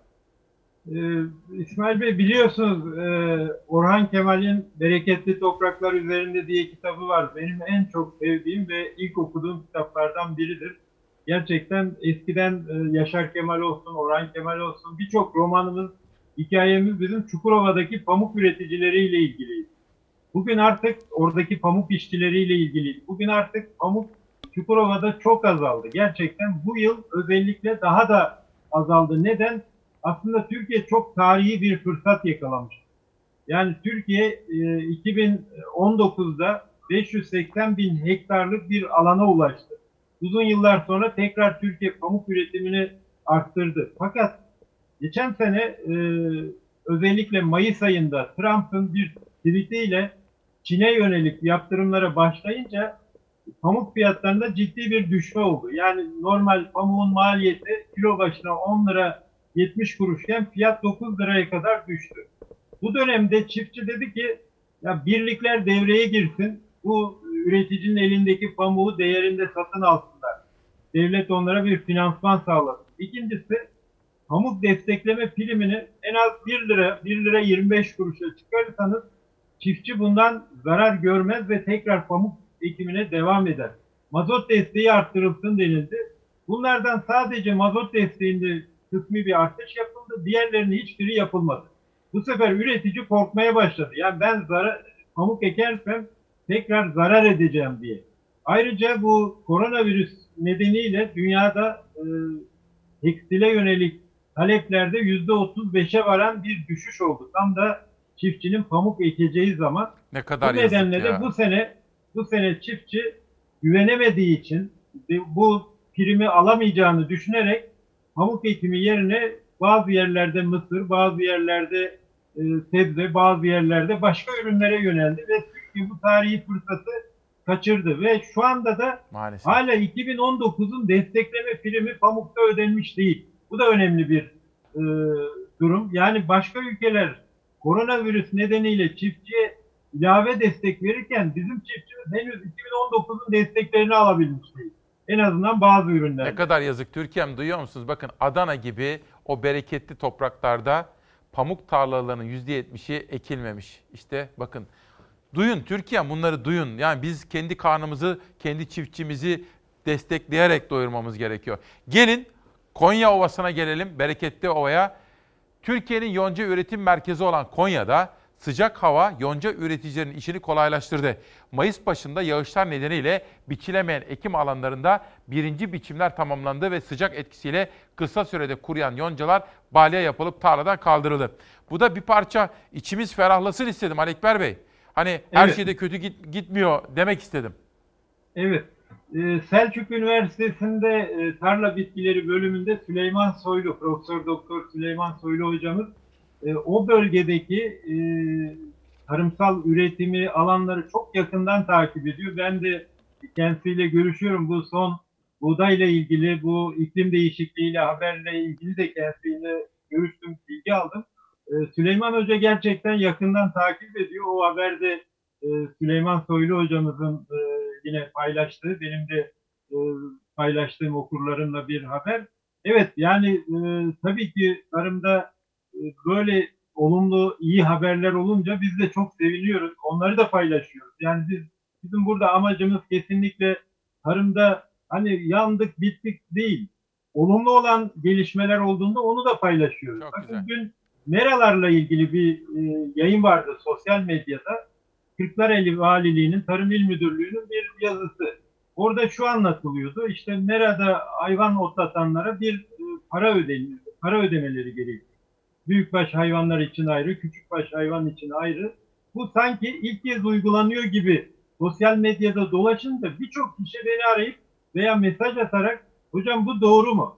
Speaker 11: Ee, İsmail Bey, biliyorsunuz e, Orhan Kemal'in Bereketli Topraklar Üzerinde diye kitabı var. Benim en çok sevdiğim ve ilk okuduğum kitaplardan biridir. Gerçekten eskiden e, Yaşar Kemal olsun, Orhan Kemal olsun birçok romanımız, hikayemiz bizim Çukurova'daki pamuk üreticileriyle ilgiliydi. Bugün artık oradaki pamuk işçileriyle ilgiliydi. Bugün artık pamuk Çukurova'da çok azaldı. Gerçekten bu yıl özellikle daha da azaldı. Neden? Aslında Türkiye çok tarihi bir fırsat yakalamış. Yani Türkiye e, iki bin on dokuzda beş yüz seksen bin hektarlık bir alana ulaştı. Uzun yıllar sonra tekrar Türkiye pamuk üretimini arttırdı. Fakat geçen sene e, özellikle Mayıs ayında Trump'ın bir tweetiyle Çin'e yönelik yaptırımlara başlayınca pamuk fiyatlarında ciddi bir düşme oldu. Yani normal pamuğun maliyeti kilo başına on lira yetmiş kuruşken fiyat dokuz liraya kadar düştü. Bu dönemde çiftçi dedi ki ya birlikler devreye girsin, bu üreticinin elindeki pamuğu değerinde satın alsınlar. Devlet onlara bir finansman sağlasın. İkincisi, pamuk destekleme primini en az bir lira, bir lira yirmi beş kuruşa çıkarırsanız çiftçi bundan zarar görmez ve tekrar pamuk ekimine devam eder. Mazot desteği arttırılsın denildi. Bunlardan sadece mazot desteğinde kısmi bir artış yapıldı. Diğerlerinin hiçbiri yapılmadı. Bu sefer üretici korkmaya başladı. Yani ben zarar, pamuk ekersem tekrar zarar edeceğim diye. Ayrıca bu koronavirüs nedeniyle dünyada e, tekstile yönelik taleplerde yüzde otuz beşe varan bir düşüş oldu. Tam da çiftçinin pamuk ekeceği zaman.
Speaker 1: Ne kadar
Speaker 11: bu nedenle
Speaker 1: yazık ya.
Speaker 11: de bu sene bu sene çiftçi güvenemediği için bu primi alamayacağını düşünerek pamuk ekimi yerine bazı yerlerde mısır, bazı yerlerde e, sebze, bazı yerlerde başka ürünlere yöneldi ve Türkiye bu tarihi fırsatı kaçırdı ve şu anda da
Speaker 1: Maalesef.
Speaker 11: hala iki bin on dokuzun destekleme primi pamukta ödenmiş değil. Bu da önemli bir e, durum. Yani başka ülkeler koronavirüs nedeniyle çiftçiye ilave destek verirken bizim çiftçimiz henüz iki bin on dokuzun desteklerini alabilmiş değil. En azından bazı ürünler.
Speaker 1: Ne kadar yazık Türkiye'm, duyuyor musunuz? Bakın Adana gibi o bereketli topraklarda pamuk tarlalarının yüzde yetmişi ekilmemiş. İşte bakın, duyun Türkiye'm, bunları duyun. Yani biz kendi karnımızı, kendi çiftçimizi destekleyerek doyurmamız gerekiyor. Gelin Konya Ovası'na gelelim, bereketli ovaya. Türkiye'nin yonca üretim merkezi olan Konya'da sıcak hava yonca üreticilerin işini kolaylaştırdı. Mayıs başında yağışlar nedeniyle biçilemeyen ekim alanlarında birinci biçimler tamamlandı ve sıcak etkisiyle kısa sürede kuruyan yoncalar balya yapılıp tarladan kaldırıldı. Bu da bir parça içimiz ferahlasın istedim Ali Ekber Bey. Hani her
Speaker 11: Evet.
Speaker 1: şeyde kötü git, gitmiyor demek istedim.
Speaker 11: Evet. Ee, Selçuk Üniversitesi'nde e, tarla bitkileri bölümünde Süleyman Soylu, Profesör Doktor Süleyman Soylu hocamız e, o bölgedeki e, tarımsal üretimi alanları çok yakından takip ediyor. Ben de kendisiyle görüşüyorum. Bu son buğdayla ilgili, bu iklim değişikliğiyle, haberle ilgili de kendisiyle görüştüm, bilgi aldım. E, Süleyman Hoca gerçekten yakından takip ediyor. O haberde e, Süleyman Soylu hocamızın e, yine paylaştığı, benim de e, paylaştığım okurlarımla bir haber. Evet, yani e, tabii ki tarımda e, böyle olumlu, iyi haberler olunca biz de çok seviniyoruz. Onları da paylaşıyoruz. Yani biz bizim burada amacımız kesinlikle tarımda hani yandık, bittik değil. Olumlu olan gelişmeler olduğunda onu da paylaşıyoruz.
Speaker 1: Çok
Speaker 11: Bakın
Speaker 1: güzel.
Speaker 11: dün meralarla ilgili bir e, yayın vardı sosyal medyada. Kırklareli Valiliği'nin Tarım İl Müdürlüğü'nün bir yazısı. Orada şu anlatılıyordu. İşte merada hayvan otlatanlara bir e, para ödeniyor, para ödemeleri gerekiyor. Büyükbaş hayvanlar için ayrı, küçükbaş hayvan için ayrı. Bu sanki ilk kez uygulanıyor gibi sosyal medyada dolaşınca birçok kişi beni arayıp veya mesaj atarak hocam bu doğru mu?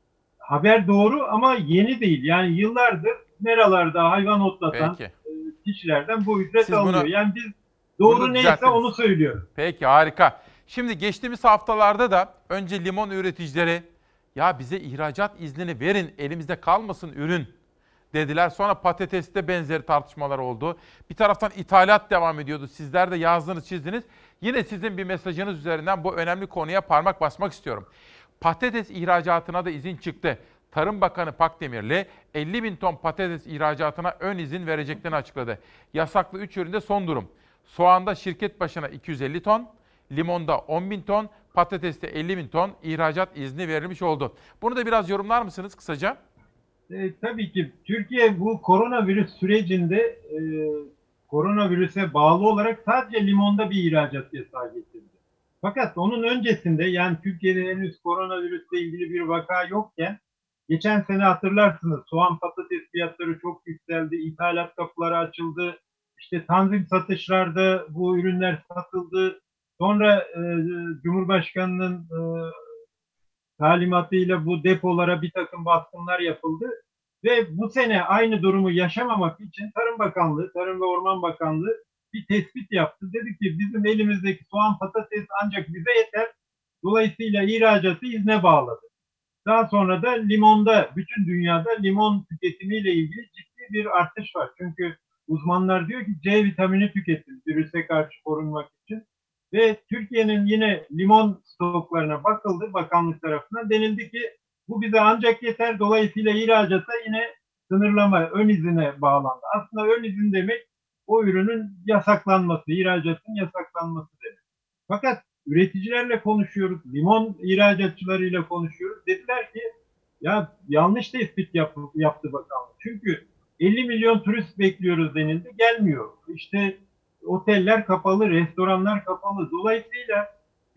Speaker 11: Haber doğru ama yeni değil. Yani yıllardır meralarda hayvan otlatan
Speaker 1: Peki.
Speaker 11: kişilerden bu ücret
Speaker 1: Siz
Speaker 11: alınıyor.
Speaker 1: bunu-
Speaker 11: Yani biz doğru
Speaker 1: bunu
Speaker 11: neyse
Speaker 1: düzelttiniz.
Speaker 11: onu söylüyoruz.
Speaker 1: Peki, harika. Şimdi geçtiğimiz haftalarda da önce limon üreticileri ya bize ihracat iznini verin, elimizde kalmasın ürün dediler. Sonra patateste benzeri tartışmalar oldu. Bir taraftan ithalat devam ediyordu. Sizler de yazdınız, çizdiniz. Yine sizin bir mesajınız üzerinden bu önemli konuya parmak basmak istiyorum. Patates ihracatına da izin çıktı. Tarım Bakanı Pakdemirli elli bin ton patates ihracatına ön izin vereceklerini açıkladı. Yasaklı üç üründe son durum. Soğanda şirket başına iki yüz elli ton, limonda on bin ton, patateste elli bin ton ihracat izni verilmiş oldu. Bunu da biraz yorumlar mısınız kısaca?
Speaker 11: E, tabii ki Türkiye bu koronavirüs sürecinde e, koronavirüse bağlı olarak sadece limonda bir ihracat yasağı getirdi. Fakat onun öncesinde, yani Türkiye'de henüz koronavirüsle ilgili bir vaka yokken, geçen sene hatırlarsınız soğan patates fiyatları çok yükseldi, ithalat kapıları açıldı, işte tanzim satışlarda bu ürünler satıldı. Sonra e, Cumhurbaşkanı'nın e, talimatıyla bu depolara bir takım baskınlar yapıldı. Ve bu sene aynı durumu yaşamamak için Tarım Bakanlığı, Tarım ve Orman Bakanlığı bir tespit yaptı. Dedi ki bizim elimizdeki soğan patates ancak bize yeter. Dolayısıyla ihracatı izne bağladı. Daha sonra da limonda, bütün dünyada limon tüketimiyle ilgili ciddi bir artış var. Çünkü uzmanlar diyor ki C vitamini tüketin virüse karşı korunmak için. Ve Türkiye'nin yine limon stoklarına bakıldı bakanlık tarafından. Denildi ki bu bize ancak yeter. Dolayısıyla ihracata yine sınırlama, ön izine bağlandı. Aslında ön izin demek o ürünün yasaklanması, ihracatın yasaklanması demek. Fakat üreticilerle konuşuyoruz, limon ihracatçılarıyla konuşuyoruz. Dediler ki ya yanlış tespit yaptı, yaptı bakanlık. Çünkü elli milyon turist bekliyoruz denildi, gelmiyor. İşte oteller kapalı, restoranlar kapalı. Dolayısıyla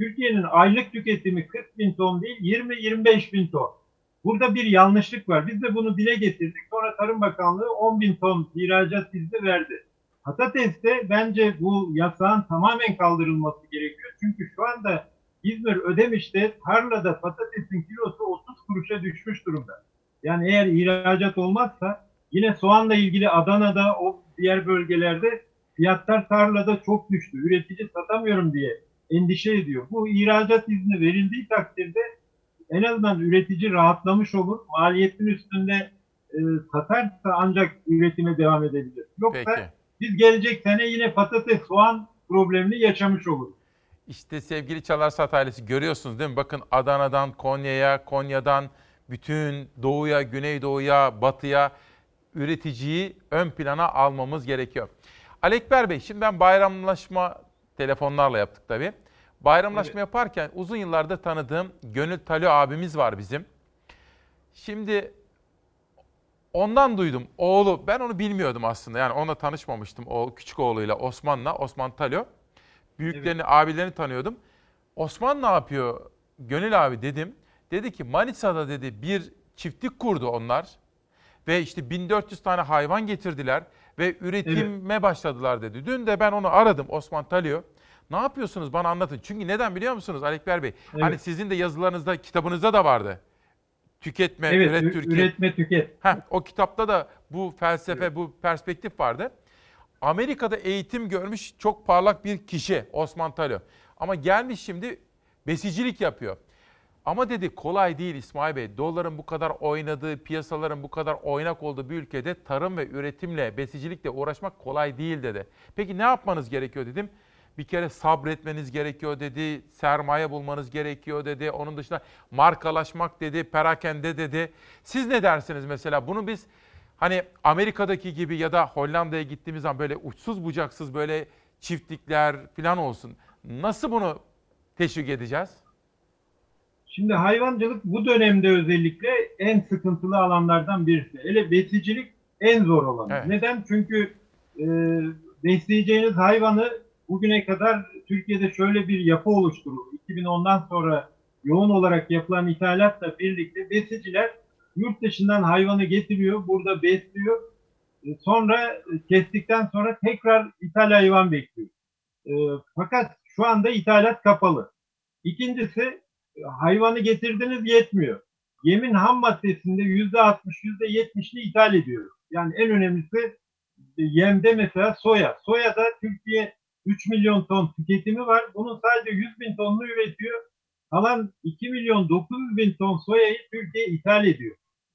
Speaker 11: Türkiye'nin aylık tüketimi kırk bin ton değil yirmi yirmi beş bin ton. Burada bir yanlışlık var. Biz de bunu dile getirdik. Sonra Tarım Bakanlığı on bin ton ihracat izni verdi. Patateste bence bu yasağın tamamen kaldırılması gerekiyor. Çünkü şu anda İzmir Ödemiş'te tarlada patatesin kilosu otuz kuruşa düşmüş durumda. Yani eğer ihracat olmazsa yine soğanla ilgili Adana'da o diğer bölgelerde fiyatlar tarlada çok düştü. Üretici satamıyorum diye endişe ediyor. Bu ihracat izni verildiği takdirde en azından üretici rahatlamış olur. Maliyetin üstünde e, satarsa ancak üretime devam edebilir. Yoksa
Speaker 1: Peki.
Speaker 11: biz gelecek sene yine patates, soğan problemini yaşamış oluruz.
Speaker 1: İşte sevgili Çalarsat ailesi görüyorsunuz değil mi? Bakın Adana'dan Konya'ya, Konya'dan bütün doğuya, güneydoğuya, batıya üreticiyi ön plana almamız gerekiyor. Ali Ekber Bey, şimdi ben bayramlaşma telefonlarla yaptık tabii. Bayramlaşma evet. yaparken uzun yıllardır tanıdığım Gönül Talio abimiz var bizim. Şimdi ondan duydum. Oğlu, ben onu bilmiyordum aslında. Yani onunla tanışmamıştım. O küçük oğluyla Osman'la, Osman Talio. Büyüklerini, evet. abilerini tanıyordum. Osman ne yapıyor Gönül abi dedim. Dedi ki Manisa'da dedi bir çiftlik kurdu onlar. Ve işte bin dört yüz tane hayvan getirdiler. Ve üretime evet. başladılar dedi. Dün de ben onu aradım, Osman Talio. Ne yapıyorsunuz bana anlatın. Çünkü neden biliyor musunuz Ali Ekber Bey? Evet. Hani sizin de yazılarınızda, kitabınızda da vardı. Tüketme,
Speaker 11: evet,
Speaker 1: üret,
Speaker 11: ü-
Speaker 1: Türkiye.
Speaker 11: Üretme, tüket.
Speaker 1: Heh, o kitapta da bu felsefe, evet. bu perspektif vardı. Amerika'da eğitim görmüş çok parlak bir kişi Osman Talio. Ama gelmiş şimdi besicilik yapıyor. Ama dedi kolay değil İsmail Bey. Doların bu kadar oynadığı, piyasaların bu kadar oynak olduğu bir ülkede tarım ve üretimle, besicilikle uğraşmak kolay değil dedi. Peki ne yapmanız gerekiyor dedim. Bir kere sabretmeniz gerekiyor dedi, sermaye bulmanız gerekiyor dedi. Onun dışında markalaşmak dedi, perakende dedi. Siz ne dersiniz mesela? Bunu biz hani Amerika'daki gibi ya da Hollanda'ya gittiğimiz zaman böyle uçsuz bucaksız böyle çiftlikler falan olsun. Nasıl bunu teşvik edeceğiz?
Speaker 11: Şimdi hayvancılık bu dönemde özellikle en sıkıntılı alanlardan birisi. Hele besicilik en zor olan. Evet. Neden? Çünkü e, besleyeceğiniz hayvanı bugüne kadar Türkiye'de şöyle bir yapı oluşturuldu. iki bin ondan sonra yoğun olarak yapılan ithalatla birlikte besiciler yurt dışından hayvanı getiriyor, burada besliyor. Sonra kestikten sonra tekrar ithal hayvan bekliyor. E, fakat şu anda ithalat kapalı. İkincisi hayvanı getirdiniz yetmiyor. Yemin ham maddesinde yüzde altmış, yüzde yetmişini ithal ediyoruz. Yani en önemlisi yemde mesela soya. Soyada Türkiye üç milyon ton tüketimi var. Bunun sadece yüz bin tonunu üretiyor. Kalan iki milyon dokuz yüz bin ton soyayı Türkiye ithal ediyor.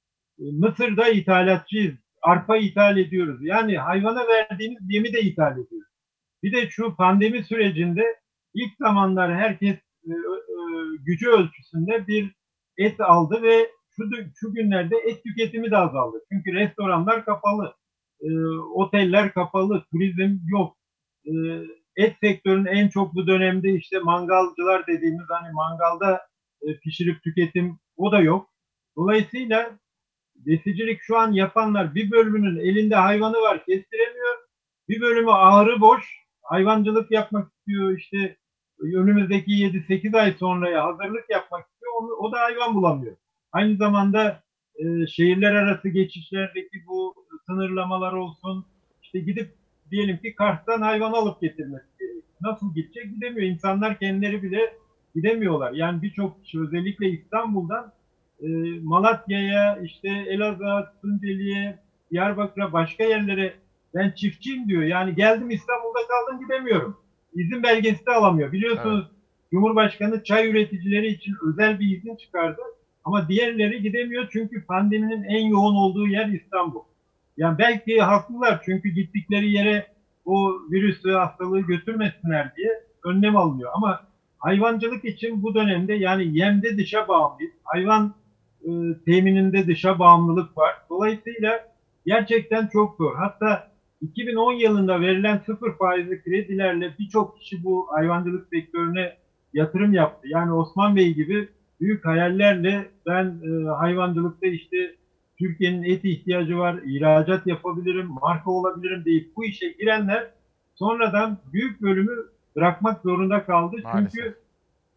Speaker 11: Mısır'da ithalatçıyız. Arpa ithal ediyoruz. Yani hayvana verdiğimiz yemi de ithal ediyoruz. Bir de şu pandemi sürecinde ilk zamanlar herkes e, e, gücü ölçüsünde bir et aldı ve şu, şu günlerde et tüketimi de azaldı. Çünkü restoranlar kapalı, e, oteller kapalı, turizm yok. E, et sektörünün en çok bu dönemde işte mangalcılar dediğimiz hani mangalda e, pişirip tüketim o da yok. Dolayısıyla besicilik şu an yapanlar bir bölümünün elinde hayvanı var kestiremiyor. Bir bölümü ahırı boş. Hayvancılık yapmak istiyor işte önümüzdeki yedi sekiz ay sonraya hazırlık yapmak istiyor. Onu, o da hayvan bulamıyor. Aynı zamanda e, şehirler arası geçişlerdeki bu sınırlamalar olsun. İşte gidip diyelim ki Kars'tan hayvan alıp getirmesi. Nasıl gidecek gidemiyor. İnsanlar kendileri bile gidemiyorlar. Yani birçok kişi özellikle İstanbul'dan e, Malatya'ya, işte Elazığ'a, Tunceli'ye, Diyarbakır'a, başka yerlere ben çiftçiyim diyor. Yani geldim İstanbul'da kaldım gidemiyorum. İzin belgesi de alamıyor. Biliyorsunuz evet. Cumhurbaşkanı çay üreticileri için özel bir izin çıkardı. Ama diğerleri gidemiyor çünkü pandeminin en yoğun olduğu yer İstanbul. Yani belki haklılar çünkü gittikleri yere o virüsü, hastalığı götürmesinler diye önlem alınıyor. Ama hayvancılık için bu dönemde yani yemde dışa bağımlıyız. Hayvan e, temininde dışa bağımlılık var. Dolayısıyla gerçekten çok zor. Hatta iki bin on yılında verilen sıfır faizli kredilerle birçok kişi bu hayvancılık sektörüne yatırım yaptı. Yani Osman Bey gibi büyük hayallerle ben e, hayvancılıkta işte Türkiye'nin et ihtiyacı var, ihracat yapabilirim, marka olabilirim deyip bu işe girenler sonradan büyük bölümü bırakmak zorunda kaldı. Maalesef. Çünkü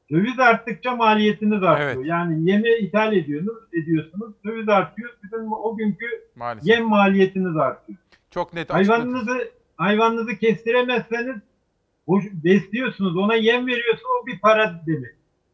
Speaker 11: Döviz arttıkça maliyetiniz artıyor.
Speaker 1: Evet.
Speaker 11: Yani yeme ithal ediyorsunuz, ediyorsunuz. Döviz artıyor. Sizin o günkü
Speaker 1: Maalesef.
Speaker 11: yem maliyetiniz artıyor.
Speaker 1: Çok net açıkladınız.
Speaker 11: Hayvanınızı hayvanınızı kestiremezseniz boş, besliyorsunuz. Ona yem veriyorsunuz. O bir para demek.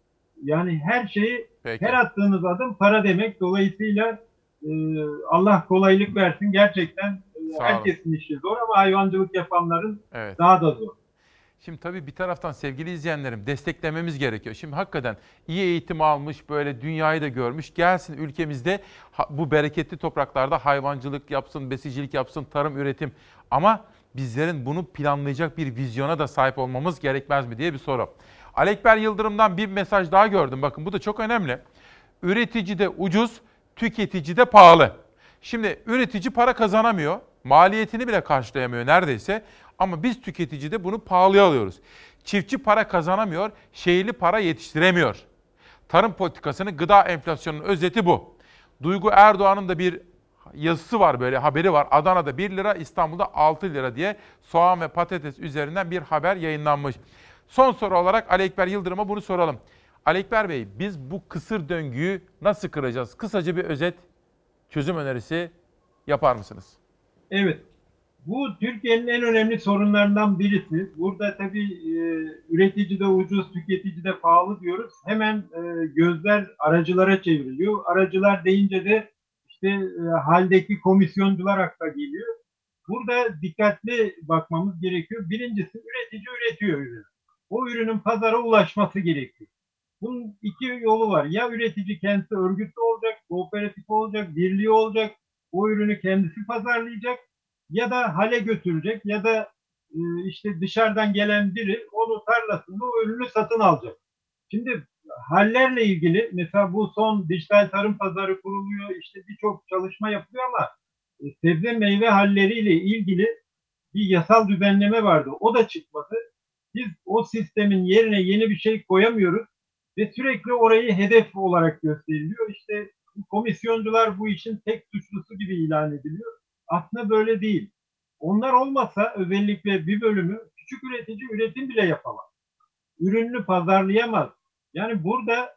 Speaker 11: Yani her şeyi,
Speaker 1: Peki.
Speaker 11: her attığınız adım para demek. Dolayısıyla e, Allah kolaylık versin. Gerçekten e,
Speaker 1: Sağ olun.
Speaker 11: herkesin işi zor ama hayvancılık yapanların
Speaker 1: Evet.
Speaker 11: daha da zor.
Speaker 1: Şimdi tabii bir taraftan sevgili izleyenlerim desteklememiz gerekiyor. Şimdi hakikaten iyi eğitim almış, böyle dünyayı da görmüş. Gelsin ülkemizde ha- bu bereketli topraklarda hayvancılık yapsın, besicilik yapsın, tarım, üretim. Ama bizlerin bunu planlayacak bir vizyona da sahip olmamız gerekmez mi diye bir soru. Alekber Yıldırım'dan bir mesaj daha gördüm. Bakın bu da çok önemli. Üreticide ucuz, tüketicide pahalı. Şimdi üretici para kazanamıyor, maliyetini bile karşılayamıyor neredeyse. Ama biz tüketicide bunu pahalıya alıyoruz. Çiftçi para kazanamıyor, şehirli para yetiştiremiyor. Tarım politikasının gıda enflasyonunun özeti bu. Duygu Erdoğan'ın da bir yazısı var, böyle haberi var. Adana'da bir lira, İstanbul'da altı lira diye soğan ve patates üzerinden bir haber yayınlanmış. Son soru olarak Ali Ekber Yıldırım'a bunu soralım. Ali Ekber Bey, biz bu kısır döngüyü nasıl kıracağız? Kısaca bir özet, çözüm önerisi yapar mısınız?
Speaker 11: Evet. Bu Türkiye'nin en önemli sorunlarından birisi. Burada tabii e, üreticide ucuz, tüketicide pahalı diyoruz. Hemen e, gözler aracılara çevriliyor. Aracılar deyince de işte e, haldeki komisyoncular akla geliyor. Burada dikkatli bakmamız gerekiyor. Birincisi üretici üretiyor ürünü. O ürünün pazara ulaşması gerekiyor. Bunun iki yolu var. Ya üretici kendisi örgütlü olacak, kooperatif olacak, birliği olacak. O ürünü kendisi pazarlayacak. Ya da hale götürecek ya da e, işte dışarıdan gelen biri onu tarlasında o ürünü satın alacak. Şimdi hallerle ilgili mesela bu son dijital tarım pazarı kuruluyor, işte birçok çalışma yapılıyor ama e, sebze meyve halleriyle ilgili bir yasal düzenleme vardı. O da çıkmadı. Biz o sistemin yerine yeni bir şey koyamıyoruz ve sürekli orayı hedef olarak gösteriliyor. İşte komisyoncular bu işin tek suçlusu gibi ilan ediliyor. Aslında böyle değil. Onlar olmasa özellikle bir bölümü küçük üretici üretim bile yapamaz. Ürününü pazarlayamaz. Yani burada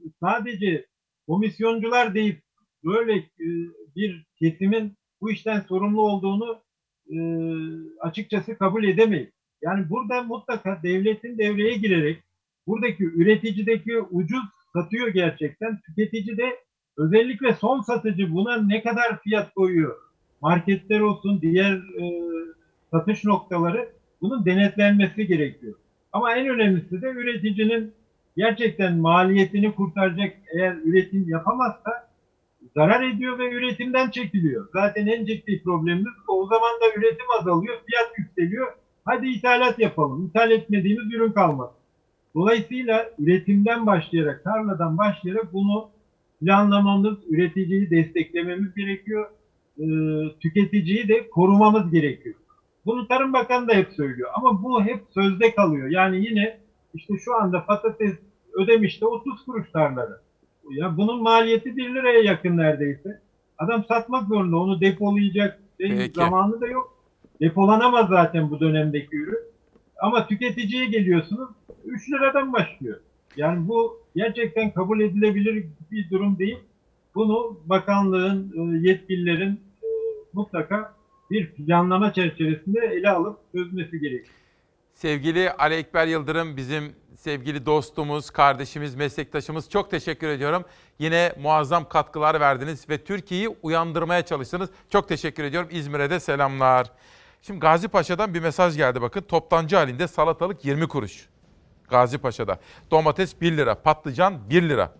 Speaker 11: sadece komisyoncular değil, böyle e, bir kesimin bu işten sorumlu olduğunu e, açıkçası kabul edemeyiz. Yani burada mutlaka devletin devreye girerek buradaki üreticideki ucuz satıyor gerçekten, tüketici de özellikle son satıcı buna ne kadar fiyat koyuyor? Marketler olsun, diğer e, satış noktaları bunun denetlenmesi gerekiyor. Ama en önemlisi de üreticinin gerçekten maliyetini kurtaracak, eğer üretim yapamazsa zarar ediyor ve üretimden çekiliyor. Zaten en ciddi problemimiz o zaman da üretim azalıyor, fiyat yükseliyor. Hadi ithalat yapalım. İthal etmediğimiz ürün kalmaz. Dolayısıyla üretimden başlayarak, tarladan başlayarak bunu planlamamız, üreticiyi desteklememiz gerekiyor. E, tüketiciyi de korumamız gerekiyor. Bunu Tarım Bakanı da hep söylüyor ama bu hep sözde kalıyor. Yani yine işte şu anda patates Ödemiş'te otuz kuruş tarlaları. Ya bunun maliyeti bir liraya yakın neredeyse. Adam satmak zorunda, onu depolayacak şey, zamanı da yok. Depolanamaz zaten bu dönemdeki ürün. Ama tüketiciye geliyorsunuz üç liradan başlıyor. Yani bu gerçekten kabul edilebilir bir durum değil. Bunu bakanlığın, yetkililerin mutlaka bir planlama çerçevesinde ele alıp çözmesi gerekiyor.
Speaker 1: Sevgili Ali Ekber Yıldırım, bizim sevgili dostumuz, kardeşimiz, meslektaşımız, çok teşekkür ediyorum. Yine muazzam katkılar verdiniz ve Türkiye'yi uyandırmaya çalıştınız. Çok teşekkür ediyorum. İzmir'e de selamlar. Şimdi Gazi Paşa'dan bir mesaj geldi bakın. Toptancı halinde salatalık yirmi kuruş. Gazi Paşa'da. Domates bir lira, patlıcan bir lira.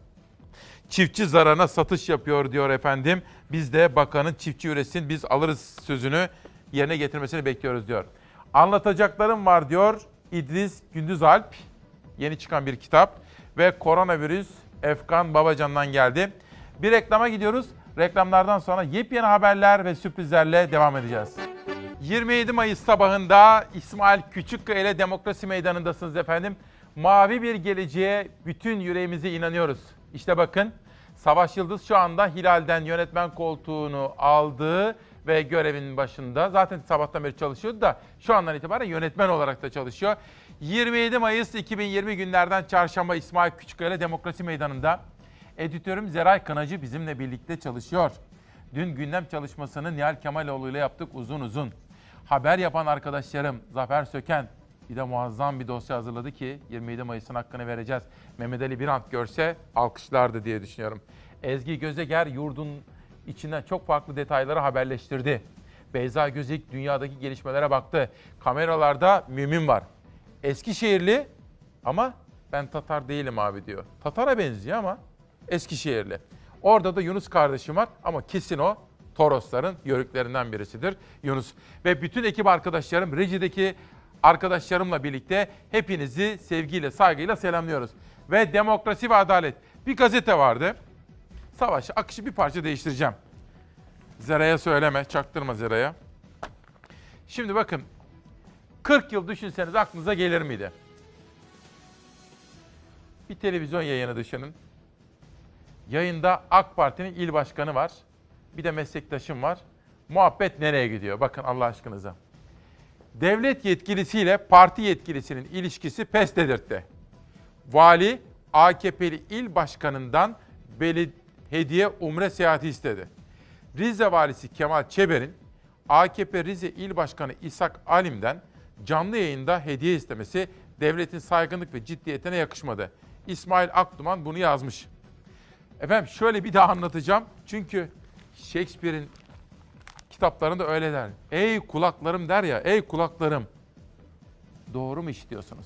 Speaker 1: Çiftçi zararına satış yapıyor diyor efendim. Biz de bakanın çiftçi üretsin, biz alırız sözünü yerine getirmesini bekliyoruz diyor. Anlatacaklarım var diyor İdris Gündüzalp. Yeni çıkan bir kitap ve koronavirüs Efkan Babacan'dan geldi. Bir reklama gidiyoruz. Reklamlardan sonra yepyeni haberler ve sürprizlerle devam edeceğiz. yirmi yedi Mayıs sabahında İsmail Küçükkaya ile Demokrasi Meydanı'ndasınız efendim. Mavi bir geleceğe bütün yüreğimize inanıyoruz. İşte bakın Savaş Yıldız şu anda Hilal'den yönetmen koltuğunu aldı ve görevinin başında. Zaten sabahtan beri çalışıyordu da şu andan itibaren yönetmen olarak da çalışıyor. yirmi yedi Mayıs iki bin yirmi günlerden çarşamba İsmail Küçükkaya Demokrasi Meydanı'nda editörüm Zeray Kınacı bizimle birlikte çalışıyor. Dün gündem çalışmasını Nihal Kemaloğlu ile yaptık uzun uzun. Haber yapan arkadaşlarım Zafer Söken bir de muazzam bir dosya hazırladı ki yirmi yedi Mayıs'ın hakkını vereceğiz. Mehmet Ali Birant görse alkışlardı diye düşünüyorum. Ezgi Gözeger yurdun içinden çok farklı detayları haberleştirdi. Beyza Gözik dünyadaki gelişmelere baktı. Kameralarda Mümin var. Eskişehirli ama ben Tatar değilim abi diyor. Tatar'a benziyor ama Eskişehirli. Orada da Yunus kardeşim var ama kesin o Torosların yörüklerinden birisidir Yunus. Ve bütün ekip arkadaşlarım, rejideki arkadaşlarımla birlikte hepinizi sevgiyle, saygıyla selamlıyoruz. Ve Demokrasi ve Adalet. Bir gazete vardı. Savaş, akışı bir parça değiştireceğim. Zera'ya söyleme, çaktırma Zera'ya. Şimdi bakın, kırk yıl düşünseniz aklınıza gelir miydi? Bir televizyon yayını düşünün. Yayında AK Parti'nin il başkanı var. Bir de meslektaşım var. Muhabbet nereye gidiyor? Bakın Allah aşkınıza. Devlet yetkilisiyle parti yetkilisinin ilişkisi pes dedirtti. Vali A K P'li il başkanından beli hediye umre seyahati istedi. Rize valisi Kemal Çeber'in A K P Rize İl Başkanı İshak Alim'den canlı yayında hediye istemesi devletin saygınlık ve ciddiyetine yakışmadı. İsmail Akduman bunu yazmış. Efendim şöyle bir daha anlatacağım. Çünkü Shakespeare'in kitaplarında öyle der. Ey kulaklarım der ya, ey kulaklarım. Doğru mu işitiyorsunuz?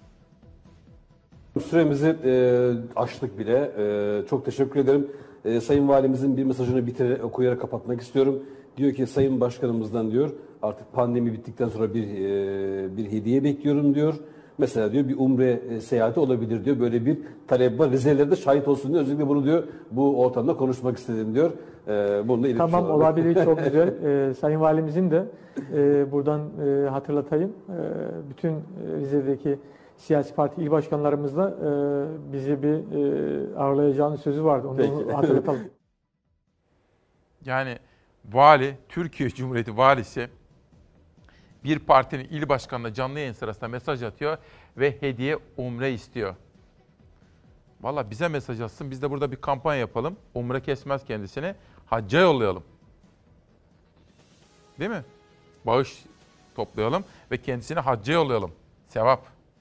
Speaker 4: Süremizi e, aştık bile. E, çok teşekkür ederim. E, Sayın Valimizin bir mesajını bitirerek, okuyarak kapatmak istiyorum. Diyor ki Sayın Başkanımızdan diyor artık pandemi bittikten sonra bir e, bir hediye bekliyorum diyor. Mesela diyor bir umre e, seyahati olabilir diyor. Böyle bir talep var. Rizeliler de şahit olsun diyor. Özellikle bunu diyor bu ortamda konuşmak istedim diyor. E, bunu da iletmiş
Speaker 5: Tamam
Speaker 4: olalım.
Speaker 5: olabilir çok güzel. E, Sayın Valimizin de e, buradan e, hatırlatayım. E, bütün e, Rize'deki siyasi parti il başkanlarımızla e, bizi bir e, ağırlayacağının sözü vardı. Onu
Speaker 4: Peki.
Speaker 5: hatırlatalım.
Speaker 1: Yani vali, Türkiye Cumhuriyeti valisi bir partinin il başkanına canlı yayın sırasında mesaj atıyor ve hediye umre istiyor. Valla bize mesaj atsın, biz de burada bir kampanya yapalım. Umre kesmez kendisini, hacca yollayalım. Değil mi? Bağış toplayalım ve kendisini hacca yollayalım. Sevap.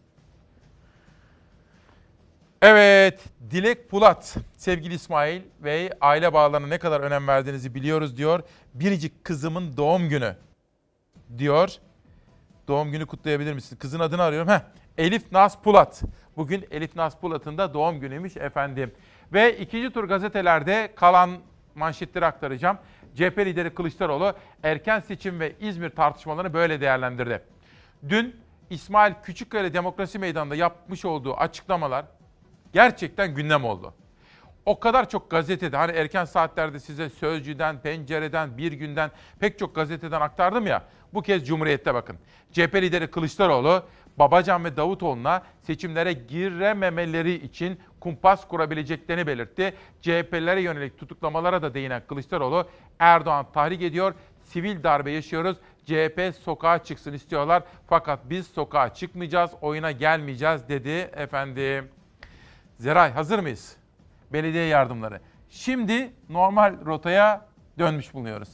Speaker 1: Evet, Dilek Pulat, sevgili İsmail ve aile bağlarına ne kadar önem verdiğinizi biliyoruz diyor. Biricik kızımın doğum günü diyor. Doğum günü kutlayabilir misin? Kızın adını arıyorum. Heh, Elif Naz Pulat. Bugün Elif Naz Pulat'ın da doğum günüymüş efendim. Ve ikinci tur gazetelerde kalan manşetleri aktaracağım. C H P lideri Kılıçdaroğlu erken seçim ve İzmir tartışmalarını böyle değerlendirdi. Dün İsmail Küçükkaya Demokrasi Meydanı'nda yapmış olduğu açıklamalar gerçekten gündem oldu. O kadar çok gazetede, hani erken saatlerde size Sözcü'den, Pencere'den, Bir Gün'den pek çok gazeteden aktardım ya. Bu kez Cumhuriyet'te bakın. C H P lideri Kılıçdaroğlu, Babacan ve Davutoğlu'na seçimlere girememeleri için kumpas kurabileceklerini belirtti. C H P'lilere yönelik tutuklamalara da değinen Kılıçdaroğlu, Erdoğan tahrik ediyor, sivil darbe yaşıyoruz, C H P sokağa çıksın istiyorlar. Fakat biz sokağa çıkmayacağız, oyuna gelmeyeceğiz dedi efendim. Zeray hazır mıyız? Belediye yardımları. Şimdi normal rotaya dönmüş bulunuyoruz.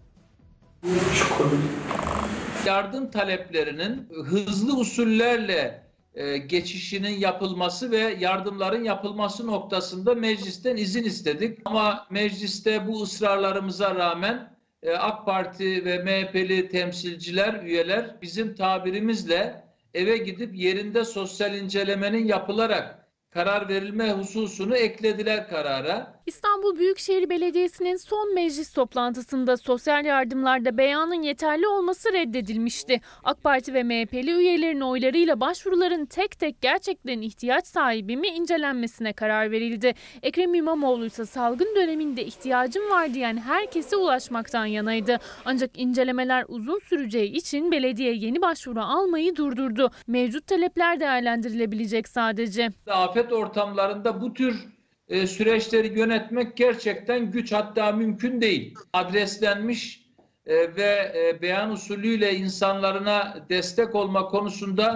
Speaker 15: Yardım taleplerinin hızlı usullerle e, geçişinin yapılması ve yardımların yapılması noktasında meclisten izin istedik. Ama mecliste bu ısrarlarımıza rağmen e, AK Parti ve M H P'li temsilciler, üyeler bizim tabirimizle eve gidip yerinde sosyal incelemenin yapılarak karar verilme hususunu eklediler karara.
Speaker 13: İstanbul Büyükşehir Belediyesi'nin son meclis toplantısında sosyal yardımlarda beyanın yeterli olması reddedilmişti. AK Parti ve M H P'li üyelerin oylarıyla başvuruların tek tek gerçekten ihtiyaç sahibi mi incelenmesine karar verildi. Ekrem İmamoğlu ise salgın döneminde ihtiyacım var diyen herkese ulaşmaktan yanaydı. Ancak incelemeler uzun süreceği için belediye yeni başvuru almayı durdurdu. Mevcut talepler değerlendirilebilecek sadece.
Speaker 15: Afet ortamlarında bu tür e, süreçleri yönetmek gerçekten güç, hatta mümkün değil. Adreslenmiş e, ve e, beyan usulüyle insanlarına destek olma konusunda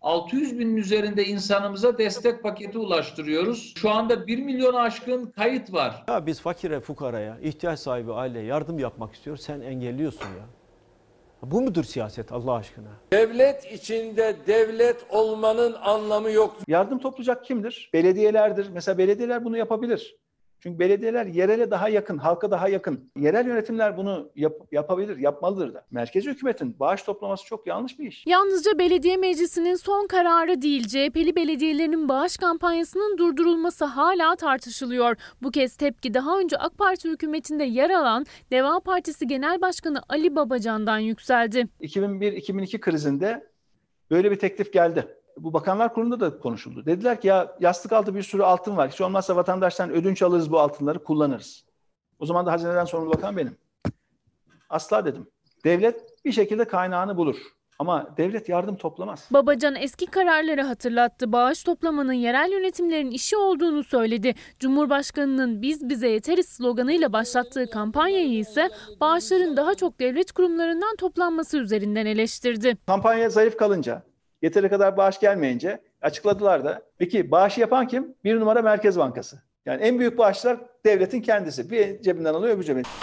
Speaker 15: altı yüz binin üzerinde insanımıza destek paketi ulaştırıyoruz. Şu anda bir milyonu aşkın kayıt var.
Speaker 22: Ya biz fakire, fukaraya, ihtiyaç sahibi aileye yardım yapmak istiyor. Sen engelliyorsun ya. Bu mudur siyaset Allah aşkına?
Speaker 20: Devlet içinde devlet olmanın anlamı yok.
Speaker 18: Yardım toplayacak kimdir? Belediyelerdir. Mesela belediyeler bunu yapabilir. Çünkü belediyeler yerele daha yakın, halka daha yakın. Yerel yönetimler bunu yap, yapabilir, yapmalıdır da. Merkezi hükümetin bağış toplaması çok yanlış bir iş.
Speaker 13: Yalnızca belediye meclisinin son kararı değil, C H P'li belediyelerin bağış kampanyasının durdurulması hala tartışılıyor. Bu kez tepki daha önce AK Parti hükümetinde yer alan Deva Partisi Genel Başkanı Ali Babacan'dan yükseldi.
Speaker 18: iki bin bir iki bin iki krizinde böyle bir teklif geldi. Bu Bakanlar Kurulu'nda da konuşuldu. Dediler ki ya yastık altı bir sürü altın var. Hiç olmazsa vatandaştan ödünç alırız, bu altınları kullanırız. O zaman da hazineden sorumlu bakan benim. Asla dedim. Devlet bir şekilde kaynağını bulur. Ama devlet yardım toplamaz.
Speaker 13: Babacan eski kararları hatırlattı. Bağış toplamanın yerel yönetimlerin işi olduğunu söyledi. Cumhurbaşkanının "Biz bize yeteriz" sloganıyla başlattığı kampanyayı ise bağışların daha çok devlet kurumlarından toplanması üzerinden eleştirdi.
Speaker 18: Kampanya zayıf kalınca, yeteri kadar bağış gelmeyince açıkladılar da. Peki bağışı yapan kim? Bir numara Merkez Bankası. Yani en büyük bağışlar devletin kendisi. Bir cebinden alıyor, öbür cebinden.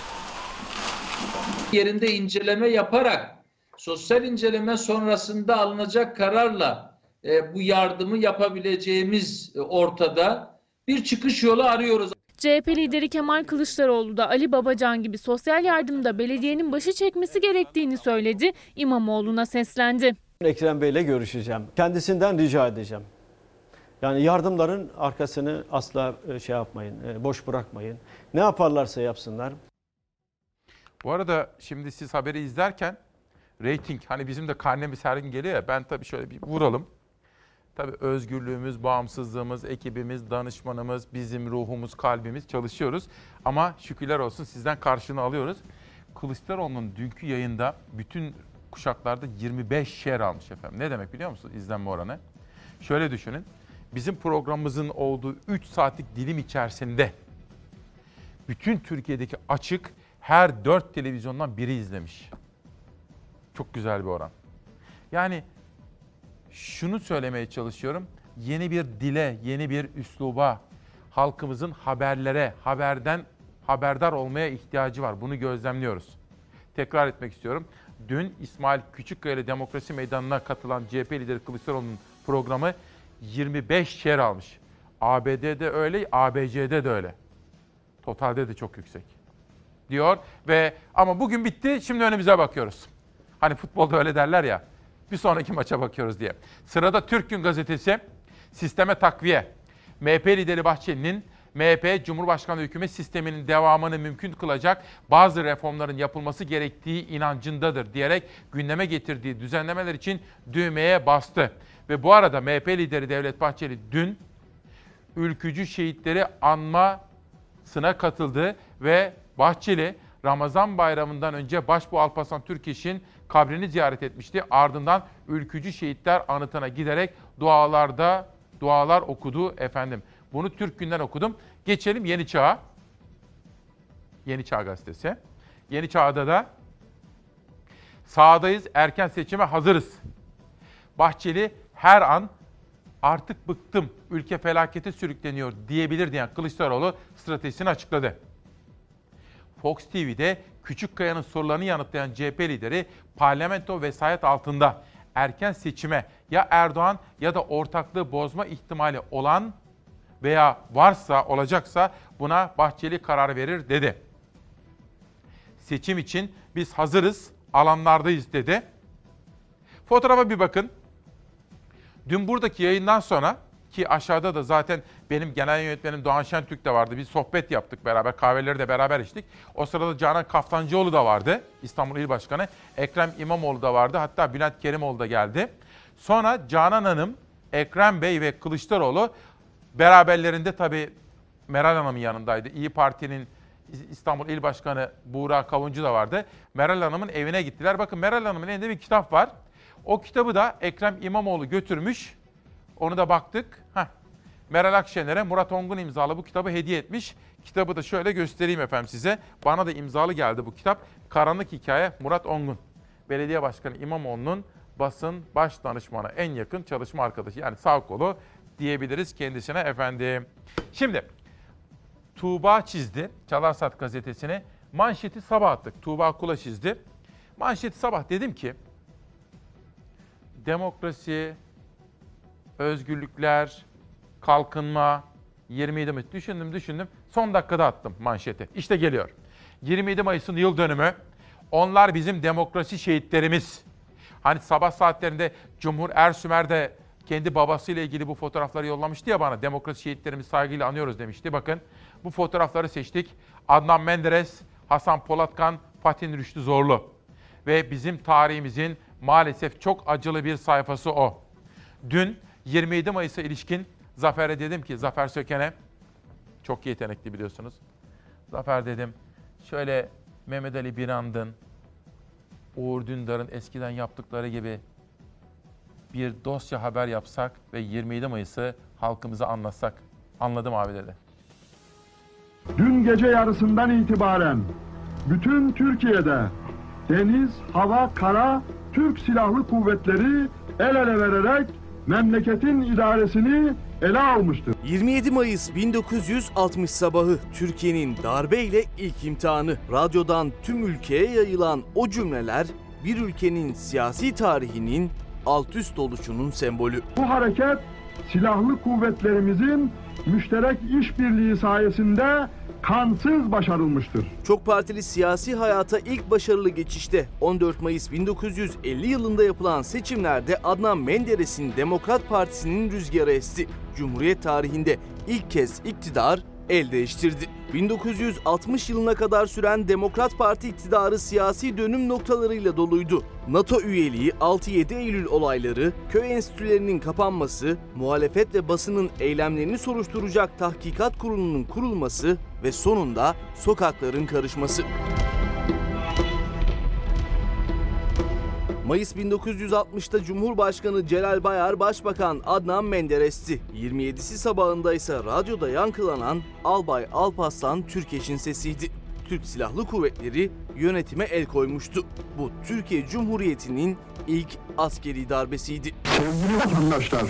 Speaker 15: Yerinde inceleme yaparak sosyal inceleme sonrasında alınacak kararla e, bu yardımı yapabileceğimiz ortada, bir çıkış yolu arıyoruz.
Speaker 13: C H P lideri Kemal Kılıçdaroğlu da Ali Babacan gibi sosyal yardımda belediyenin başı çekmesi gerektiğini söyledi. İmamoğlu'na seslendi.
Speaker 22: Ekrem Bey'le görüşeceğim. Kendisinden rica edeceğim. Yani yardımların arkasını asla şey yapmayın, boş bırakmayın. Ne yaparlarsa yapsınlar.
Speaker 1: Bu arada şimdi siz haberi izlerken reyting, hani bizim de karnemiz her gün geliyor ya, ben tabii şöyle bir vuralım. Tabii özgürlüğümüz, bağımsızlığımız, ekibimiz, danışmanımız, bizim ruhumuz, kalbimiz çalışıyoruz. Ama şükürler olsun sizden karşılığını alıyoruz. Kılıçdaroğlu'nun dünkü yayında bütün kuşaklarda yirmi beş share almış efendim. Ne demek biliyor musunuz izlenme oranı? Şöyle düşünün. Bizim programımızın olduğu üç saatlik dilim içerisinde bütün Türkiye'deki açık her dört televizyondan biri izlemiş. Çok güzel bir oran. Yani şunu söylemeye çalışıyorum. Yeni bir dile, yeni bir üsluba, halkımızın haberlere, haberden haberdar olmaya ihtiyacı var. Bunu gözlemliyoruz. Tekrar etmek istiyorum. Dün İsmail Küçükkaya ile Demokrasi Meydanı'na katılan C H P lideri Kılıçdaroğlu'nun programı yirmi beş share almış. A B D'de öyle, A B C'de de öyle. Totalde de çok yüksek. Diyor ve ama bugün bitti, şimdi önümüze bakıyoruz. Hani futbolda öyle derler ya, bir sonraki maça bakıyoruz diye. Sırada Türk Gün Gazetesi, sisteme takviye. M H P lideri Bahçeli'nin M H P Cumhurbaşkanlığı hükümet sisteminin devamını mümkün kılacak bazı reformların yapılması gerektiği inancındadır diyerek gündeme getirdiği düzenlemeler için düğmeye bastı. Ve bu arada M H P lideri Devlet Bahçeli dün ülkücü şehitleri anmasına katıldı ve Bahçeli Ramazan bayramından önce Başbuğ Alparslan Türkeş'in kabrini ziyaret etmişti. Ardından ülkücü şehitler anıtına giderek dualarda dualar okudu efendim. Bunu Türk Gün'den okudum. Geçelim Yeni Çağ'a. Yeni Çağ gazetesi. Yeni Çağ'da da sahadayız, erken seçime hazırız. Bahçeli her an artık bıktım, ülke felakete sürükleniyor diyebilir diyen Kılıçdaroğlu stratejisini açıkladı. Fox T V'de Küçükkaya'nın sorularını yanıtlayan C H P lideri parlamento vesayet altında erken seçime ya Erdoğan ya da ortaklığı bozma ihtimali olan veya varsa olacaksa buna Bahçeli karar verir dedi. Seçim için biz hazırız, alanlardayız dedi. Fotoğrafa bir bakın. Dün buradaki yayından sonra ki aşağıda da zaten benim genel yönetmenim Doğan Şentürk de vardı. Bir sohbet yaptık beraber, kahveleri de beraber içtik. O sırada Canan Kaftancıoğlu da vardı, İstanbul İl Başkanı. Ekrem İmamoğlu da vardı, hatta Bülent Kerimoğlu da geldi. Sonra Canan Hanım, Ekrem Bey ve Kılıçdaroğlu beraberlerinde tabii Meral Hanım'ın yanındaydı. İyi Parti'nin İstanbul İl Başkanı Buğra Kavuncu da vardı. Meral Hanım'ın evine gittiler. Bakın Meral Hanım'ın elinde bir kitap var. O kitabı da Ekrem İmamoğlu götürmüş. Onu da baktık. Heh. Meral Akşener'e Murat Ongun imzalı bu kitabı hediye etmiş. Kitabı da şöyle göstereyim efendim size. Bana da imzalı geldi bu kitap. Karanlık Hikaye Murat Ongun. Belediye Başkanı İmamoğlu'nun basın baş danışmanı, en yakın çalışma arkadaşı. Yani sağ kolu diyebiliriz kendisine efendim. Şimdi Tuğba çizdi Çalarsat gazetesini. Manşeti sabah attık. Tuğba Kula çizdi. Manşeti sabah dedim ki demokrasi, özgürlükler, kalkınma, yirmi yedi Mayıs. Düşündüm düşündüm. Son dakikada attım manşeti. İşte geliyor. yirmi yedi Mayıs'ın yıl dönümü. Onlar bizim demokrasi şehitlerimiz. Hani sabah saatlerinde Cumhur Ersümer de kendi babasıyla ilgili bu fotoğrafları yollamıştı ya bana. Demokrasi şehitlerimizi saygıyla anıyoruz demişti. Bakın bu fotoğrafları seçtik. Adnan Menderes, Hasan Polatkan, Fatih Rüştü Zorlu. Ve bizim tarihimizin maalesef çok acılı bir sayfası o. Dün yirmi yedi Mayıs'a ilişkin Zafer'e dedim ki, Zafer Söken'e, çok yetenekli biliyorsunuz. Zafer dedim, şöyle Mehmet Ali Birand'ın, Uğur Dündar'ın eskiden yaptıkları gibi bir dosya haber yapsak ve yirmi yedi Mayıs'ı halkımıza anlatsak. Anladım abi dedi.
Speaker 3: Dün gece yarısından itibaren bütün Türkiye'de deniz, hava, kara, Türk Silahlı Kuvvetleri el ele vererek memleketin idaresini ele almıştır.
Speaker 9: yirmi yedi Mayıs bin dokuz yüz altmış sabahı Türkiye'nin darbeyle ilk imtihanı. Radyodan tüm ülkeye yayılan o cümleler bir ülkenin siyasi tarihinin alt üst oluşunun sembolü.
Speaker 3: Bu hareket silahlı kuvvetlerimizin müşterek işbirliği sayesinde kansız başarılmıştır.
Speaker 9: Çok partili siyasi hayata ilk başarılı geçişte on dört Mayıs bin dokuz yüz elli yılında yapılan seçimlerde Adnan Menderes'in Demokrat Partisi'nin rüzgarı esti. Cumhuriyet tarihinde ilk kez iktidar el değiştirdi. bin dokuz yüz altmış yılına kadar süren Demokrat Parti iktidarı siyasi dönüm noktalarıyla doluydu. NATO üyeliği, altı yedi Eylül olayları, köy enstitülerinin kapanması, muhalefet ve basının eylemlerini soruşturacak tahkikat kurulunun kurulması ve sonunda sokakların karışması. Mayıs bin dokuz yüz altmışta Cumhurbaşkanı Celal Bayar, Başbakan Adnan Menderes'ti. yirmi yedisi sabahında ise radyoda yankılanan Albay Alparslan Türkeş'in sesiydi. Türk Silahlı Kuvvetleri yönetime el koymuştu. Bu Türkiye Cumhuriyeti'nin ilk askeri darbesiydi.
Speaker 3: Sevgili vatandaşlar,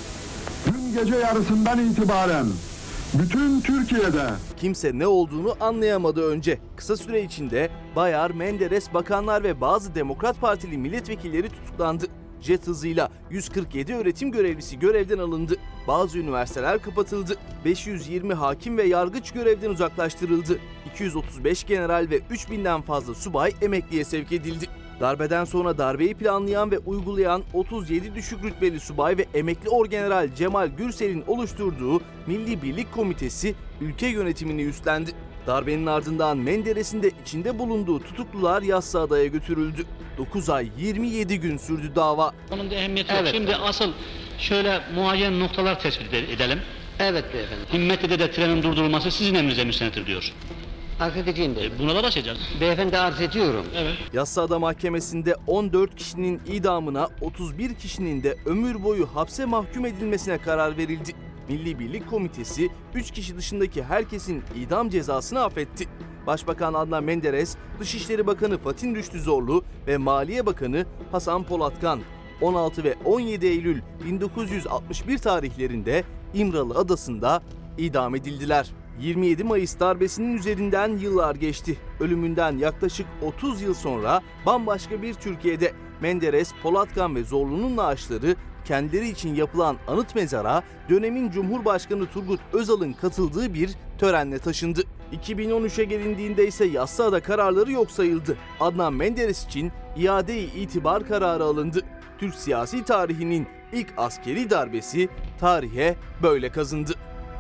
Speaker 3: dün gece yarısından itibaren bütün Türkiye'de
Speaker 9: kimse ne olduğunu anlayamadı önce. Kısa süre içinde Bayar, Menderes, bakanlar ve bazı Demokrat Partili milletvekilleri tutuklandı. Jet hızıyla yüz kırk yedi öğretim görevlisi görevden alındı. Bazı üniversiteler kapatıldı. beş yüz yirmi hakim ve yargıç görevden uzaklaştırıldı. iki yüz otuz beş general ve üç binden fazla subay emekliye sevk edildi. Darbeden sonra darbeyi planlayan ve uygulayan otuz yedi düşük rütbeli subay ve emekli orgeneral Cemal Gürsel'in oluşturduğu Milli Birlik Komitesi ülke yönetimini üstlendi. Darbenin ardından Menderes'in de içinde bulunduğu tutuklular Yassıada'ya götürüldü. dokuz ay yirmi yedi gün sürdü dava.
Speaker 6: Onun da ehemmiyeti yok. Şimdi asıl şöyle muayyen noktalar tespit edelim. Evet beyefendi. Himmetli'de de trenin durdurulması sizin emrinize müstenettir diyor. Arz edeceğim de. Buna da başlayacağız. Beyefendi arz ediyorum. Evet.
Speaker 9: Yassıada Mahkemesi'nde on dört kişinin idamına, otuz bir kişinin de ömür boyu hapse mahkum edilmesine karar verildi. Milli Birlik Komitesi üç kişi dışındaki herkesin idam cezasını affetti. Başbakan Adnan Menderes, Dışişleri Bakanı Fatih Rüştü Zorlu ve Maliye Bakanı Hasan Polatkan on altı ve on yedi Eylül bin dokuz yüz altmış bir tarihlerinde İmralı Adası'nda idam edildiler. yirmi yedi Mayıs darbesinin üzerinden yıllar geçti. Ölümünden yaklaşık otuz yıl sonra bambaşka bir Türkiye'de Menderes, Polatkan ve Zorlu'nun naaşları kendileri için yapılan anıt mezara dönemin Cumhurbaşkanı Turgut Özal'ın katıldığı bir törenle taşındı. iki bin on üçe gelindiğinde ise Yassıada kararları yok sayıldı. Adnan Menderes için iade-i itibar kararı alındı. Türk siyasi tarihinin ilk askeri darbesi tarihe böyle kazındı.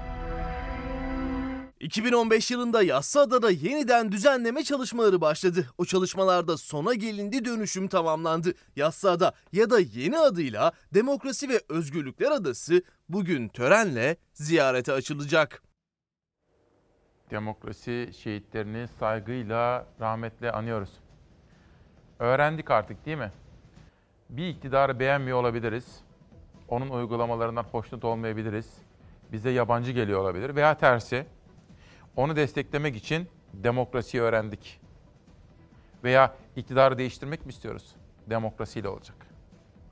Speaker 9: iki bin on beş yılında Yassıada'da yeniden düzenleme çalışmaları başladı. O çalışmalarda sona gelindi, dönüşüm tamamlandı. Yassıada ya da yeni adıyla Demokrasi ve Özgürlükler Adası bugün törenle ziyarete açılacak.
Speaker 1: Demokrasi şehitlerini saygıyla, rahmetle anıyoruz. Öğrendik artık değil mi? Bir iktidarı beğenmiyor olabiliriz. Onun uygulamalarından hoşnut olmayabiliriz. Bize yabancı geliyor olabilir veya tersi. Onu desteklemek için demokrasiyi öğrendik. Veya iktidarı değiştirmek mi istiyoruz? Demokrasiyle olacak.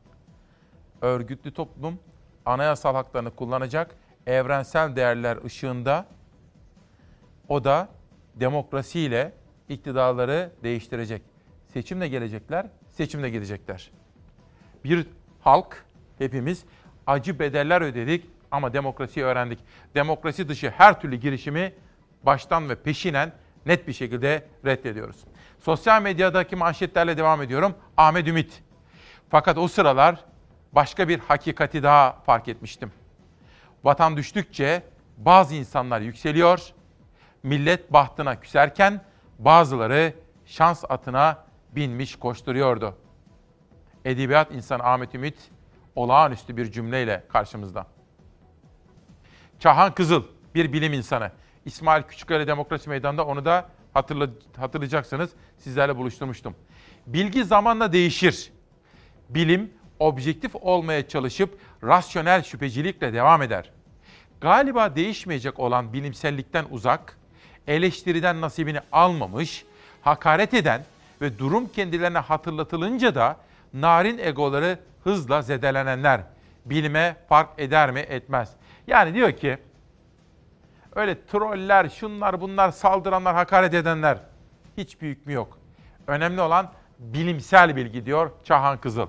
Speaker 1: örgütlü toplum anayasal haklarını kullanacak, evrensel değerler ışığında o da demokrasiyle iktidarları değiştirecek. Seçimle gelecekler, seçimle gidecekler. Bir halk, hepimiz acı bedeller ödedik ama demokrasiyi öğrendik. Demokrasi dışı her türlü girişimi baştan ve peşinen net bir şekilde reddediyoruz. Sosyal medyadaki manşetlerle devam ediyorum. Ahmet Ümit. Fakat o sıralar başka bir hakikati daha fark etmiştim. Vatan düştükçe bazı insanlar yükseliyor, millet bahtına küserken bazıları şans atına binmiş koşturuyordu. Edebiyat insanı Ahmet Ümit olağanüstü bir cümleyle karşımızda. Çahan Kızıl, bir bilim insanı. İsmail Küçükkaya Demokrasi Meydanı'nda onu da hatırla, hatırlayacaksınız. Sizlerle buluşturmuştum. Bilgi zamanla değişir. Bilim, objektif olmaya çalışıp rasyonel şüphecilikle devam eder. Galiba değişmeyecek olan bilimsellikten uzak, eleştiriden nasibini almamış, hakaret eden ve durum kendilerine hatırlatılınca da narin egoları hızla zedelenenler. Bilime fark eder mi? Etmez. Yani diyor ki, öyle troller, şunlar bunlar, saldıranlar, hakaret edenler hiç büyük mü yok. Önemli olan bilimsel bilgi diyor Çahan Kızıl.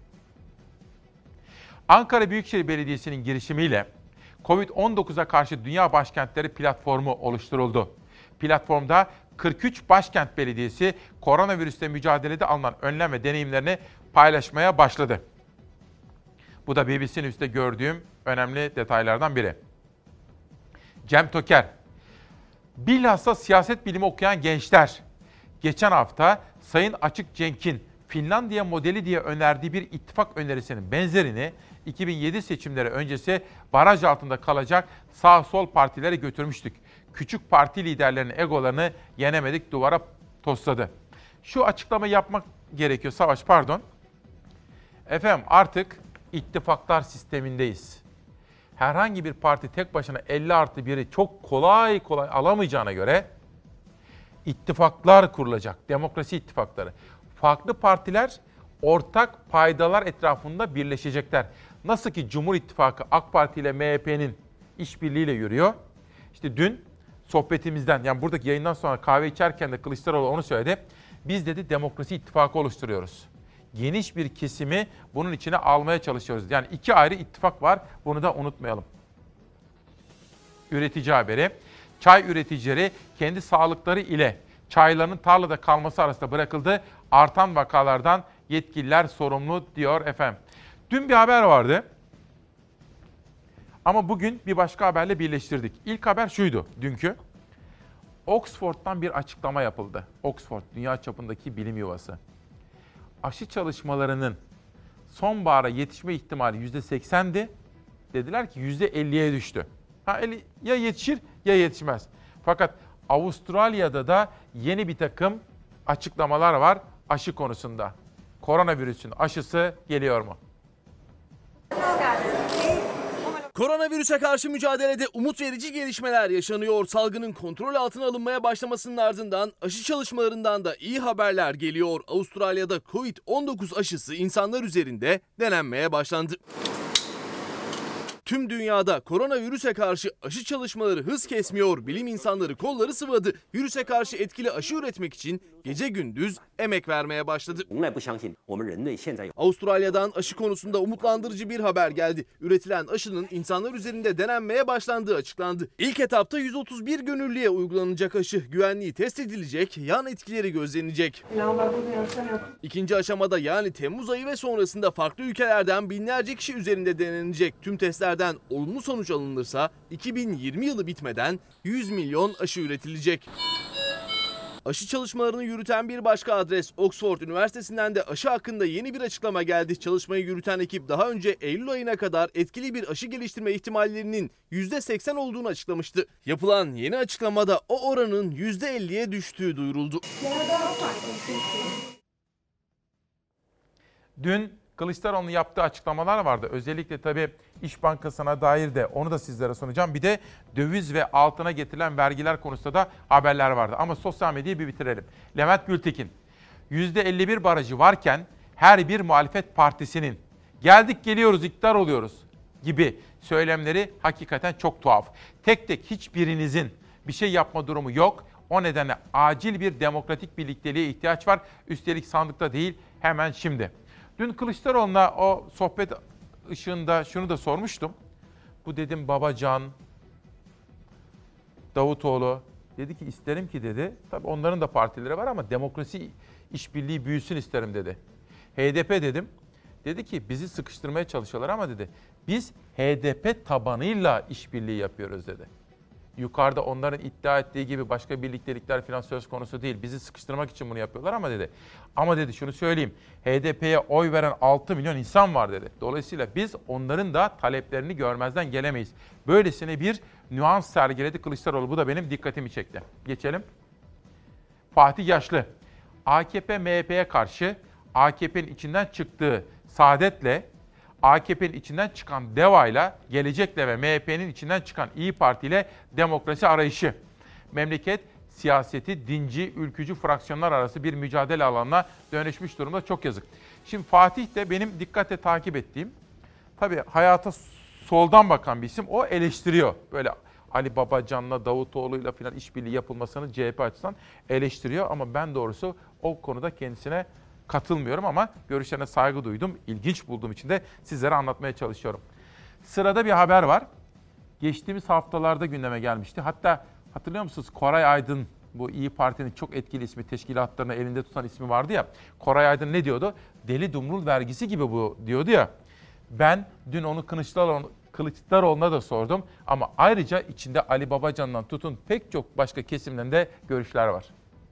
Speaker 1: Ankara Büyükşehir Belediyesi'nin girişimiyle kovid on dokuza karşı Dünya Başkentleri platformu oluşturuldu. Platformda kırk üç başkent belediyesi koronavirüsle mücadelede alınan önlem ve deneyimlerini paylaşmaya başladı. Bu da B B C News'te gördüğüm önemli detaylardan biri. Cem Toker, bilhassa siyaset bilimi okuyan gençler, geçen hafta Sayın Açık Cenk'in Finlandiya modeli diye önerdiği bir ittifak önerisinin benzerini iki bin yedi seçimleri öncesi baraj altında kalacak sağ-sol partilere götürmüştük. Küçük parti liderlerinin egolarını yenemedik, duvara tosladı. Şu açıklamayı yapmak gerekiyor Savaş, pardon. Efendim artık ittifaklar sistemindeyiz. Herhangi bir parti tek başına elli artı biri çok kolay kolay alamayacağına göre ittifaklar kurulacak. Demokrasi ittifakları. Farklı partiler ortak paydalar etrafında birleşecekler. Nasıl ki Cumhur İttifakı AK Parti ile M H P'nin işbirliğiyle yürüyor. İşte dün sohbetimizden, yani buradaki yayından sonra kahve içerken de Kılıçdaroğlu onu söyledi. Biz dedi demokrasi ittifakı oluşturuyoruz. Geniş bir kesimi bunun içine almaya çalışıyoruz. Yani iki ayrı ittifak var, bunu da unutmayalım. Üretici haberi. Çay üreticileri kendi sağlıkları ile çaylarının tarlada kalması arasında bırakıldı. Artan vakalardan yetkililer sorumlu diyor efendim. Dün bir haber vardı. Ama bugün bir başka haberle birleştirdik. İlk haber şuydu dünkü. Oxford'dan bir açıklama yapıldı. Oxford, dünya çapındaki bilim yuvası. Aşı çalışmalarının sonbahara yetişme ihtimali yüzde seksendi. Dediler ki yüzde elliye düştü. Ha, ya yetişir ya yetişmez. Fakat Avustralya'da da yeni bir takım açıklamalar var aşı konusunda. Koronavirüsün aşısı geliyor mu?
Speaker 9: Koronavirüse karşı mücadelede umut verici gelişmeler yaşanıyor. Salgının kontrol altına alınmaya başlamasının ardından aşı çalışmalarından da iyi haberler geliyor. Avustralya'da kovid on dokuz aşısı insanlar üzerinde denenmeye başlandı. Tüm dünyada koronavirüse karşı aşı çalışmaları hız kesmiyor. Bilim insanları kolları sıvadı. Virüse karşı etkili aşı üretmek için gece gündüz emek vermeye başladı. Avustralya'dan aşı konusunda umutlandırıcı bir haber geldi. Üretilen aşının insanlar üzerinde denenmeye başlandığı açıklandı. İlk etapta yüz otuz bir gönüllüye uygulanacak aşı. Güvenliği test edilecek, yan etkileri gözlenecek. İkinci aşamada, yani Temmuz ayı ve sonrasında farklı ülkelerden binlerce kişi üzerinde denenecek. Tüm testlerden olumlu sonuç alınırsa iki bin yirmi yılı bitmeden yüz milyon aşı üretilecek. Aşı çalışmalarını yürüten bir başka adres Oxford Üniversitesi'nden de aşı hakkında yeni bir açıklama geldi. Çalışmayı yürüten ekip daha önce Eylül ayına kadar etkili bir aşı geliştirme ihtimallerinin yüzde seksen olduğunu açıklamıştı. Yapılan yeni açıklamada o oranın yüzde elliye düştüğü duyuruldu.
Speaker 1: Dün Kılıçdaroğlu'nun yaptığı açıklamalar vardı. Özellikle tabii İş Bankası'na dair de onu da sizlere sunacağım. Bir de döviz ve altına getirilen vergiler konusunda da haberler vardı. Ama sosyal medyayı bir bitirelim. Levent Gültekin, yüzde elli bir barajı varken her bir muhalefet partisinin geldik geliyoruz iktidar oluyoruz gibi söylemleri hakikaten çok tuhaf. Tek tek hiçbirinizin bir şey yapma durumu yok. O nedenle acil bir demokratik birlikteliğe ihtiyaç var. Üstelik sandıkta değil, hemen şimdi. Dün Kılıçdaroğlu'na o sohbet ışığında şunu da sormuştum. Bu dedim Babacan, Davutoğlu dedi ki isterim ki dedi. Tabii onların da partileri var ama demokrasi işbirliği büyüsün isterim dedi. H D P dedim. Dedi ki bizi sıkıştırmaya çalışıyorlar ama dedi biz H D P tabanıyla işbirliği yapıyoruz dedi. Yukarıda onların iddia ettiği gibi başka birliktelikler falan söz konusu değil. Bizi sıkıştırmak için bunu yapıyorlar ama dedi. Ama dedi şunu söyleyeyim. H D P'ye oy veren altı milyon insan var dedi. Dolayısıyla biz onların da taleplerini görmezden gelemeyiz. Böylesine bir nüans sergiledi Kılıçdaroğlu. Bu da benim dikkatimi çekti. Geçelim. Fatih Yaşlı. A K P M H P'ye karşı A K P'nin içinden çıktığı Saadet'le A K P'nin içinden çıkan DEVA'yla, Gelecek'le ve M H P'nin içinden çıkan İYİ Parti ile demokrasi arayışı. Memleket siyaseti dinci, ülkücü fraksiyonlar arası bir mücadele alanına dönüşmüş durumda. Çok yazık. Şimdi Fatih de benim dikkatle takip ettiğim, tabii hayata soldan bakan bir isim. O eleştiriyor. Böyle Ali Babacan'la, Davutoğlu'yla falan işbirliği yapılmasını C H P açısından eleştiriyor. Ama ben doğrusu o konuda kendisine katılmıyorum ama görüşlerine saygı duydum. İlginç bulduğum için de sizlere anlatmaya çalışıyorum. Sırada bir haber var. Geçtiğimiz haftalarda gündeme gelmişti. Hatta hatırlıyor musunuz? Koray Aydın, bu İYİ Parti'nin çok etkili ismi, teşkilatlarını elinde tutan ismi vardı ya. Koray Aydın ne diyordu? Deli dumrul vergisi gibi bu diyordu ya. Ben dün onu Kılıçdaroğlu, Kılıçdaroğlu'na da sordum. Ama ayrıca içinde Ali Babacan'dan tutun pek çok başka kesimden de görüşler var.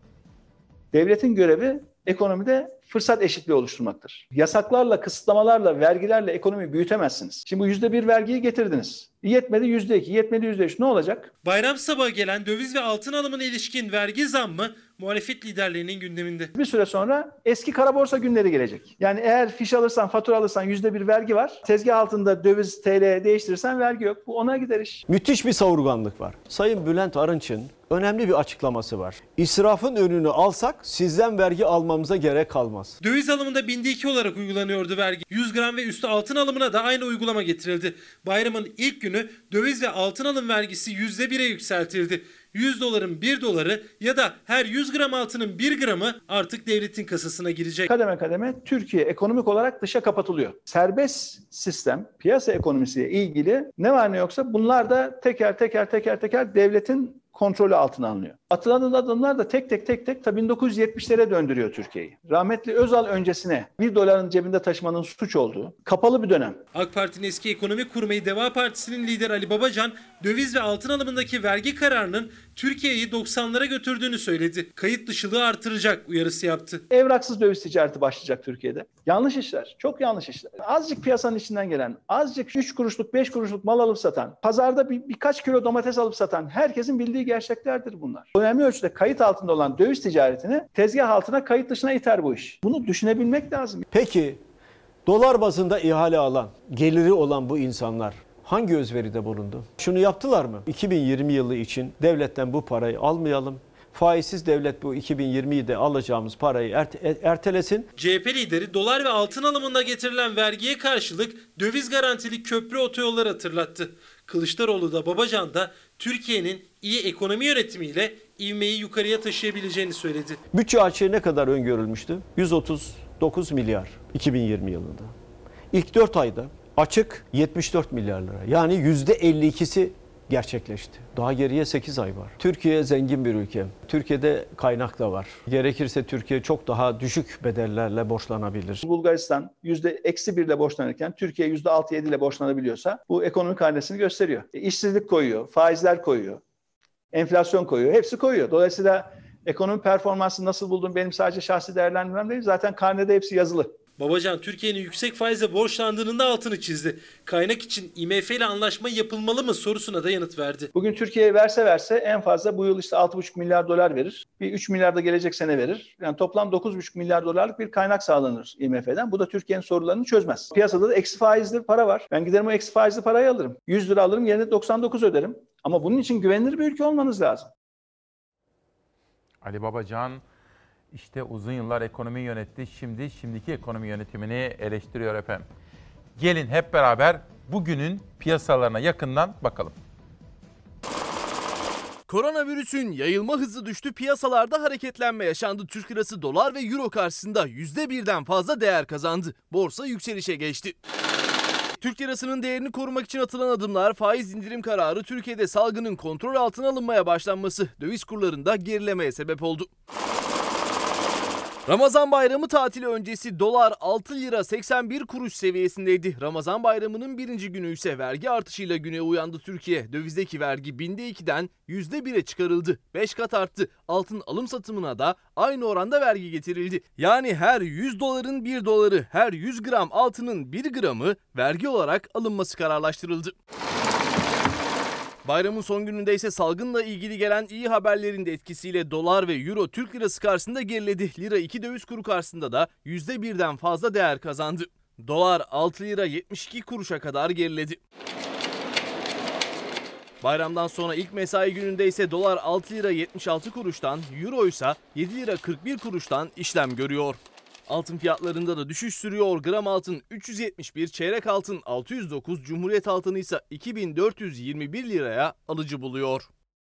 Speaker 18: Devletin görevi ekonomide fırsat eşitliği oluşturmaktır. Yasaklarla, kısıtlamalarla, vergilerle ekonomiyi büyütemezsiniz. Şimdi bu yüzde bir vergiyi getirdiniz. Yetmedi yüzde iki, yetmedi yüzde üç. Ne olacak?
Speaker 21: Bayram sabahı gelen döviz ve altın alımına ilişkin vergi zammı muhalefet liderlerinin gündeminde.
Speaker 18: Bir süre sonra eski kara borsa günleri gelecek. Yani eğer fiş alırsan, fatura alırsan yüzde bir vergi var. Tezgah altında döviz, T L değiştirirsen vergi yok. Bu ona gider iş.
Speaker 22: Müthiş bir savurganlık var. Sayın Bülent Arınç'ın önemli bir açıklaması var. İsrafın önünü alsak sizden vergi almamıza gerek kalmaz.
Speaker 21: Döviz alımında binde iki olarak uygulanıyordu vergi. yüz gram ve üstü altın alımına da aynı uygulama getirildi. Bayramın ilk günü döviz ve altın alım vergisi yüzde bire yükseltildi. yüz doların bir doları ya da her yüz gram altının bir gramı artık devletin kasasına girecek.
Speaker 18: Kademe kademe Türkiye ekonomik olarak dışa kapatılıyor. Serbest sistem, piyasa ekonomisiyle ilgili ne var ne yoksa bunlar da teker teker teker teker devletin kontrolü altına alınıyor. Atılan adımlar da tek tek tek tek ta bin dokuz yüz yetmişlere döndürüyor Türkiye'yi. Rahmetli Özal öncesine bir doların cebinde taşımanın suç olduğu kapalı bir dönem.
Speaker 21: AK Parti'nin eski ekonomi kurmayı Deva Partisi'nin lideri Ali Babacan, döviz ve altın alımındaki vergi kararının Türkiye'yi doksanlara götürdüğünü söyledi. Kayıt dışılığı artıracak uyarısı yaptı.
Speaker 18: Evraksız döviz ticareti başlayacak Türkiye'de. Yanlış işler, çok yanlış işler. Azıcık piyasanın içinden gelen, azıcık üç kuruşluk, beş kuruşluk mal alıp satan, pazarda bir, birkaç kilo domates alıp satan herkesin bildiği gerçeklerdir bunlar. Önemli ölçüde kayıt altında olan döviz ticaretini tezgah altına, kayıt dışına iter bu iş. Bunu düşünebilmek lazım.
Speaker 22: Peki dolar bazında ihale alan, geliri olan bu insanlar hangi özveride bulundu? Şunu yaptılar mı? iki bin yirmi yılı için devletten bu parayı almayalım. Faizsiz devlet bu iki bin yirmi'de alacağımız parayı erte- ertelesin.
Speaker 21: C H P lideri dolar ve altın alımında getirilen vergiye karşılık döviz garantili köprü otoyolları hatırlattı. Kılıçdaroğlu da Babacan da Türkiye'nin iyi ekonomi yönetimiyle ivmeyi yukarıya taşıyabileceğini söyledi.
Speaker 22: Bütçe açığı ne kadar öngörülmüştü? yüz otuz dokuz milyar iki bin yirmi yılında. İlk dört ayda açık yetmiş dört milyar lira. Yani yüzde elli ikisi gerçekleşti. Daha geriye sekiz ay var. Türkiye zengin bir ülke. Türkiye'de kaynak da var. Gerekirse Türkiye çok daha düşük bedellerle borçlanabilir.
Speaker 18: Bulgaristan yüzde eksi bir ile borçlanırken Türkiye yüzde altı yedi ile borçlanabiliyorsa bu ekonomik hanesini gösteriyor. E, işsizlik koyuyor, faizler koyuyor, enflasyon koyuyor, hepsi koyuyor. Dolayısıyla ekonomi performansı nasıl buldum benim sadece şahsi değerlendirmem değil. Zaten karnede hepsi yazılı.
Speaker 21: Babacan Türkiye'nin yüksek faizle borçlandığının da altını çizdi. Kaynak için I M F ile anlaşma yapılmalı mı sorusuna da yanıt verdi.
Speaker 18: Bugün Türkiye'ye verse verse en fazla bu yıl işte altı buçuk milyar dolar verir. Bir üç milyar da gelecek sene verir. Yani toplam dokuz buçuk milyar dolarlık bir kaynak sağlanır I M F'den. Bu da Türkiye'nin sorularını çözmez. Piyasada da eksi faizli para var. Ben giderim o eksi faizli parayı alırım. yüz lira alırım yerine doksan dokuz öderim. Ama bunun için güvenilir bir ülke olmanız lazım.
Speaker 1: Ali Babacan işte uzun yıllar ekonomi yönetti. Şimdi şimdiki ekonomi yönetimini eleştiriyor efendim. Gelin hep beraber bugünün piyasalarına yakından bakalım.
Speaker 9: Koronavirüsün yayılma hızı düştü, piyasalarda hareketlenme yaşandı. Türk lirası dolar ve euro karşısında yüzde birden fazla değer kazandı. Borsa yükselişe geçti. Türk lirasının değerini korumak için atılan adımlar, faiz indirim kararı, Türkiye'de salgının kontrol altına alınmaya başlanması döviz kurlarında gerilemeye sebep oldu. Ramazan bayramı tatili öncesi dolar altı lira seksen bir kuruş seviyesindeydi. Ramazan bayramının birinci günü ise vergi artışıyla güne uyandı Türkiye. Dövizdeki vergi binde ikiden yüzde bire çıkarıldı. beş kat arttı. Altın alım satımına da aynı oranda vergi getirildi. Yani her yüz doların bir doları, her yüz gram altının bir gramı vergi olarak alınması kararlaştırıldı. Bayramın son gününde ise salgınla ilgili gelen iyi haberlerin de etkisiyle dolar ve euro Türk lirası karşısında geriledi. Lira iki döviz kuru karşısında da yüzde birden fazla değer kazandı. Dolar altı lira yetmiş iki kuruşa kadar geriledi. Bayramdan sonra ilk mesai gününde ise dolar altı lira yetmiş altı kuruştan, euro ise yedi lira kırk bir kuruştan işlem görüyor. Altın fiyatlarında da düşüş sürüyor. Gram altın üç yüz yetmiş bir, çeyrek altın altı yüz dokuz, Cumhuriyet altını ise iki bin dört yüz yirmi bir liraya alıcı buluyor.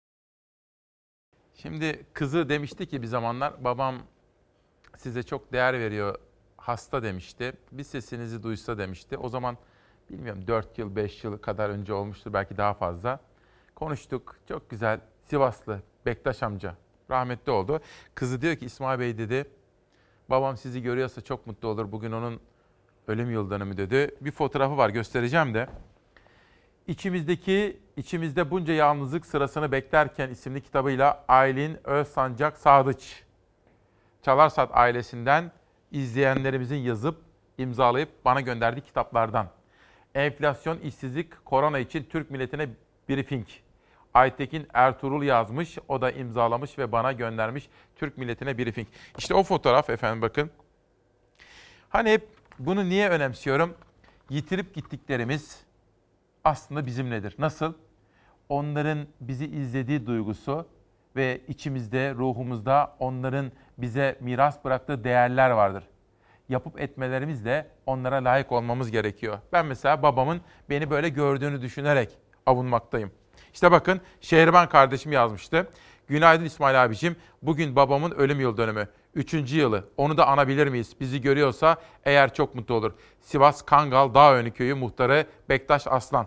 Speaker 1: Şimdi kızı demişti ki bir zamanlar babam size çok değer veriyor, hasta demişti. Bir sesinizi duysa demişti. O zaman bilmiyorum dört yıl beş yıl kadar önce olmuştur, belki daha fazla. Konuştuk, çok güzel Sivaslı Bektaş amca rahmetli oldu. Kızı diyor ki İsmail Bey dedi, babam sizi görüyorsa çok mutlu olur. Bugün onun ölüm yıl dönümü dedi. Bir fotoğrafı var, göstereceğim de. İçimizdeki, içimizde bunca yalnızlık sırasını beklerken isimli kitabıyla Aylin Özsancak Sadıç. Çalarsat ailesinden izleyenlerimizin yazıp, imzalayıp bana gönderdiği kitaplardan. Enflasyon, işsizlik, korona için Türk milletine briefing. Aytekin Ertuğrul yazmış, o da imzalamış ve bana göndermiş Türk milletine briefing. İşte o fotoğraf efendim, bakın. Hani hep bunu niye önemsiyorum? Yitirip gittiklerimiz aslında bizimledir. Nasıl? Onların bizi izlediği duygusu ve içimizde, ruhumuzda onların bize miras bıraktığı değerler vardır. Yapıp etmelerimizle onlara layık olmamız gerekiyor. Ben mesela babamın beni böyle gördüğünü düşünerek avunmaktayım. İşte bakın Şehriban kardeşim yazmıştı. Günaydın İsmail abicim. Bugün babamın ölüm yıl dönümü. Üçüncü yılı. Onu da anabilir miyiz? Bizi görüyorsa eğer çok mutlu olur. Sivas Kangal Dağönü Köyü muhtarı Bektaş Aslan.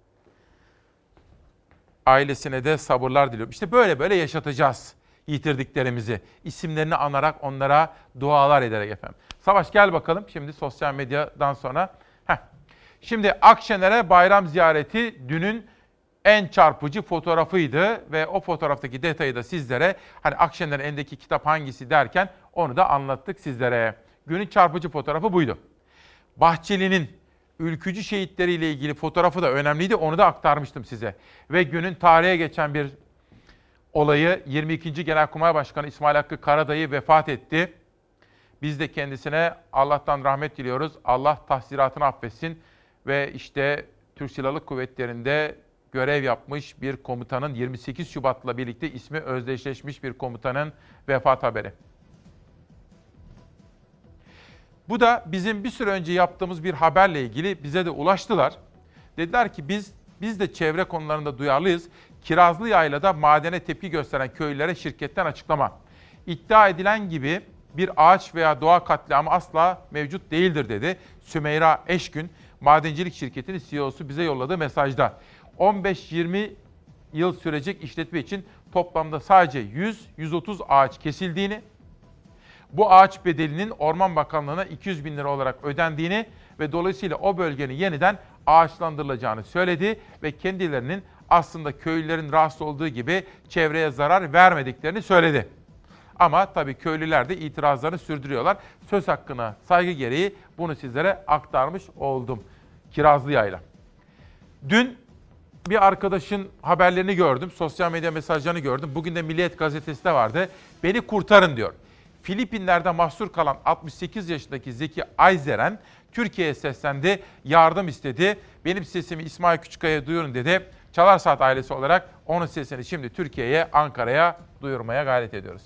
Speaker 1: Ailesine de sabırlar diliyorum. İşte böyle böyle yaşatacağız yitirdiklerimizi. İsimlerini anarak onlara dualar ederek efendim. Savaş gel bakalım şimdi sosyal medyadan sonra. Heh. Şimdi Akşener'e bayram ziyareti dünün en çarpıcı fotoğrafıydı ve o fotoğraftaki detayı da sizlere, hani Akşener'in elindeki kitap hangisi derken onu da anlattık sizlere. Günün çarpıcı fotoğrafı buydu. Bahçeli'nin ülkücü şehitleriyle ilgili fotoğrafı da önemliydi, onu da aktarmıştım size. Ve günün tarihe geçen bir olayı, yirmi ikinci Genelkurmay Başkanı İsmail Hakkı Karadayı vefat etti. Biz de kendisine Allah'tan rahmet diliyoruz. Allah tahsiratını affetsin ve işte Türk Silahlı Kuvvetleri'nde görev yapmış bir komutanın, yirmi sekiz Şubat'la birlikte ismi özdeşleşmiş bir komutanın vefat haberi. Bu da bizim bir süre önce yaptığımız bir haberle ilgili bize de ulaştılar. Dediler ki biz biz de çevre konularında duyarlıyız. Kirazlıyayla'da madene tepki gösteren köylülere şirketten açıklama. İddia edilen gibi bir ağaç veya doğa katliamı asla mevcut değildir dedi Sümeyra Eşgün, madencilik şirketinin C E O'su bize yolladığı mesajda. on beş yirmi yıl sürecek işletme için toplamda sadece yüz yüz otuz ağaç kesildiğini, bu ağaç bedelinin Orman Bakanlığı'na iki yüz bin lira olarak ödendiğini ve dolayısıyla o bölgenin yeniden ağaçlandırılacağını söyledi ve kendilerinin aslında köylülerin rahatsız olduğu gibi çevreye zarar vermediklerini söyledi. Ama tabii köylüler de itirazlarını sürdürüyorlar. Söz hakkına saygı gereği bunu sizlere aktarmış oldum. Kirazlıyayla. Dün bir arkadaşın haberlerini gördüm, sosyal medya mesajlarını gördüm. Bugün de Milliyet Gazetesi'de vardı. Beni kurtarın diyor. Filipinler'de mahsur kalan altmış sekiz yaşındaki Zeki Ayzeren Türkiye'ye seslendi, yardım istedi. Benim sesimi İsmail Küçükkaya'ya duyurun dedi. Çalarsat ailesi olarak onun sesini şimdi Türkiye'ye, Ankara'ya duyurmaya gayret ediyoruz.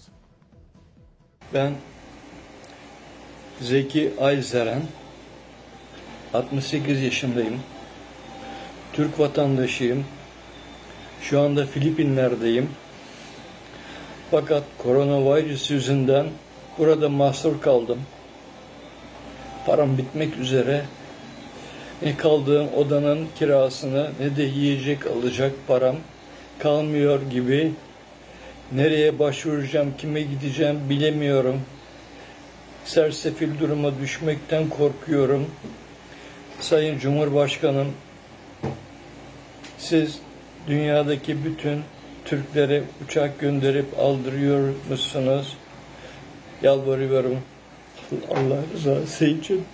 Speaker 2: Ben Zeki Ayzeren, altmış sekiz yaşındayım. Türk vatandaşıyım. Şu anda Filipinler'deyim. Fakat koronavirüs yüzünden burada mahsur kaldım. Param bitmek üzere. Ne kaldığım odanın kirasını ne de yiyecek alacak param kalmıyor gibi. Nereye başvuracağım, kime gideceğim bilemiyorum. Sersefil duruma düşmekten korkuyorum. Sayın Cumhurbaşkanım, siz dünyadaki bütün Türklere uçak gönderip aldırıyor musunuz? Yalvarıyorum. Allah rızası için.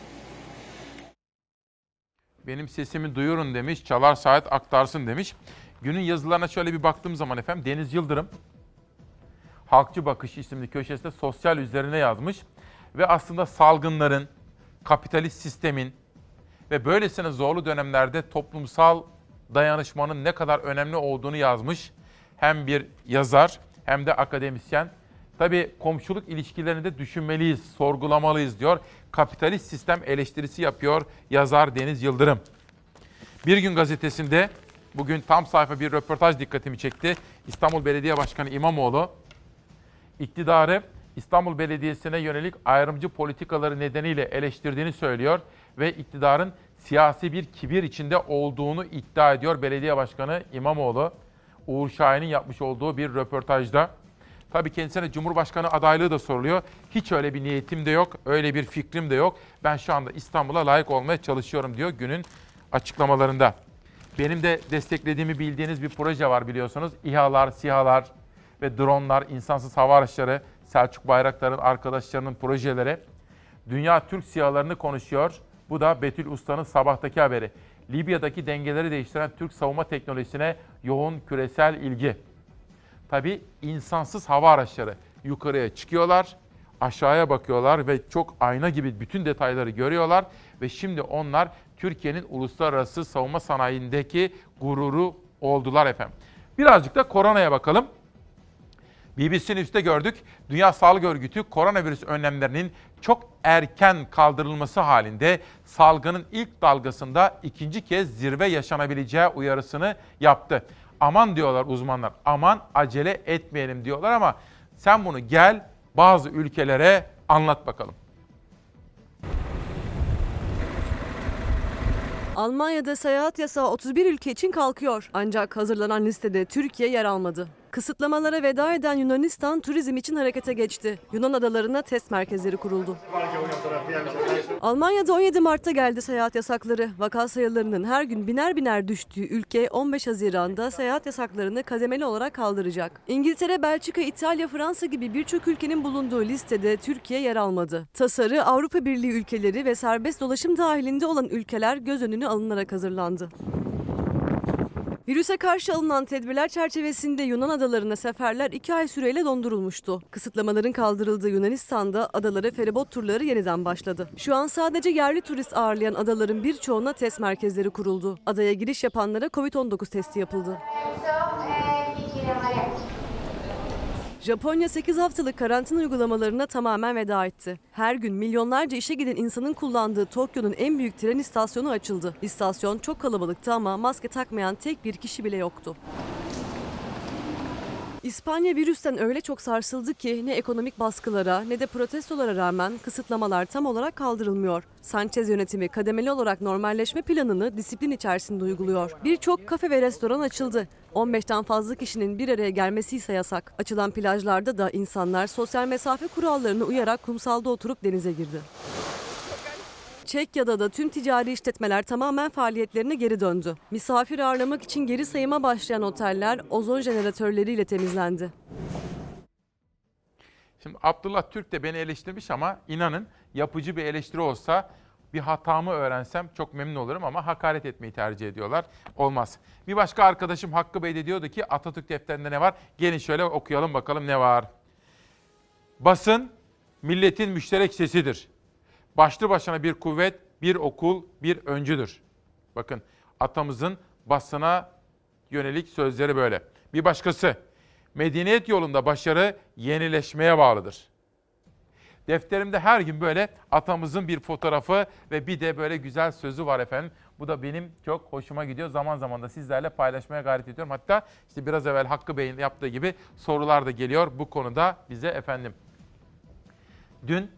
Speaker 1: Benim sesimi duyurun demiş, çalar saat aktarsın demiş. Günün yazılarına şöyle bir baktığım zaman efendim, Deniz Yıldırım, Halkçı Bakış isimli köşesinde sosyal üzerine yazmış. Ve aslında salgınların, kapitalist sistemin ve böylesine zorlu dönemlerde toplumsal dayanışmanın ne kadar önemli olduğunu yazmış. Hem bir yazar hem de akademisyen. Tabii komşuluk ilişkilerini de düşünmeliyiz, sorgulamalıyız diyor. Kapitalist sistem eleştirisi yapıyor yazar Deniz Yıldırım. Bir Gün Gazetesi'nde bugün tam sayfa bir röportaj dikkatimi çekti. İstanbul Belediye Başkanı İmamoğlu, iktidarı İstanbul Belediyesi'ne yönelik ayrımcı politikaları nedeniyle eleştirdiğini söylüyor ve iktidarın siyasi bir kibir içinde olduğunu iddia ediyor Belediye Başkanı İmamoğlu. Uğur Şahin'in yapmış olduğu bir röportajda. Tabii kendisine Cumhurbaşkanı adaylığı da soruluyor. Hiç öyle bir niyetim de yok, öyle bir fikrim de yok. Ben şu anda İstanbul'a layık olmaya çalışıyorum diyor günün açıklamalarında. Benim de desteklediğimi bildiğiniz bir proje var biliyorsunuz. İHA'lar, SİHA'lar ve dronlar, insansız hava araçları, Selçuk Bayraktar'ın arkadaşlarının projeleri. Dünya Türk SİHA'larını konuşuyor. Bu da Betül Usta'nın sabahtaki haberi. Libya'daki dengeleri değiştiren Türk savunma teknolojisine yoğun küresel ilgi. Tabii insansız hava araçları yukarıya çıkıyorlar, aşağıya bakıyorlar ve çok ayna gibi bütün detayları görüyorlar. Ve şimdi onlar Türkiye'nin uluslararası savunma sanayindeki gururu oldular efendim. Birazcık da koronaya bakalım. B B C News'te gördük. Dünya Sağlık Örgütü koronavirüs önlemlerinin çok erken kaldırılması halinde salgının ilk dalgasında ikinci kez zirve yaşanabileceği uyarısını yaptı. Aman diyorlar uzmanlar, aman acele etmeyelim diyorlar ama sen bunu gel bazı ülkelere anlat bakalım.
Speaker 24: Almanya'da seyahat yasağı otuz bir ülke için kalkıyor. Ancak hazırlanan listede Türkiye yer almadı. Kısıtlamalara veda eden Yunanistan turizm için harekete geçti. Yunan adalarına test merkezleri kuruldu. Almanya'da on yedi Mart'ta geldi seyahat yasakları. Vaka sayılarının her gün biner biner düştüğü ülke on beş Haziran'da seyahat yasaklarını kademeli olarak kaldıracak. İngiltere, Belçika, İtalya, Fransa gibi birçok ülkenin bulunduğu listede Türkiye yer almadı. Tasarı Avrupa Birliği ülkeleri ve serbest dolaşım dahilinde olan ülkeler göz önüne alınarak hazırlandı. Virüse karşı alınan tedbirler çerçevesinde Yunan adalarına seferler iki ay süreyle dondurulmuştu. Kısıtlamaların kaldırıldığı Yunanistan'da adalara feribot turları yeniden başladı. Şu an sadece yerli turist ağırlayan adaların birçoğuna test merkezleri kuruldu. Adaya giriş yapanlara kovid on dokuz testi yapıldı. Japonya sekiz haftalık karantina uygulamalarına tamamen veda etti. Her gün milyonlarca işe giden insanın kullandığı Tokyo'nun en büyük tren istasyonu açıldı. İstasyon çok kalabalıktı ama maske takmayan tek bir kişi bile yoktu. İspanya virüsten öyle çok sarsıldı ki ne ekonomik baskılara ne de protestolara rağmen kısıtlamalar tam olarak kaldırılmıyor. Sanchez yönetimi kademeli olarak normalleşme planını disiplin içerisinde uyguluyor. Birçok kafe ve restoran açıldı. on beşten fazla kişinin bir araya gelmesi ise yasak. Açılan plajlarda da insanlar sosyal mesafe kurallarına uyarak kumsalda oturup denize girdi. Çekya'da da tüm ticari işletmeler tamamen faaliyetlerine geri döndü. Misafir ağırlamak için geri sayıma başlayan oteller ozon jeneratörleriyle temizlendi.
Speaker 1: Şimdi Abdullah Türk de beni eleştirmiş ama inanın yapıcı bir eleştiri olsa bir hatamı öğrensem çok memnun olurum ama hakaret etmeyi tercih ediyorlar. Olmaz. Bir başka arkadaşım Hakkı Bey de diyordu ki Atatürk defterinde ne var? Gelin şöyle okuyalım bakalım ne var. Basın milletin müşterek sesidir. Başlı başına bir kuvvet, bir okul, bir öncüdür. Bakın atamızın basına yönelik sözleri böyle. Bir başkası, medeniyet yolunda başarı yenileşmeye bağlıdır. Defterimde her gün böyle atamızın bir fotoğrafı ve bir de böyle güzel sözü var efendim. Bu da benim çok hoşuma gidiyor. Zaman zaman da sizlerle paylaşmaya gayret ediyorum. Hatta işte biraz evvel Hakkı Bey'in yaptığı gibi sorular da geliyor bu konuda bize efendim. Dün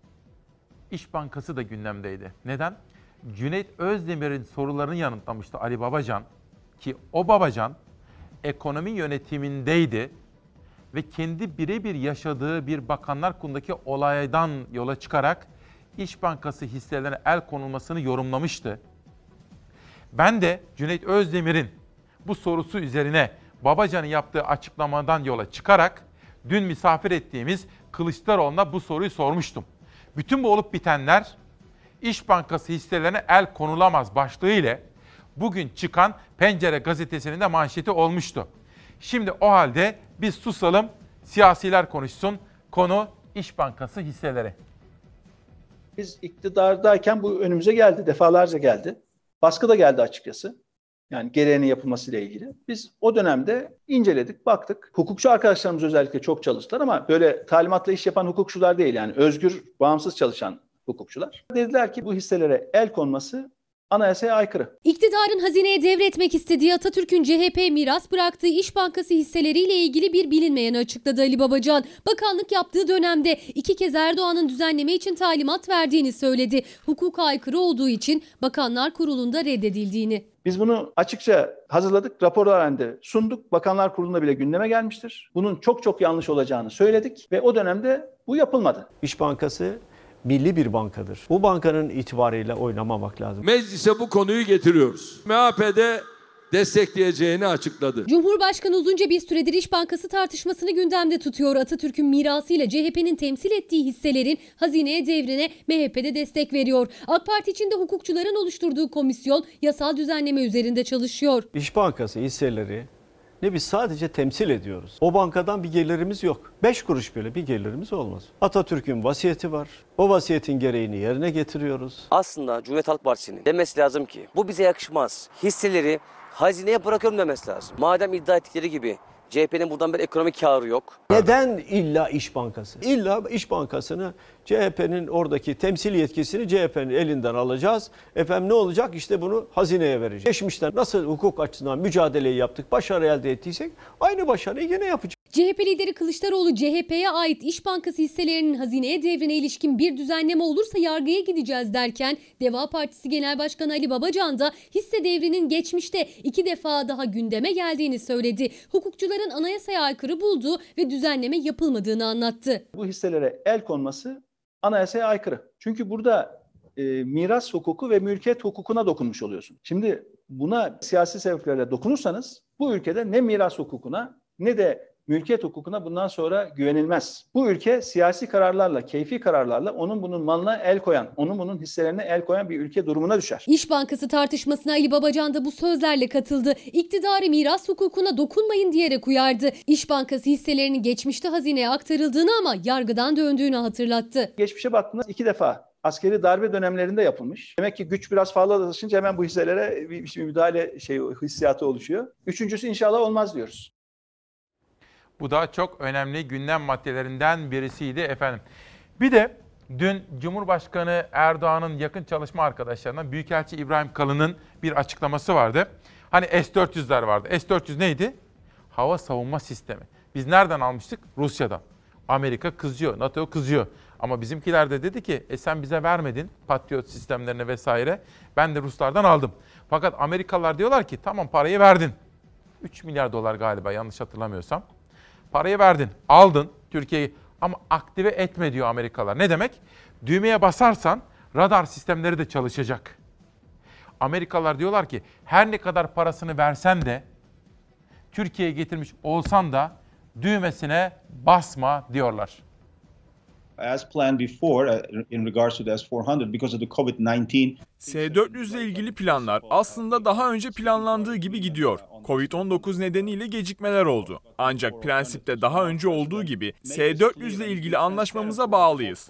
Speaker 1: İş Bankası da gündemdeydi. Neden? Cüneyt Özdemir'in sorularını yanıtlamıştı Ali Babacan. Ki o Babacan ekonomi yönetimindeydi ve kendi birebir yaşadığı bir bakanlar kurulundaki olaydan yola çıkarak İş Bankası hisselerine el konulmasını yorumlamıştı. Ben de Cüneyt Özdemir'in bu sorusu üzerine Babacan'ın yaptığı açıklamadan yola çıkarak dün misafir ettiğimiz Kılıçdaroğlu'na bu soruyu sormuştum. Bütün bu olup bitenler İş Bankası hisselerine el konulamaz başlığı ile bugün çıkan Pencere gazetesinin de manşeti olmuştu. Şimdi o halde biz susalım, siyasiler konuşsun. Konu İş Bankası hisseleri.
Speaker 18: Biz iktidardayken bu önümüze geldi, defalarca geldi. Baskı da geldi açıkçası. Yani gereğinin yapılmasıyla ilgili. Biz o dönemde inceledik, baktık. Hukukçu arkadaşlarımız özellikle çok çalıştılar ama böyle talimatla iş yapan hukukçular değil, yani özgür, bağımsız çalışan hukukçular. Dediler ki bu hisselere el konması anayasaya aykırı.
Speaker 8: İktidarın hazineye devretmek istediği Atatürk'ün C H P miras bıraktığı İş Bankası hisseleriyle ilgili bir bilinmeyeni açıkladı Ali Babacan. Bakanlık yaptığı dönemde iki kez Erdoğan'ın düzenleme için talimat verdiğini söyledi. Hukuka aykırı olduğu için Bakanlar Kurulu'nda reddedildiğini.
Speaker 18: Biz bunu açıkça hazırladık, raporlar halinde sunduk. Bakanlar Kurulu'nda bile gündeme gelmiştir. Bunun çok çok yanlış olacağını söyledik ve o dönemde bu yapılmadı.
Speaker 22: İş Bankası milli bir bankadır. Bu bankanın itibarıyla oynamamak lazım.
Speaker 20: Meclise bu konuyu getiriyoruz. M H P'de destekleyeceğini açıkladı.
Speaker 8: Cumhurbaşkanı uzunca bir süredir İş Bankası tartışmasını gündemde tutuyor. Atatürk'ün mirasıyla C H P'nin temsil ettiği hisselerin hazineye devrine M H P'de destek veriyor. AK Parti içinde hukukçuların oluşturduğu komisyon yasal düzenleme üzerinde çalışıyor.
Speaker 22: İş Bankası hisseleri ne biz sadece temsil ediyoruz. O bankadan bir gelirimiz yok. Beş kuruş bile bir gelirimiz olmaz. Atatürk'ün vasiyeti var. O vasiyetin gereğini yerine getiriyoruz.
Speaker 14: Aslında Cumhuriyet Halk Partisi'nin demesi lazım ki bu bize yakışmaz. Hisseleri hazineye bırakıyorum demesi lazım. Madem iddia ettikleri gibi C H P'nin buradan bir ekonomik kârı yok.
Speaker 22: Neden illa İş Bankası? İlla İş Bankası'nı C H P'nin oradaki temsil yetkisini C H P'nin elinden alacağız. Efendim ne olacak? İşte bunu hazineye vereceğiz. Geçmişte nasıl hukuk açısından mücadeleyi yaptık, başarı elde ettiysek aynı başarıyı yine yapacağız.
Speaker 8: C H P lideri Kılıçdaroğlu C H P'ye ait İş Bankası hisselerinin hazineye devrine ilişkin bir düzenleme olursa yargıya gideceğiz derken Deva Partisi Genel Başkanı Ali Babacan da hisse devrinin geçmişte iki defa daha gündeme geldiğini söyledi. Hukukçuların anayasaya aykırı bulduğu ve düzenleme yapılmadığını anlattı.
Speaker 18: Bu hisselere el konması anayasaya aykırı. Çünkü burada e, miras hukuku ve mülkiyet hukukuna dokunmuş oluyorsun. Şimdi buna siyasi sebeplerle dokunursanız bu ülkede ne miras hukukuna ne de mülkiyet hukukuna bundan sonra güvenilmez. Bu ülke siyasi kararlarla, keyfi kararlarla onun bunun malına el koyan, onun bunun hisselerine el koyan bir ülke durumuna düşer.
Speaker 8: İş Bankası tartışmasına Ali Babacan da bu sözlerle katıldı. İktidarı miras hukukuna dokunmayın diyerek uyardı. İş Bankası hisselerinin geçmişte hazineye aktarıldığını ama yargıdan döndüğünü hatırlattı.
Speaker 18: Geçmişe baktığında iki defa askeri darbe dönemlerinde yapılmış. Demek ki güç biraz fazlalaşınca hemen bu hisselere bir, bir müdahale şey hissiyatı oluşuyor. Üçüncüsü inşallah olmaz diyoruz.
Speaker 1: Bu da çok önemli gündem maddelerinden birisiydi efendim. Bir de dün Cumhurbaşkanı Erdoğan'ın yakın çalışma arkadaşlarından Büyükelçi İbrahim Kalın'ın bir açıklaması vardı. Hani S dört yüzler vardı. S dört yüz neydi? Hava savunma sistemi. Biz nereden almıştık? Rusya'dan. Amerika kızıyor, NATO kızıyor. Ama bizimkiler de dedi ki e sen bize vermedin Patriot sistemlerini vesaire. Ben de Ruslardan aldım. Fakat Amerikalılar diyorlar ki tamam parayı verdin. üç milyar dolar galiba yanlış hatırlamıyorsam. Parayı verdin, aldın Türkiye'yi ama aktive etme diyor Amerikalılar. Ne demek? Düğmeye basarsan radar sistemleri de çalışacak. Amerikalılar diyorlar ki her ne kadar parasını versen de Türkiye'ye getirmiş olsan da düğmesine basma diyorlar.
Speaker 16: As planned before in regards to the S four hundred because of the COVID nineteen.
Speaker 17: S dört yüz ile ilgili planlar aslında daha önce planlandığı gibi gidiyor. covid on dokuz nedeniyle gecikmeler oldu. Ancak prensipte daha önce olduğu gibi S dört yüz ile ilgili anlaşmamıza bağlıyız.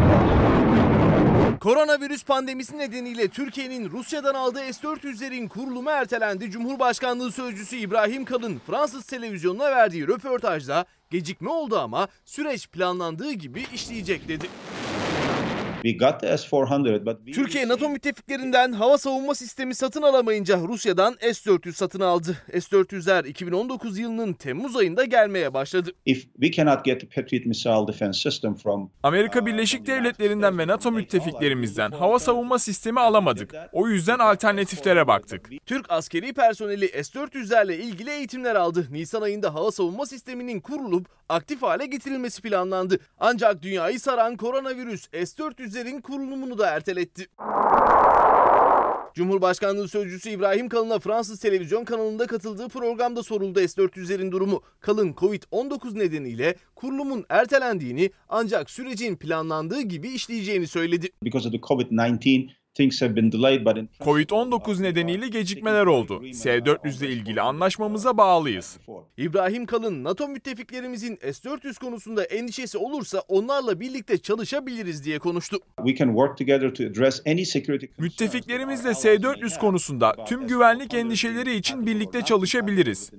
Speaker 9: Koronavirüs pandemisi nedeniyle Türkiye'nin Rusya'dan aldığı S dört yüzlerin kurulumu ertelendi. Cumhurbaşkanlığı Sözcüsü İbrahim Kalın Fransız televizyonuna verdiği röportajda Gecikme oldu ama süreç planlandığı gibi işleyecek dedi.
Speaker 16: We got the S four hundred, but we...
Speaker 9: Türkiye NATO müttefiklerinden hava savunma sistemi satın alamayınca Rusya'dan S dört yüz satın aldı. S dört yüzler iki bin on dokuz yılının Temmuz ayında gelmeye başladı.
Speaker 16: If we cannot get the Patriot missile defense system from
Speaker 17: Amerika Birleşik Devletleri'nden ve NATO müttefiklerimizden hava savunma sistemi alamadık. O yüzden alternatiflere baktık.
Speaker 9: Türk askeri personeli S dört yüzlerle ilgili eğitimler aldı. Nisan ayında hava savunma sisteminin kurulup aktif hale getirilmesi planlandı. Ancak dünyayı saran koronavirüs S dört yüzlerin kurulumunu da erteletti. Cumhurbaşkanlığı Sözcüsü İbrahim Kalın'a Fransız televizyon kanalında katıldığı programda soruldu S dört yüzlerin durumu. Kalın Covid on dokuz nedeniyle kurulumun ertelendiğini ancak sürecin planlandığı gibi işleyeceğini söyledi.
Speaker 16: Because of the COVID nineteen things have been delayed, but in...
Speaker 17: Covid on dokuz nedeniyle gecikmeler oldu. S dört yüz ile ilgili anlaşmamıza bağlıyız.
Speaker 9: İbrahim Kalın, NATO müttefiklerimizin S dört yüz konusunda endişesi olursa onlarla birlikte çalışabiliriz diye konuştu.
Speaker 16: We can work together to address any security...
Speaker 17: Müttefiklerimizle S dört yüz konusunda tüm güvenlik endişeleri için birlikte çalışabiliriz.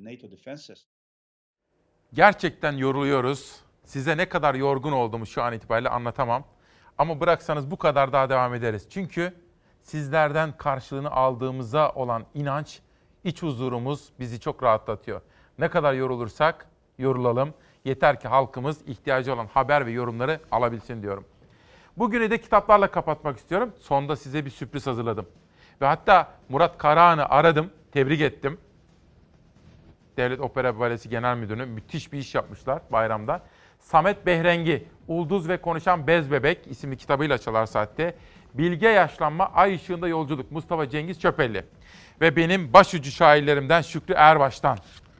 Speaker 1: Gerçekten yoruluyoruz. Size ne kadar yorgun olduğumu şu an itibariyle anlatamam. Ama bıraksanız bu kadar daha devam ederiz. Çünkü sizlerden karşılığını aldığımıza olan inanç, iç huzurumuz bizi çok rahatlatıyor. Ne kadar yorulursak yorulalım. Yeter ki halkımız ihtiyacı olan haber ve yorumları alabilsin diyorum. Bugünü de kitaplarla kapatmak istiyorum. Sonda size bir sürpriz hazırladım. Ve hatta Murat Karahan'ı aradım, tebrik ettim. Devlet Opera Balesi Genel Müdürü, müthiş bir iş yapmışlar bayramda. Samet Behrengi, Ulduz ve Konuşan Bez Bebek isimli kitabıyla Çalar Saat'te. Bilge Yaşlanma, Ay Işığında Yolculuk, Mustafa Cengiz Çöpelli. Ve benim başucu şairlerimden Şükrü Erbaş'tan.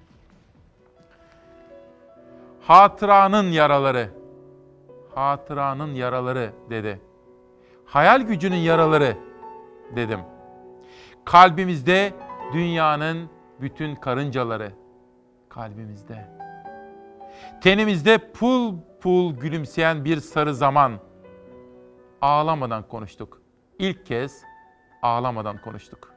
Speaker 1: Hatıranın yaraları, hatıranın yaraları dedi. Hayal gücünün yaraları dedim. Kalbimizde dünyanın bütün karıncaları, kalbimizde. Tenimizde pul pul gülümseyen bir sarı zaman. Ağlamadan konuştuk. İlk kez ağlamadan konuştuk.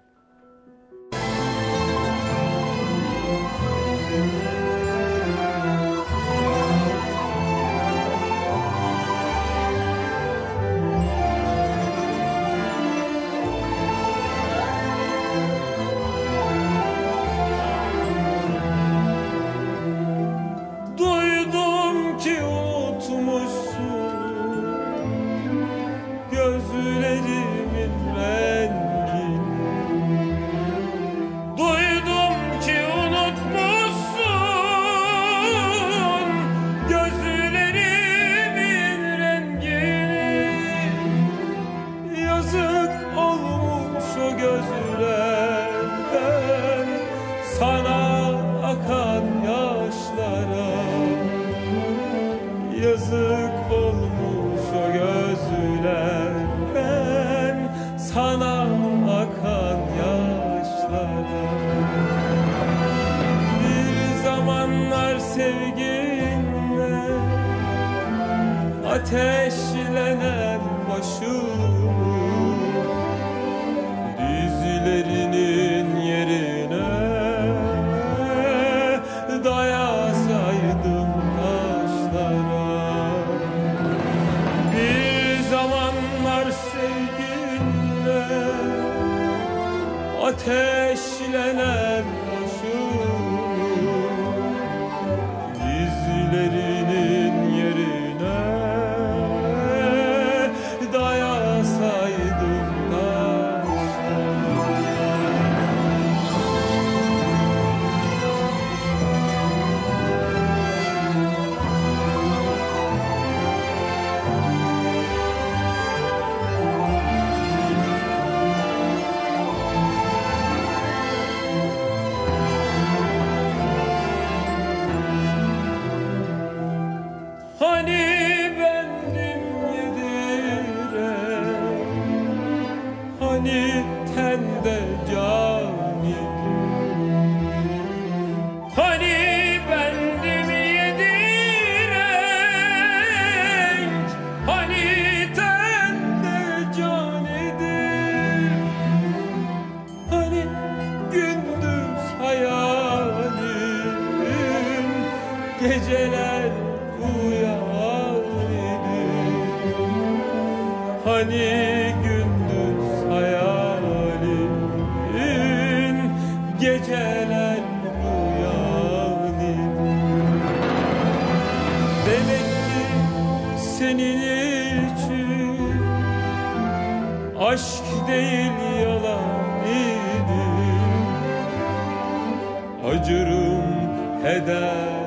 Speaker 7: Ateşlenen başımı dizlerinin yerine dayasaydım taşlara. Bir zamanlar sevginle ateşlenen başımı dizlerinin yerine gece Hani gündüz hayalin, geceler rüyanin. Demek ki senin için aşk değil yalan idi. Acırım heder